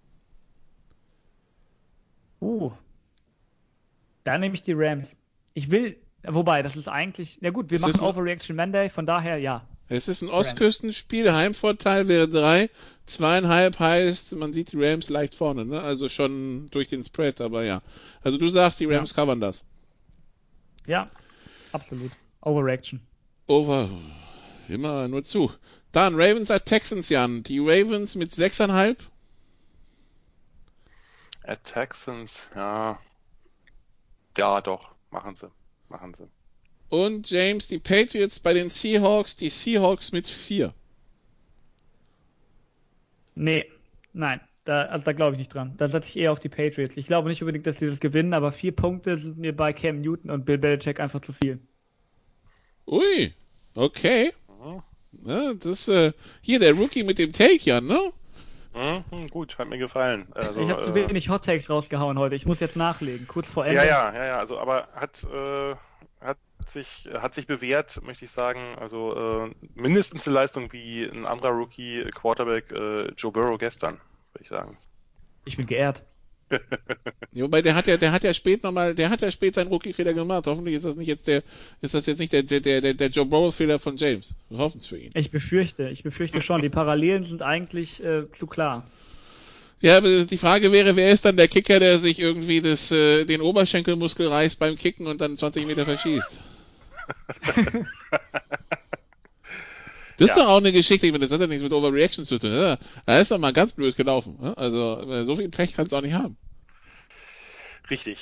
Da nehme ich die Rams. Wobei, das ist eigentlich, ja gut, wir machen Overreaction Monday, von daher ja. Es ist ein Ostküstenspiel, Heimvorteil wäre 3, 2,5 heißt, man sieht die Rams leicht vorne, ne? Also schon durch den Spread, aber ja. Also du sagst, die Rams covern das. Ja, absolut. Overreaction. Immer nur zu. Dann Ravens at Texans, Jan. Die Ravens mit 6,5. At Texans, ja. Ja, doch, machen sie. Und James, die Patriots bei den Seahawks, die Seahawks mit 4. Nein, da glaube ich nicht dran. Da setze ich eher auf die Patriots. Ich glaube nicht unbedingt, dass sie das gewinnen, aber 4 Punkte sind mir bei Cam Newton und Bill Belichick einfach zu viel. Ui, okay. Ja, das hier der Rookie mit dem Take, Jan, ne? Gut, hat mir gefallen. Also, ich habe zu wenig Hot Takes rausgehauen heute. Ich muss jetzt nachlegen, kurz vor Ende. Ja. Also, aber hat sich bewährt, möchte ich sagen. Also mindestens eine Leistung wie ein anderer Rookie Quarterback Joe Burrow gestern, würde ich sagen. Ich bin geehrt. Ja, wobei der hat ja spät seinen Rookie-Fehler gemacht. Hoffentlich ist das jetzt nicht der Joe Burrow-Fehler von James. Wir hoffen es für ihn. Ich befürchte schon. Die Parallelen sind eigentlich zu klar. Ja, aber die Frage wäre, wer ist dann der Kicker, der sich irgendwie den Oberschenkelmuskel reißt beim Kicken und dann 20 Meter verschießt? Das ist doch auch eine Geschichte, ich meine, das hat ja nichts mit Overreaction zu tun. Ja? Da ist doch mal ganz blöd gelaufen. Ja? Also so viel Pech kannst du auch nicht haben. Richtig.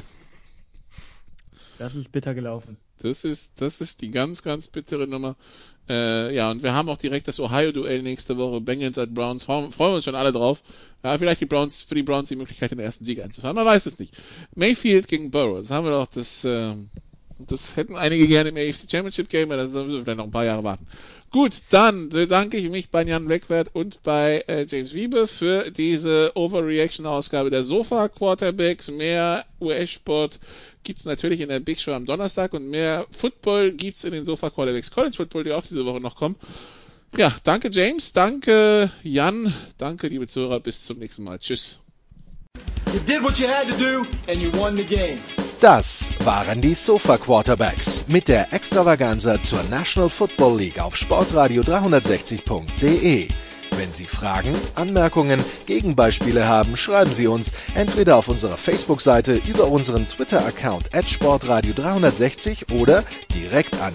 Das ist bitter gelaufen. Das ist die ganz, ganz bittere Nummer. Ja, und wir haben auch direkt das Ohio-Duell nächste Woche. Bengals at Browns. Freuen wir uns schon alle drauf. Ja, vielleicht für die Browns die Möglichkeit, den ersten Sieg einzufahren. Man weiß es nicht. Mayfield gegen Burrow. Das haben wir doch, das hätten einige gerne im AFC Championship Game, aber da müssen wir vielleicht noch ein paar Jahre warten. Gut, dann bedanke ich mich bei Jan Wegwert und bei James Wiebe für diese Overreaction-Ausgabe der Sofa-Quarterbacks. Mehr US-Sport gibt's natürlich in der Big Show am Donnerstag und mehr Football gibt's in den Sofa-Quarterbacks College Football, die auch diese Woche noch kommen. Ja, danke James, danke Jan, danke liebe Zuhörer, bis zum nächsten Mal. Tschüss. You did what you had to do and you won the game. Das waren die Sofa Quarterbacks mit der Extravaganza zur National Football League auf sportradio360.de. Wenn Sie Fragen, Anmerkungen, Gegenbeispiele haben, schreiben Sie uns entweder auf unserer Facebook-Seite, über unseren Twitter-Account @sportradio360 oder direkt an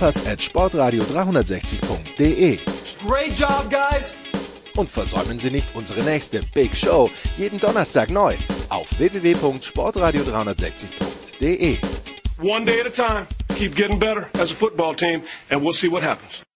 steilpass@sportradio360.de. Great job, guys! Und versäumen Sie nicht unsere nächste Big Show, jeden Donnerstag neu auf www.sportradio360.de. One day at a time. Keep getting better as a football team, and we'll see what happens.